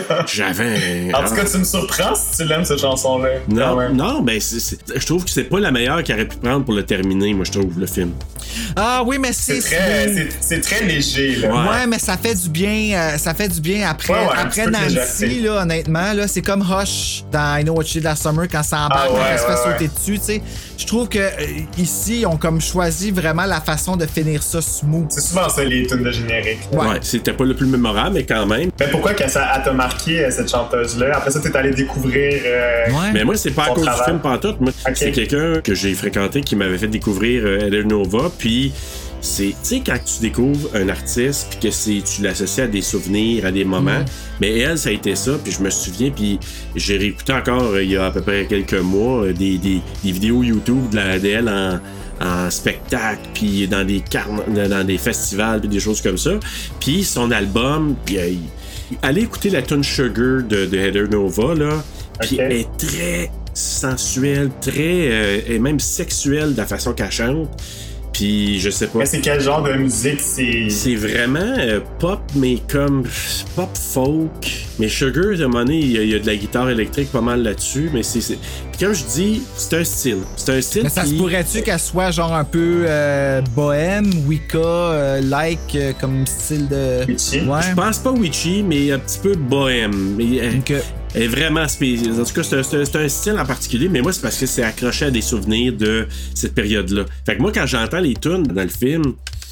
J'avais. En tout cas, tu me surprends si tu l'aimes, cette chanson-là. quand Non, même. non, ben, c'est, c'est- je trouve que c'est pas la meilleure qu'il aurait pu prendre pour le terminer, moi, je trouve, le film. Ah oui, mais C'est c'est... très, smooth. c'est, c'est très léger, là. Ouais. Ouais, mais ça fait du bien, euh, ça fait du bien après, Ouais, ouais, un après petit peu de Nancy, légèreté. là, honnêtement, là, c'est comme Hush dans I Know What You Did Last Summer quand ça embarque, Ah ouais, quand elle se fait ouais, sauter ouais. dessus, tu sais. Je trouve que euh, ici, ils ont comme choisi vraiment la façon de finir ça smooth. C'est souvent ça, les tunes de générique. là. Ouais. Ouais, c'était pas le plus mémorable, mais quand même. Mais pourquoi que ça elle t'a marqué, euh, cette chanteuse-là? Après ça, t'es allé découvrir. euh, Ouais. Mais moi, c'est pas à Son cause travail. du film pantoute. Moi, Ok. c'est quelqu'un que j'ai fréquenté qui m'avait fait découvrir euh, Heather Nova. Puis, c'est, tu sais, quand tu découvres un artiste, puis que c'est, tu l'associes à des souvenirs, à des moments. Mm. Mais elle, ça a été ça. Puis, je me souviens, puis j'ai réécouté encore euh, il y a à peu près quelques mois euh, des, des, des vidéos YouTube de la- d'elle en. en spectacle, puis dans des carn- dans des festivals, puis des choses comme ça. Puis son album, puis euh, il- allez écouter la tune Sugar de, de Heather Nova, là. Puis Ok. elle est très sensuelle, très... euh, et même sexuelle de la façon qu'elle chante. Puis je sais pas. Mais c'est quel genre de musique? C'est. C'est vraiment euh, pop, mais comme pop folk. Mais Sugar, à un moment donné, il y, a, il y a de la guitare électrique pas mal là-dessus. Mais c'est. c'est... Puis comme je dis, c'est un style. C'est un style. Mais ça se qui- pourrait-tu qu'elle soit genre un peu euh, bohème, Wicca, euh, like, euh, comme style de... Witchy? Ouais. Je pense pas witchy, mais un petit peu bohème. Mais elle, Ok. elle est vraiment spéciale. En tout cas, c'est un, c'est un- c'est un style en particulier, mais moi, c'est parce que c'est accroché à des souvenirs de cette période-là. Fait que moi, quand j'entends les tunes dans le film,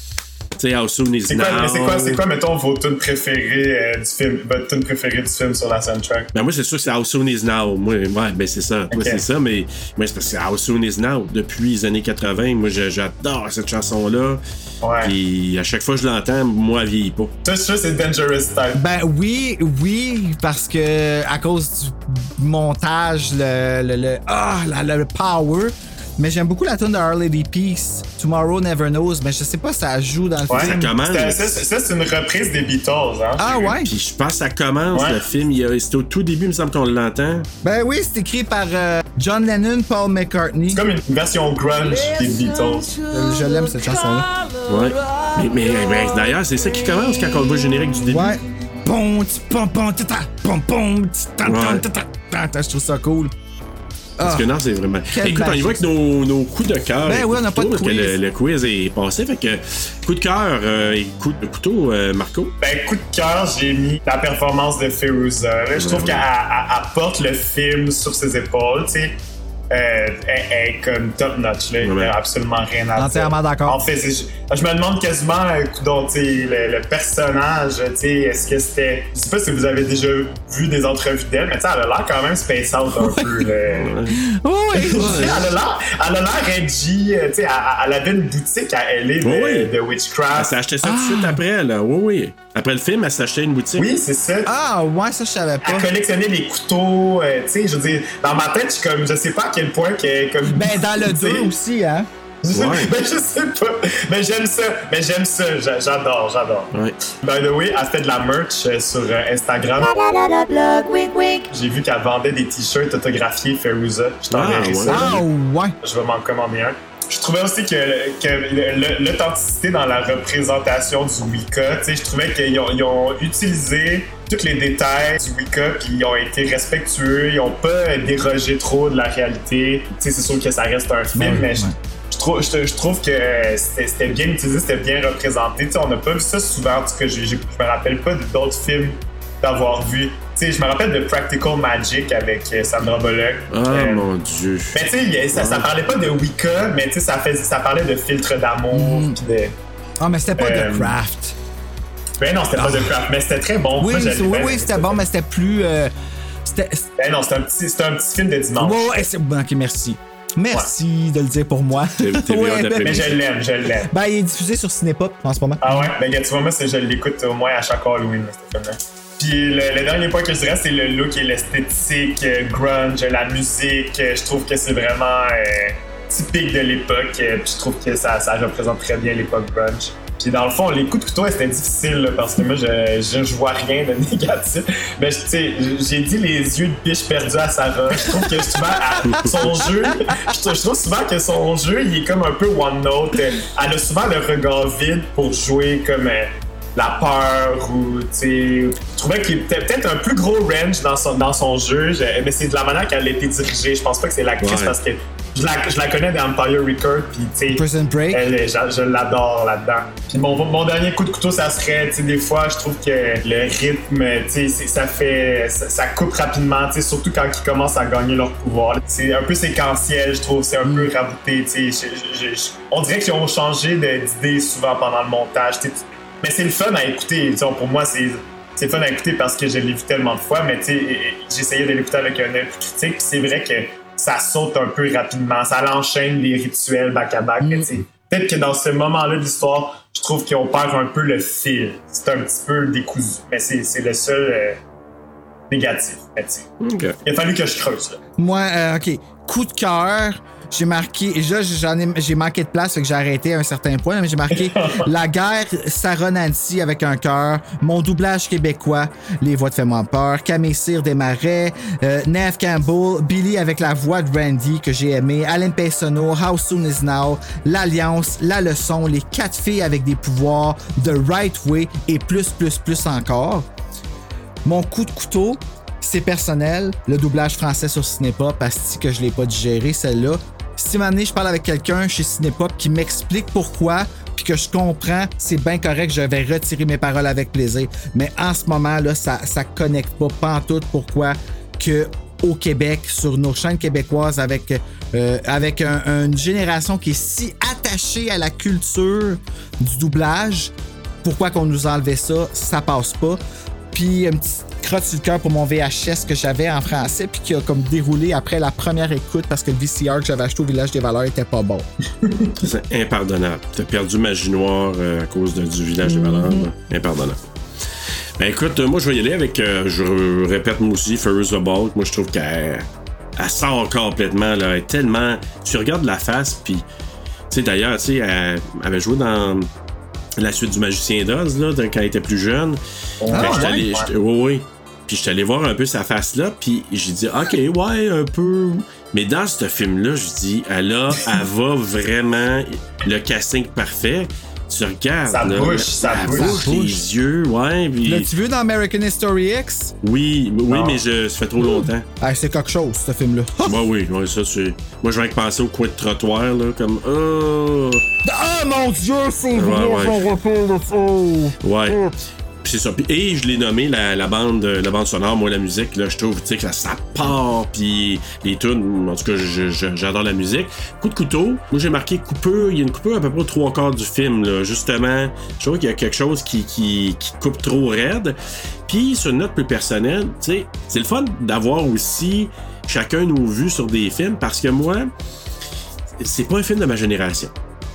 tu sais, How Soon Is C'est Now. quoi, mais c'est quoi, c'est quoi, mettons, vos tunes préférées euh, du film? Votre tune préférée du film sur la soundtrack? Ben moi, c'est sûr que c'est How Soon Is Now. Moi, ouais, ben c'est ça. Moi, Ok. c'est ça, mais moi, c'est parce que c'est How Soon Is Now. Depuis les années quatre-vingts, moi, je- j'adore cette chanson-là. Ouais. Puis à chaque fois que je l'entends, moi, elle vieillit pas. Ça, je trouve que c'est Dangerous Type. Ben oui, oui, parce que à cause du montage, le, le, le, ah, la- le power. Mais j'aime beaucoup la tune de Our Lady Peace, Tomorrow Never Knows, mais je sais pas si ça joue dans le Ouais, film. Ça commence. C'était- Ça, c'est- ça, c'est une reprise des Beatles, hein? Ah ouais? Puis je pense que ça commence, Ouais. le film. il y a- C'était au tout début, il me semble qu'on l'entend. Ben oui, c'est écrit par euh, John Lennon, Paul McCartney. C'est comme une version grunge des Beatles. Euh, Je l'aime cette chanson-là. Ouais. Mais, mais, mais d'ailleurs, c'est ça qui commence quand on le voit le générique du début. Ouais. Pom, ti, pom, pom, ti, ta, pom, pom, ti, ta, ta, Ouais. ta, ta, ta, ta. Je trouve ça cool. Parce Ah. que non, c'est vraiment. Quelle Écoute, on y va avec magie. nos, nos coups de cœur. Ben oui, on n'a pas de Parce que quiz. le, le quiz est passé. Fait que coup de cœur euh, et coup de couteau, euh, Marco. Ben, coup de cœur, j'ai mis la performance de Fairuza. Là, je trouve Ouais. qu'elle elle- elle porte le film sur ses épaules, tu sais. Euh, elle, elle est comme top notch, là. Il n'y Ouais. a absolument rien à dire. Entièrement d'accord. En fait, c'est- je, je me demande quasiment, euh, coudonc, tu sais, le, le personnage, tu sais, est-ce que c'était. Je sais pas si vous avez déjà vu des entrevues d'elle, mais tu sais, elle a l'air quand même space out un peu, là. Oui, oui. elle a l'air, elle a l'air edgy, euh, tu sais, elle, elle avait une boutique à L A de, Oui, oui. de Elle witchcraft. s'est acheté ça tout de suite après, là. Oui, oui. Après le film, elle s'est acheté une boutique. Oui, c'est ça. Ah, ouais, ça, je savais pas. À collectionner les couteaux, euh, tu sais, je veux dire, dans ma tête, je suis comme, je sais pas à quel point qu'elle est comme. Ben, dans le tu sais, deux aussi, hein. Ouais. Ben, je sais pas. Mais j'aime ça. Mais j'aime ça. J'adore, j'adore. Ouais. By the way, elle fait de la merch euh, sur euh, Instagram. J'ai vu qu'elle vendait des t-shirts autographiés Feruza. Je t'enverrai ah, ouais. ça. Ah ouais. Je vais m'en commander un. Je trouvais aussi que, que l'authenticité dans la représentation du Wicca, tu sais, je trouvais qu'ils ont, ils ont utilisé tous les détails du Wicca, puis ils ont été respectueux, ils ont pas dérogé trop de la réalité. Tu sais, c'est sûr que ça reste un film, ouais, mais ouais. je, je, trouve, je, je trouve que c'était, c'était bien utilisé, c'était bien représenté. Tu sais, on n'a pas vu ça souvent, en tout cas, je, je, je me rappelle pas d'autres films d'avoir vu. Tu sais, je me rappelle de Practical Magic avec Sandra Bullock. Ah, euh, mon Dieu. Mais tu sais, ça, ça parlait pas de Wicca, mais tu sais, ça, ça parlait de filtre d'amour. Mm. Pis de, ah, mais c'était pas euh, de Craft. Ben non, c'était ah. pas de Craft, mais c'était très bon. Oui, Moi, oui, oui, c'était bon, mais c'était plus. Euh, c'était... Ben non, c'était un, petit, c'était un petit film de dimanche. Ouais, ouais, c'est... ok, merci. Merci ouais. de le dire pour moi. ouais, ben, mais je l'aime, je l'aime. Ben, il est diffusé sur Cinépop en ce moment. Ah ouais? Ben, tu vois, moi, c'est, je l'écoute au moins à chaque Halloween, ce film-là. Puis le, le dernier point que je dirais, c'est le look et l'esthétique, euh, grunge, la musique. Euh, je trouve que c'est vraiment euh, typique de l'époque. Euh, puis je trouve que ça, ça représente très bien l'époque grunge. Puis dans le fond, les coups de couteau, c'était difficile là, parce que moi, je, je, je vois rien de négatif. Mais tu sais, j'ai dit les yeux de biche perdus à Sarah. Je trouve que souvent, à, son jeu, je, je trouve souvent que son jeu, il est comme un peu one note. Elle a souvent le regard vide pour jouer comme... Euh, la peur ou tu sais je trouvais qu'il était peut-être un plus gros range dans son, dans son jeu je, mais c'est de la manière qu'elle a été dirigée. Je pense pas que c'est l'actrice ouais. parce que je la, je la connais d'Empire Record puis tu sais Prison Break elle, je, je l'adore là-dedans. Puis mon, mon dernier coup de couteau ça serait tu sais des fois je trouve que le rythme tu sais ça fait ça, ça coupe rapidement tu sais surtout quand ils commencent à gagner leur pouvoir. C'est un peu séquentiel je trouve, c'est un peu rabouté tu sais on dirait qu'ils ont changé d'idée souvent pendant le montage tu sais. Mais c'est le fun à écouter. T'sais, pour moi, c'est, c'est le fun à écouter parce que je l'ai vu tellement de fois, mais j'essayais de l'écouter avec un œil plus critique. Puis c'est vrai que ça saute un peu rapidement. Ça l'enchaîne les rituels back-à-back. Mm. Peut-être que dans ce moment-là de l'histoire, je trouve qu'on perd un peu le fil. C'est un petit peu décousu. Mais c'est, c'est le seul euh, négatif. Okay. Il a fallu que je creuse. Là. Moi, euh, OK. Coup de cœur. J'ai marqué, là, j'en ai, j'ai manqué de place, fait que j'ai arrêté à un certain point, mais j'ai marqué La guerre, Sarah Nancy avec un cœur, mon doublage québécois, Les voix de Fais-moi peur, Camille Cyr des Marais, euh, Neve Campbell, Billy avec la voix de Randy que j'ai aimé, Alain Paysono, How Soon Is Now, L'Alliance, La Leçon, Les quatre filles avec des pouvoirs, The Right Way et plus, plus, plus encore. Mon coup de couteau, c'est personnel, le doublage français sur Cinépop, parce que je l'ai pas digéré, celle-là. Si un moment donné, je parle avec quelqu'un chez Cinépop qui m'explique pourquoi, puis que je comprends, c'est bien correct, je vais retirer mes paroles avec plaisir. Mais en ce moment, là, ça ça connecte pas pantoute pourquoi que au Québec, sur nos chaînes québécoises, avec, euh, avec un, une génération qui est si attachée à la culture du doublage, pourquoi qu'on nous enlevait ça, ça passe pas. Puis un petit crotte sur le cœur pour mon V H S que j'avais en français puis qui a comme déroulé après la première écoute parce que le V C R que j'avais acheté au Village des Valeurs était pas bon. C'est impardonnable. T'as perdu Magie Noire euh, à cause de, du Village mm-hmm. des Valeurs. Là. Impardonnable. Ben écoute, moi je vais y aller avec, euh, je répète moi aussi, Feruza Balk. Moi je trouve qu'elle elle sort complètement. Là. Elle est tellement... Tu regardes la face puis... Tu sais d'ailleurs, tu sais, elle avait joué dans... la suite du Magicien d'Oz, là, quand elle était plus jeune. Oh, ben, j'étais ouais, allé, j'étais, oui, oui. Puis j'étais allé voir un peu sa face-là, puis j'ai dit, OK, ouais, un peu... Mais dans ce film-là, je dis, elle a, elle va vraiment le casting parfait. Tu regardes, ça là, bouge, ça elle bouge. bouge les yeux, ouais. Puis... L'as-tu vu dans American History X? Oui, oui, non. mais je, ça fait trop longtemps. Ah, c'est quelque chose, ce film-là. Bah oui, ouais, ça, c'est... Moi, je viens de penser au coin de trottoir, là, comme... Oh, oh mon Dieu, c'est vrai, ouais, je me rappelle de ça. Ouais. Puis c'est ça. Puis, et je l'ai nommé la, la bande la bande sonore, moi la musique, là, je trouve tu sais que ça part, puis les tunes, en tout cas je, je, j'adore la musique. Coup de couteau, moi j'ai marqué coupure, il y a une coupure à peu près trois quarts du film, là, justement, je trouve qu'il y a quelque chose qui, qui, qui coupe trop raide. Puis sur une note plus personnelle, tu sais, c'est le fun d'avoir aussi chacun nos vues sur des films, parce que moi, c'est pas un film de ma génération.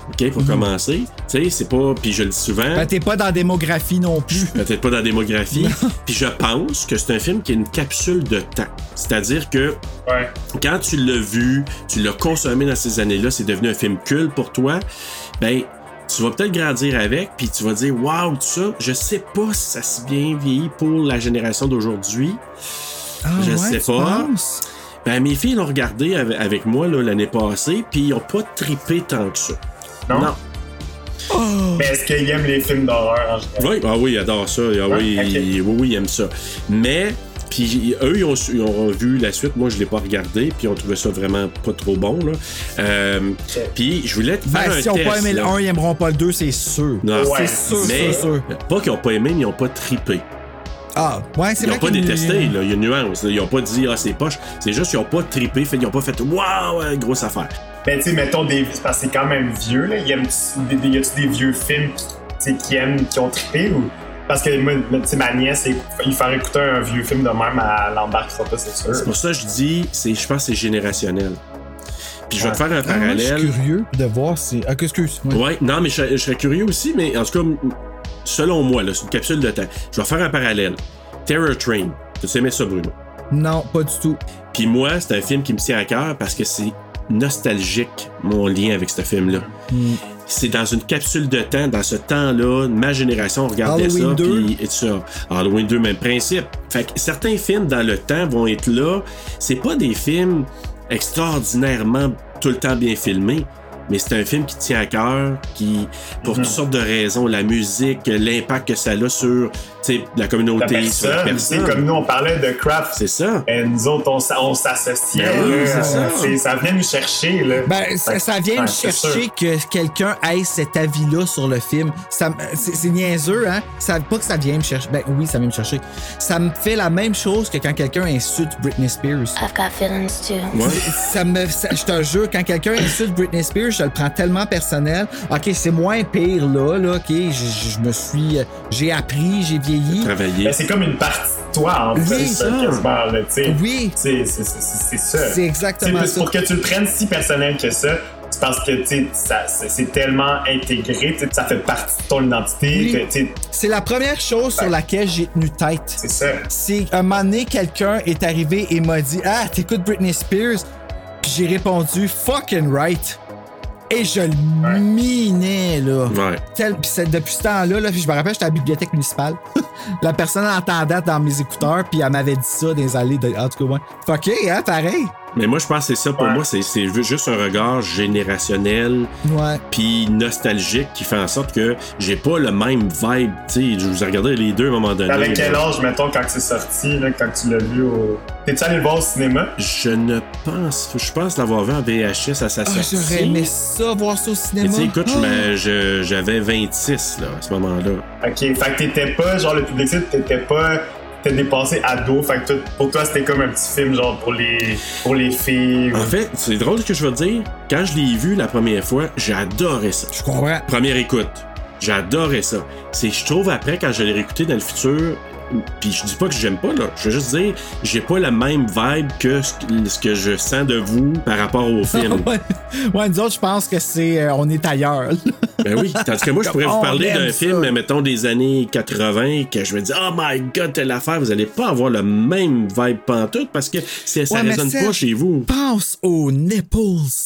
OK, pour mm-hmm. commencer. Tu sais, c'est pas... Puis je le dis souvent... Ben, t'es pas dans la démographie non plus. Peut-être pas dans la démographie. Puis je pense que c'est un film qui a une capsule de temps. C'est-à-dire que ouais. quand tu l'as vu, tu l'as consommé dans ces années-là, c'est devenu un film culte pour toi, ben... tu vas peut-être grandir avec, puis tu vas dire « Wow, tout ça, je sais pas si ça s'est bien vieilli pour la génération d'aujourd'hui. Ah, je ouais, sais pas. Penses? » Ben, mes filles l'ont regardé avec, avec moi là, l'année passée, puis ils ont pas trippé tant que ça. Non? Non. Oh. Mais est-ce qu'ils aiment les films d'horreur en général? Oui, ah oui, ils adorent ça. Ah, ouais, oui, okay. ils, oui, oui, ils aiment ça. Mais... Puis eux, ils ont, ils ont vu la suite. Moi, je l'ai pas regardé. Puis ils ont trouvé ça vraiment pas trop bon. Là. Euh, puis je voulais te faire ben, un si ils test. n'ont pas aimé là. le un, ils aimeront pas le deux, c'est sûr. Non, ouais. c'est sûr, mais sûr, sûr. Pas qu'ils ont pas aimé, mais ils ont pas trippé. Ah, ouais, c'est Ils vrai ont pas qu'ils... détesté, là. Il y a une nuance. Là. Ils ont pas dit, ah, c'est poche. C'est juste qu'ils ont pas trippé. Fait, ils ont pas fait, waouh, grosse affaire. Ben, tu sais, mettons des. Parce que c'est quand même vieux, là. Y a-tu des, des vieux films qui, qui aiment, qui ont trippé ou. Parce que moi, tu sais, ma nièce, il faire écouter un vieux film de même, à l'embarque sur ça, c'est sûr. C'est pour ça que je dis, c'est, je pense que c'est générationnel. Puis je vais te faire un ah, parallèle. Moi, je suis curieux de voir si... Ah, excuse. Ouais, ouais non, mais je, je serais curieux aussi, mais en tout cas, selon moi, là, c'est une capsule de temps. Je vais faire un parallèle. Terror Train. Tu aimais ça, Bruno? Non, pas du tout. Puis moi, c'est un film qui me tient à cœur parce que c'est nostalgique, mon lien avec ce film-là. Mm. C'est dans une capsule de temps, dans ce temps-là, ma génération regardait Halloween ça, deux. Puis et ça. Halloween deux, même principe. Fait que certains films dans le temps vont être là. C'est pas des films extraordinairement tout le temps bien filmés, mais c'est un film qui tient à cœur, qui, pour mm-hmm. toutes sortes de raisons, la musique, l'impact que ça a sur la communauté, la sur la personne. Comme nous, on parlait de craft. C'est ça. Et nous autres, on, on s'associait. Ben oui, c'est ça. C'est, ça vient nous chercher. Là. Ben, ça, ça vient me chercher que quelqu'un ait cet avis-là sur le film. Ça, c'est, c'est niaiseux, hein? Ça, pas que ça vient me chercher. Ben oui, ça vient me chercher. Ça me fait la même chose que quand quelqu'un insulte Britney Spears. I've got feelings too. Ouais. Ça me, ça, je te jure, quand quelqu'un insulte Britney Spears, je le prends tellement personnel. OK, c'est moins pire là, là. OK, je, je me suis... J'ai appris, j'ai vieilli. Ben, c'est comme une partie de toi, en fait. Oui, ça. Là, oui. C'est, c'est, c'est, c'est ça. C'est exactement c'est, ça. Pour que tu le prennes si personnel que ça, c'est parce que ça, c'est, c'est tellement intégré, ça fait partie de ton identité. Oui. Que, c'est la première chose ben, sur laquelle j'ai tenu tête. C'est ça. C'est un moment donné, quelqu'un est arrivé et m'a dit « Ah, t'écoutes Britney Spears? » Puis j'ai répondu « Fucking right! » Et je le ouais. minais, là. Ouais. Tel, pis c'est, depuis ce temps-là, là, je me rappelle, j'étais à la bibliothèque municipale. La personne entendait dans mes écouteurs, puis elle m'avait dit ça dans les allées de... En tout cas, ouais. Fucké, hein, pareil. Mais moi, je pense que c'est ça pour ouais. moi. C'est, c'est juste un regard générationnel ouais. puis nostalgique qui fait en sorte que j'ai pas le même vibe. Tu sais, je vous ai regardé les deux à un moment donné. Avec quel âge, mettons, quand c'est sorti, là, quand tu l'as vu au... T'es-tu allé le voir au cinéma? Je ne pense... Je pense l'avoir vu en V H S à sa sortie. Oh, j'aurais aimé ça, voir ça au cinéma. Tu sais, écoute, oh. je, je, j'avais vingt-six là, à ce moment-là. OK, fait que t'étais pas, genre, le public, t'étais pas... T'es dépassé ado, fait que pour toi c'était comme un petit film genre pour les pour les filles. En fait, c'est drôle ce que je veux te dire. Quand je l'ai vu la première fois, j'ai adoré ça. Je comprends. Première écoute, j'ai adoré ça. C'est je trouve après quand je l'ai réécouté dans le futur, puis je dis pas que j'aime pas là, je veux juste dire j'ai pas la même vibe que ce que je sens de vous par rapport au film. ouais. ouais, nous autres je pense que c'est euh, on est ailleurs. Ben oui, tandis que moi je pourrais vous parler d'un ça. film, mettons des années quatre-vingts, que je me dis oh my god telle affaire, vous allez pas avoir le même vibe pantoute parce que c'est, ça ouais, résonne pas chez vous. Pense aux nipples.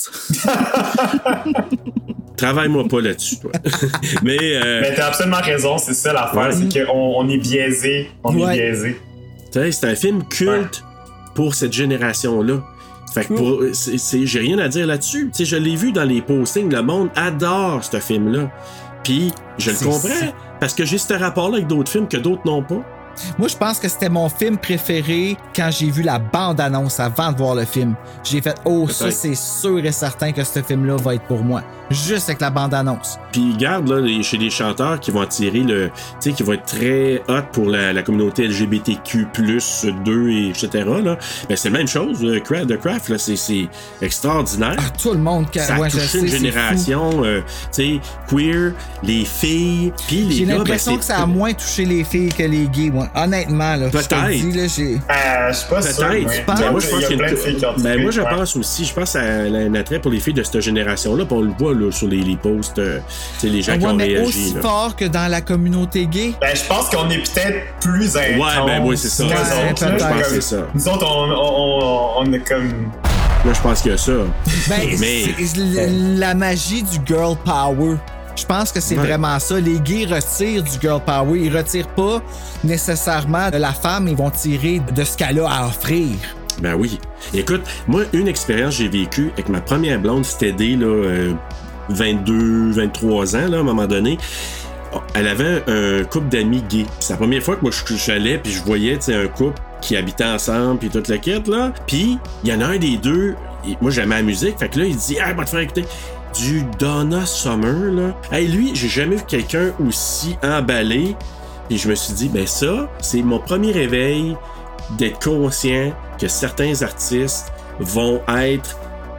Travaille-moi pas là-dessus, toi. mais, euh... mais t'as absolument raison, c'est ça l'affaire, ouais. c'est qu'on on est biaisé. On ouais. est biaisé. Tu sais, c'est un film culte ouais. pour cette génération-là. Fait que pour, c'est, c'est, j'ai rien à dire là-dessus. Tu sais, je l'ai vu dans les postings, le monde adore ce film-là. Puis, je c'est le comprends, ça. Parce que j'ai ce rapport-là avec d'autres films que d'autres n'ont pas. Moi, je pense que c'était mon film préféré quand j'ai vu la bande-annonce avant de voir le film. J'ai fait « Oh, peut-être. Ça, c'est sûr et certain que ce film-là va être pour moi. » Juste avec la bande-annonce. Puis, garde, là, chez des chanteurs qui vont attirer le... Tu sais, qui vont être très hot pour la, la communauté L G B T Q plus, deux, et cetera, là. Ben, c'est la même chose. The Craft, The Craft là, c'est, c'est extraordinaire. Ah, tout le monde... Ça a ouais, touché sais, une génération, euh, tu sais, queer, les filles, puis les j'ai gars... J'ai l'impression ben, que ça a moins touché les filles que les gays, moi. Honnêtement, là. Peut-être. Je te dis, là, j'ai... Euh, je suis pas Peut-être. sûr. Mais ben, moi, je pense qu'il y a qu'il y a plein de filles qui ont ben, moi, je ouais. pense aussi, je pense à un attrait pour les filles de cette génération-là, puis on le voit, là, sur les, les posts, euh, tu sais, les gens ouais, qui ont mais réagi. Aussi là. fort que dans la communauté gay. Ben, je pense qu'on est peut-être plus intense. Ouais, ben oui, c'est ça. Ouais, ouais, autres, là, je pense que comme, c'est ça. Nous autres, on, on, on, on est comme... Moi, je pense qu'il y a ça. Ben, mais... c'est la magie du girl power. Je pense que c'est ouais. vraiment ça. Les gays retirent du girl power. Ils retirent pas nécessairement de la femme, ils vont tirer de ce qu'elle a à offrir. Ben oui. Écoute, moi, une expérience que j'ai vécue avec ma première blonde, c'était dès là, euh, vingt-deux, vingt-trois ans, là, à un moment donné. Elle avait un couple d'amis gays. C'est la première fois que moi, j'allais puis je voyais un couple qui habitait ensemble puis toute la quête, là. Puis, il y en a un des deux, moi, j'aimais la musique, fait que là, il dit « Ah, hey, va te faire écouter du Donna Summer, là. » Hey, lui, j'ai jamais vu quelqu'un aussi emballé. Puis je me suis dit, ben ça, c'est mon premier réveil d'être conscient que certains artistes vont être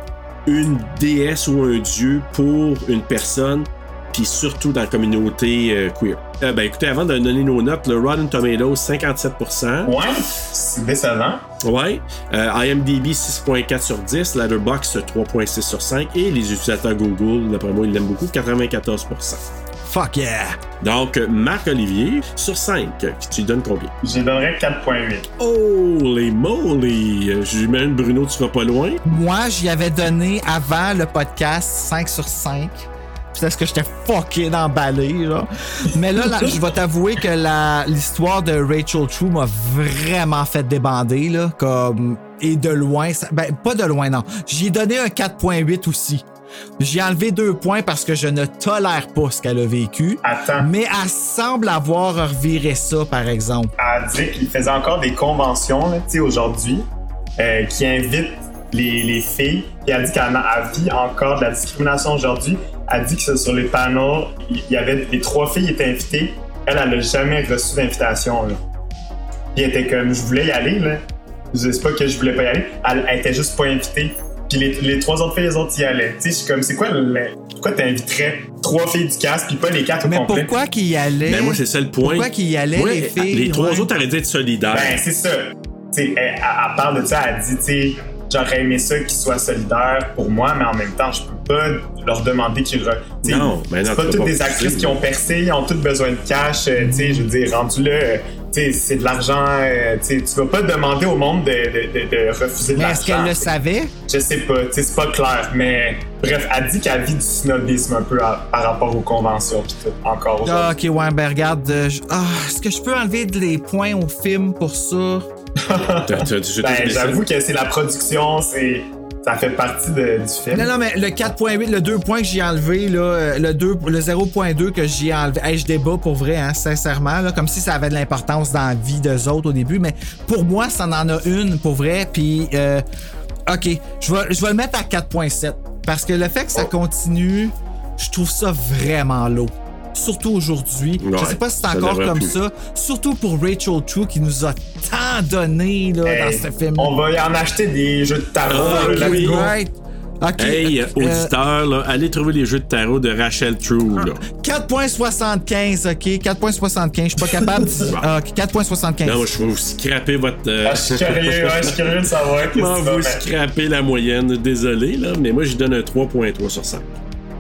une déesse ou un dieu pour une personne, puis surtout dans la communauté euh, queer. Euh, ben écoutez, avant de donner nos notes, le Rotten Tomatoes, cinquante-sept pour cent. Ouais, c'est décevant. Ouais. Euh, IMDb, six virgule quatre sur dix. Letterboxd, trois virgule six sur cinq. Et les utilisateurs Google, d'après moi, ils l'aiment beaucoup, quatre-vingt-quatorze pour cent. Fuck yeah! Donc, Marc-Olivier, sur cinq, tu lui donnes combien? J'y donnerais quatre virgule huit. Holy moly! J'imagine, Bruno, tu seras pas loin? Moi, j'y avais donné, avant le podcast, cinq sur cinq. Peut-être que j'étais fucking emballé, là. Mais là, là je vais t'avouer que la, l'histoire de Rachel True m'a vraiment fait débander, là. Comme, et de loin, ça, ben, pas de loin, non. J'y ai donné un quatre virgule huit aussi. J'ai enlevé deux points parce que je ne tolère pas ce qu'elle a vécu. Attends. Mais elle semble avoir reviré ça, par exemple. Elle dit qu'il faisait encore des conventions, là, tu sais, aujourd'hui, euh, qui invitent les, les filles. Et elle dit qu'elle vit encore de la discrimination aujourd'hui. Elle dit que sur les panneaux, il y avait les trois filles étaient invitées. Elle, elle n'a jamais reçu d'invitation, là. Puis elle était comme, je voulais y aller, là. Je sais pas que je voulais pas y aller. Elle, elle était juste pas invitée. Puis les, les trois autres filles, les autres y allaient. Tu sais, je suis comme, c'est quoi le, pourquoi t'inviterais trois filles du cast puis pas les quatre au Mais complet? Mais pourquoi qu'ils y allaient? Ben moi, c'est ça le point. Pourquoi qu'ils y allaient, moi, les filles? Les trois ouais. autres auraient dû être solidaires. Ben, c'est ça. Tu sais, elle, elle, elle parle de ça, elle dit, tu sais, j'aurais aimé ça qu'ils soient solidaires pour moi, mais en même temps, je peux pas leur demander qu'ils... Re... Non, mais non, c'est pas toutes pas des actrices qui ont percé, ils ont toutes besoin de cash, euh, tu sais, je veux dire, rendu là, euh, tu sais, c'est de l'argent, euh, tu sais, tu vas pas demander au monde de, de, de, de refuser de mais l'argent. Est-ce qu'elle le savait? Je sais pas, tu sais, c'est pas clair, mais bref, elle dit qu'elle vit du snobisme un peu à, par rapport aux conventions pis tout, encore aujourd'hui. Ah, ok, ouais, ben regarde, euh, je... ah, est-ce que je peux enlever des points au film pour ça? t'as, t'as, t'as, ben, j'avoue que c'est la production, c'est... Ça fait partie de, du film. Non, non, mais le quatre virgule huit, le deux points que j'ai enlevé, là, le, deux, le zéro virgule deux que j'ai enlevé, hey, je débat pour vrai, hein, sincèrement, là, comme si ça avait de l'importance dans la vie d'eux autres au début, mais pour moi, ça en a une, pour vrai, puis euh, ok, je vais, je vais le mettre à quatre virgule sept, parce que le fait que ça continue, je trouve ça vraiment low. Surtout aujourd'hui. Ouais, je sais pas si c'est encore comme plus. ça. Surtout pour Rachel True qui nous a tant donné là, hey, dans ce film. On va y en acheter des jeux de tarot. Ah, là, oui. right. Okay. Hey, euh, auditeurs, là, allez trouver les jeux de tarot de Rachel True. Là. quatre virgule soixante-quinze, OK? quatre virgule soixante-quinze, je suis pas capable de... ah, quatre virgule soixante-quinze. Non, je vais vous scraper votre... Euh... Ah, je suis curieux, ouais, je suis curieux de savoir qu'est-ce que tu vas vous scraper la moyenne, désolé, là, mais moi, je donne un trois virgule trois sur cinq.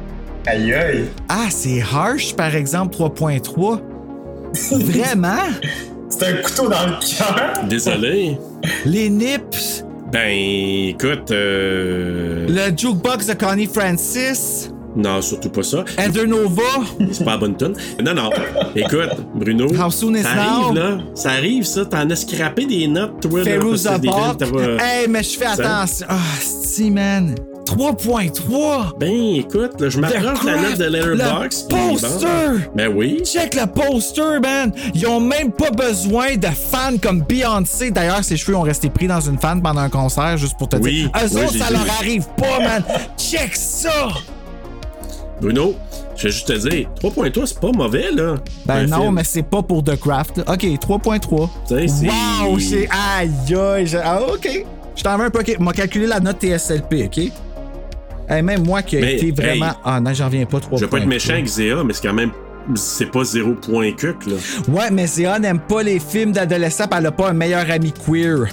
Aïe aïe. Ah, c'est harsh, par exemple, trois virgule trois. Vraiment? C'est un couteau dans le cœur. Désolé. Les nips. Ben, écoute... Euh... Le jukebox de Connie Francis. Non, surtout pas ça. Ender Nova. C'est pas la bonne tonne. Non, non. Écoute, Bruno. How soon is ça now? arrive, là. Ça arrive, ça. T'en as scrappé des notes, toi. Fairuza Balk. Hey, mais je fais attention. Ah, oh, si, man. trois virgule trois. Ben, écoute, là, je m'approche de la note de Letterboxd. Le poster! Bon. Ben oui. Check le poster, man! Ils ont même pas besoin de fans comme Beyoncé. D'ailleurs, ses cheveux ont resté pris dans une fan pendant un concert, juste pour te oui. dire. Eux oui, autres, ça vu. leur arrive pas, man! Check ça! Bruno, je vais juste te dire, trois virgule trois, c'est pas mauvais, là. Ben non, film. Mais c'est pas pour The Craft. Là. OK, trois virgule trois. T'sais, c'est... Wow! C'est... Aïe, aïe! Je... Ah, OK. Je t'en veux un peu. OK, m'a calculé la note T S L P, OK? Hey, même moi qui a mais, été vraiment... Hey, ah non, j'en viens pas, trois. Je vais pas être méchant avec Zéa, mais c'est quand même c'est pas zéro point cuc, là. Ouais, mais Zéa n'aime pas les films d'adolescents pis elle a pas un meilleur ami queer.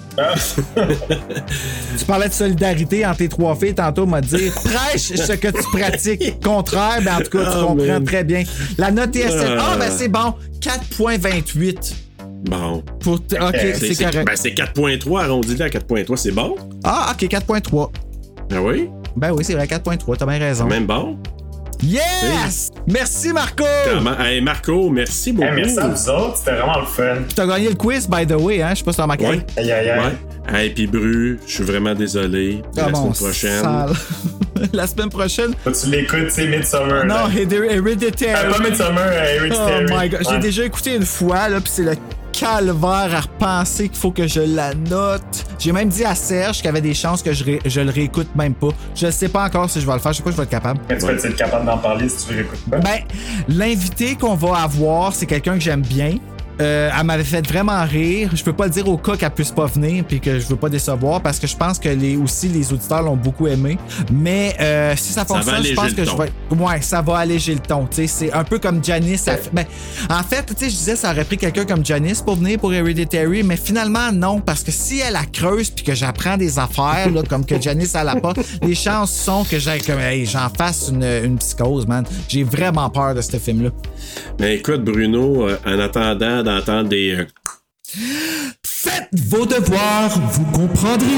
Tu parlais de solidarité entre tes trois filles tantôt, m'a dit prêche ce que tu pratiques. Contraire, ben en tout cas, tu oh, comprends man. Très bien. La note T S L P. Ah, oh, ben c'est bon. quatre virgule vingt-huit. Bon. Pour t- ok, c'est, c'est, c'est correct. Ben c'est quatre virgule trois, arrondi à quatre virgule trois, c'est bon? Ah, ok, quatre virgule trois. Ah oui? Ben oui, c'est vrai, quatre virgule trois, t'as bien raison. C'est même bon. Yes! C'est... Merci, Marco! Comment? Hey, Marco, merci beaucoup. Hey, merci à vous autres, c'était vraiment le fun. Tu as gagné le quiz, by the way, hein? Je sais pas si t'as remarqué. Ouais. Aïe, aïe, aïe. Ouais. Hey, puis Bru, je suis vraiment désolé. Ah la bon, semaine prochaine. Sale. La semaine prochaine. Faut que tu l'écoutes, c'est Midsommar. Non, Hereditary. Ah, pas Midsommar, Hereditary. Oh my god, j'ai ouais. déjà écouté une fois, là, pis c'est le calvaire à repenser qu'il faut que je la note. J'ai même dit à Serge qu'il y avait des chances que je, ré- je le réécoute même pas. Je sais pas encore si je vais le faire. Je sais pas si je vais être capable. Mais tu vas être capable d'en parler si tu le réécoutes pas. Ben, l'invité qu'on va avoir, c'est quelqu'un que j'aime bien. Euh, elle m'avait fait vraiment rire. Je peux pas le dire au cas qu'elle puisse pas venir puis que je veux pas décevoir parce que je pense que les aussi les auditeurs l'ont beaucoup aimé. Mais euh, si ça fonctionne, ça je pense que je vais. Ouais, ça va alléger le ton. Tu sais, c'est un peu comme Janice. A fait... Ben, en fait, tu sais, je disais ça aurait pris quelqu'un comme Janice pour venir pour Hereditary, mais finalement non parce que si elle a creuse puis que j'apprends des affaires là, comme que Janice elle a pas, les chances sont que j'ai comme hey, j'en fasse une, une psychose, man. J'ai vraiment peur de ce film-là. Mais écoute, Bruno, euh, en attendant d'entendre des... Euh... Faites vos devoirs, vous comprendrez.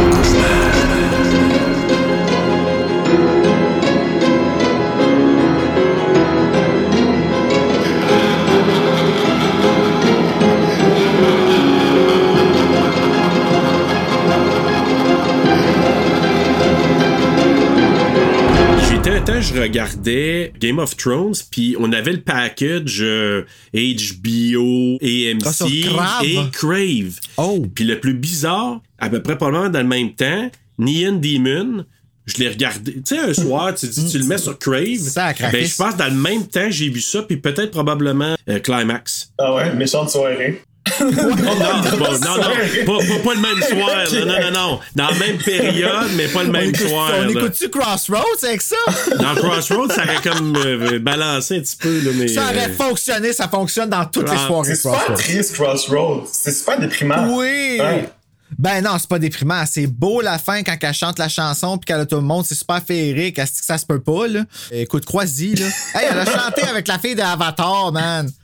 Un temps, je regardais Game of Thrones, puis on avait le package euh, H B O, A M C oh, et Crave. Oh. Puis le plus bizarre, à peu près probablement dans le même temps, Neon Demon, je l'ai regardé. Tu sais, un soir, tu dis, tu le mets sur Crave. Sacré. Ben, je pense dans le même temps, j'ai vu ça, puis peut-être probablement euh, Climax. Ah ouais, méchante soirée. Oh, non, bon, non, non, pas, pas, pas le même soir, là. non, non, non, dans la même période, mais pas le même on écoute, soir. On là. écoute-tu Crossroads avec ça? Dans Crossroads, ça aurait comme euh, balancé un petit peu. Là, mais, ça aurait euh... fonctionné, ça fonctionne dans toutes ah, les soirées. C'est super triste, Crossroads. C'est super déprimant. Oui! Ouais. Ben non, c'est pas déprimant. C'est beau la fin quand elle chante la chanson puis qu'elle a tout le monde. C'est super féerique. Est-ce que ça se peut pas, là? Écoute, crois-y, là. Hey, elle a chanté avec la fille d'Avatar, man.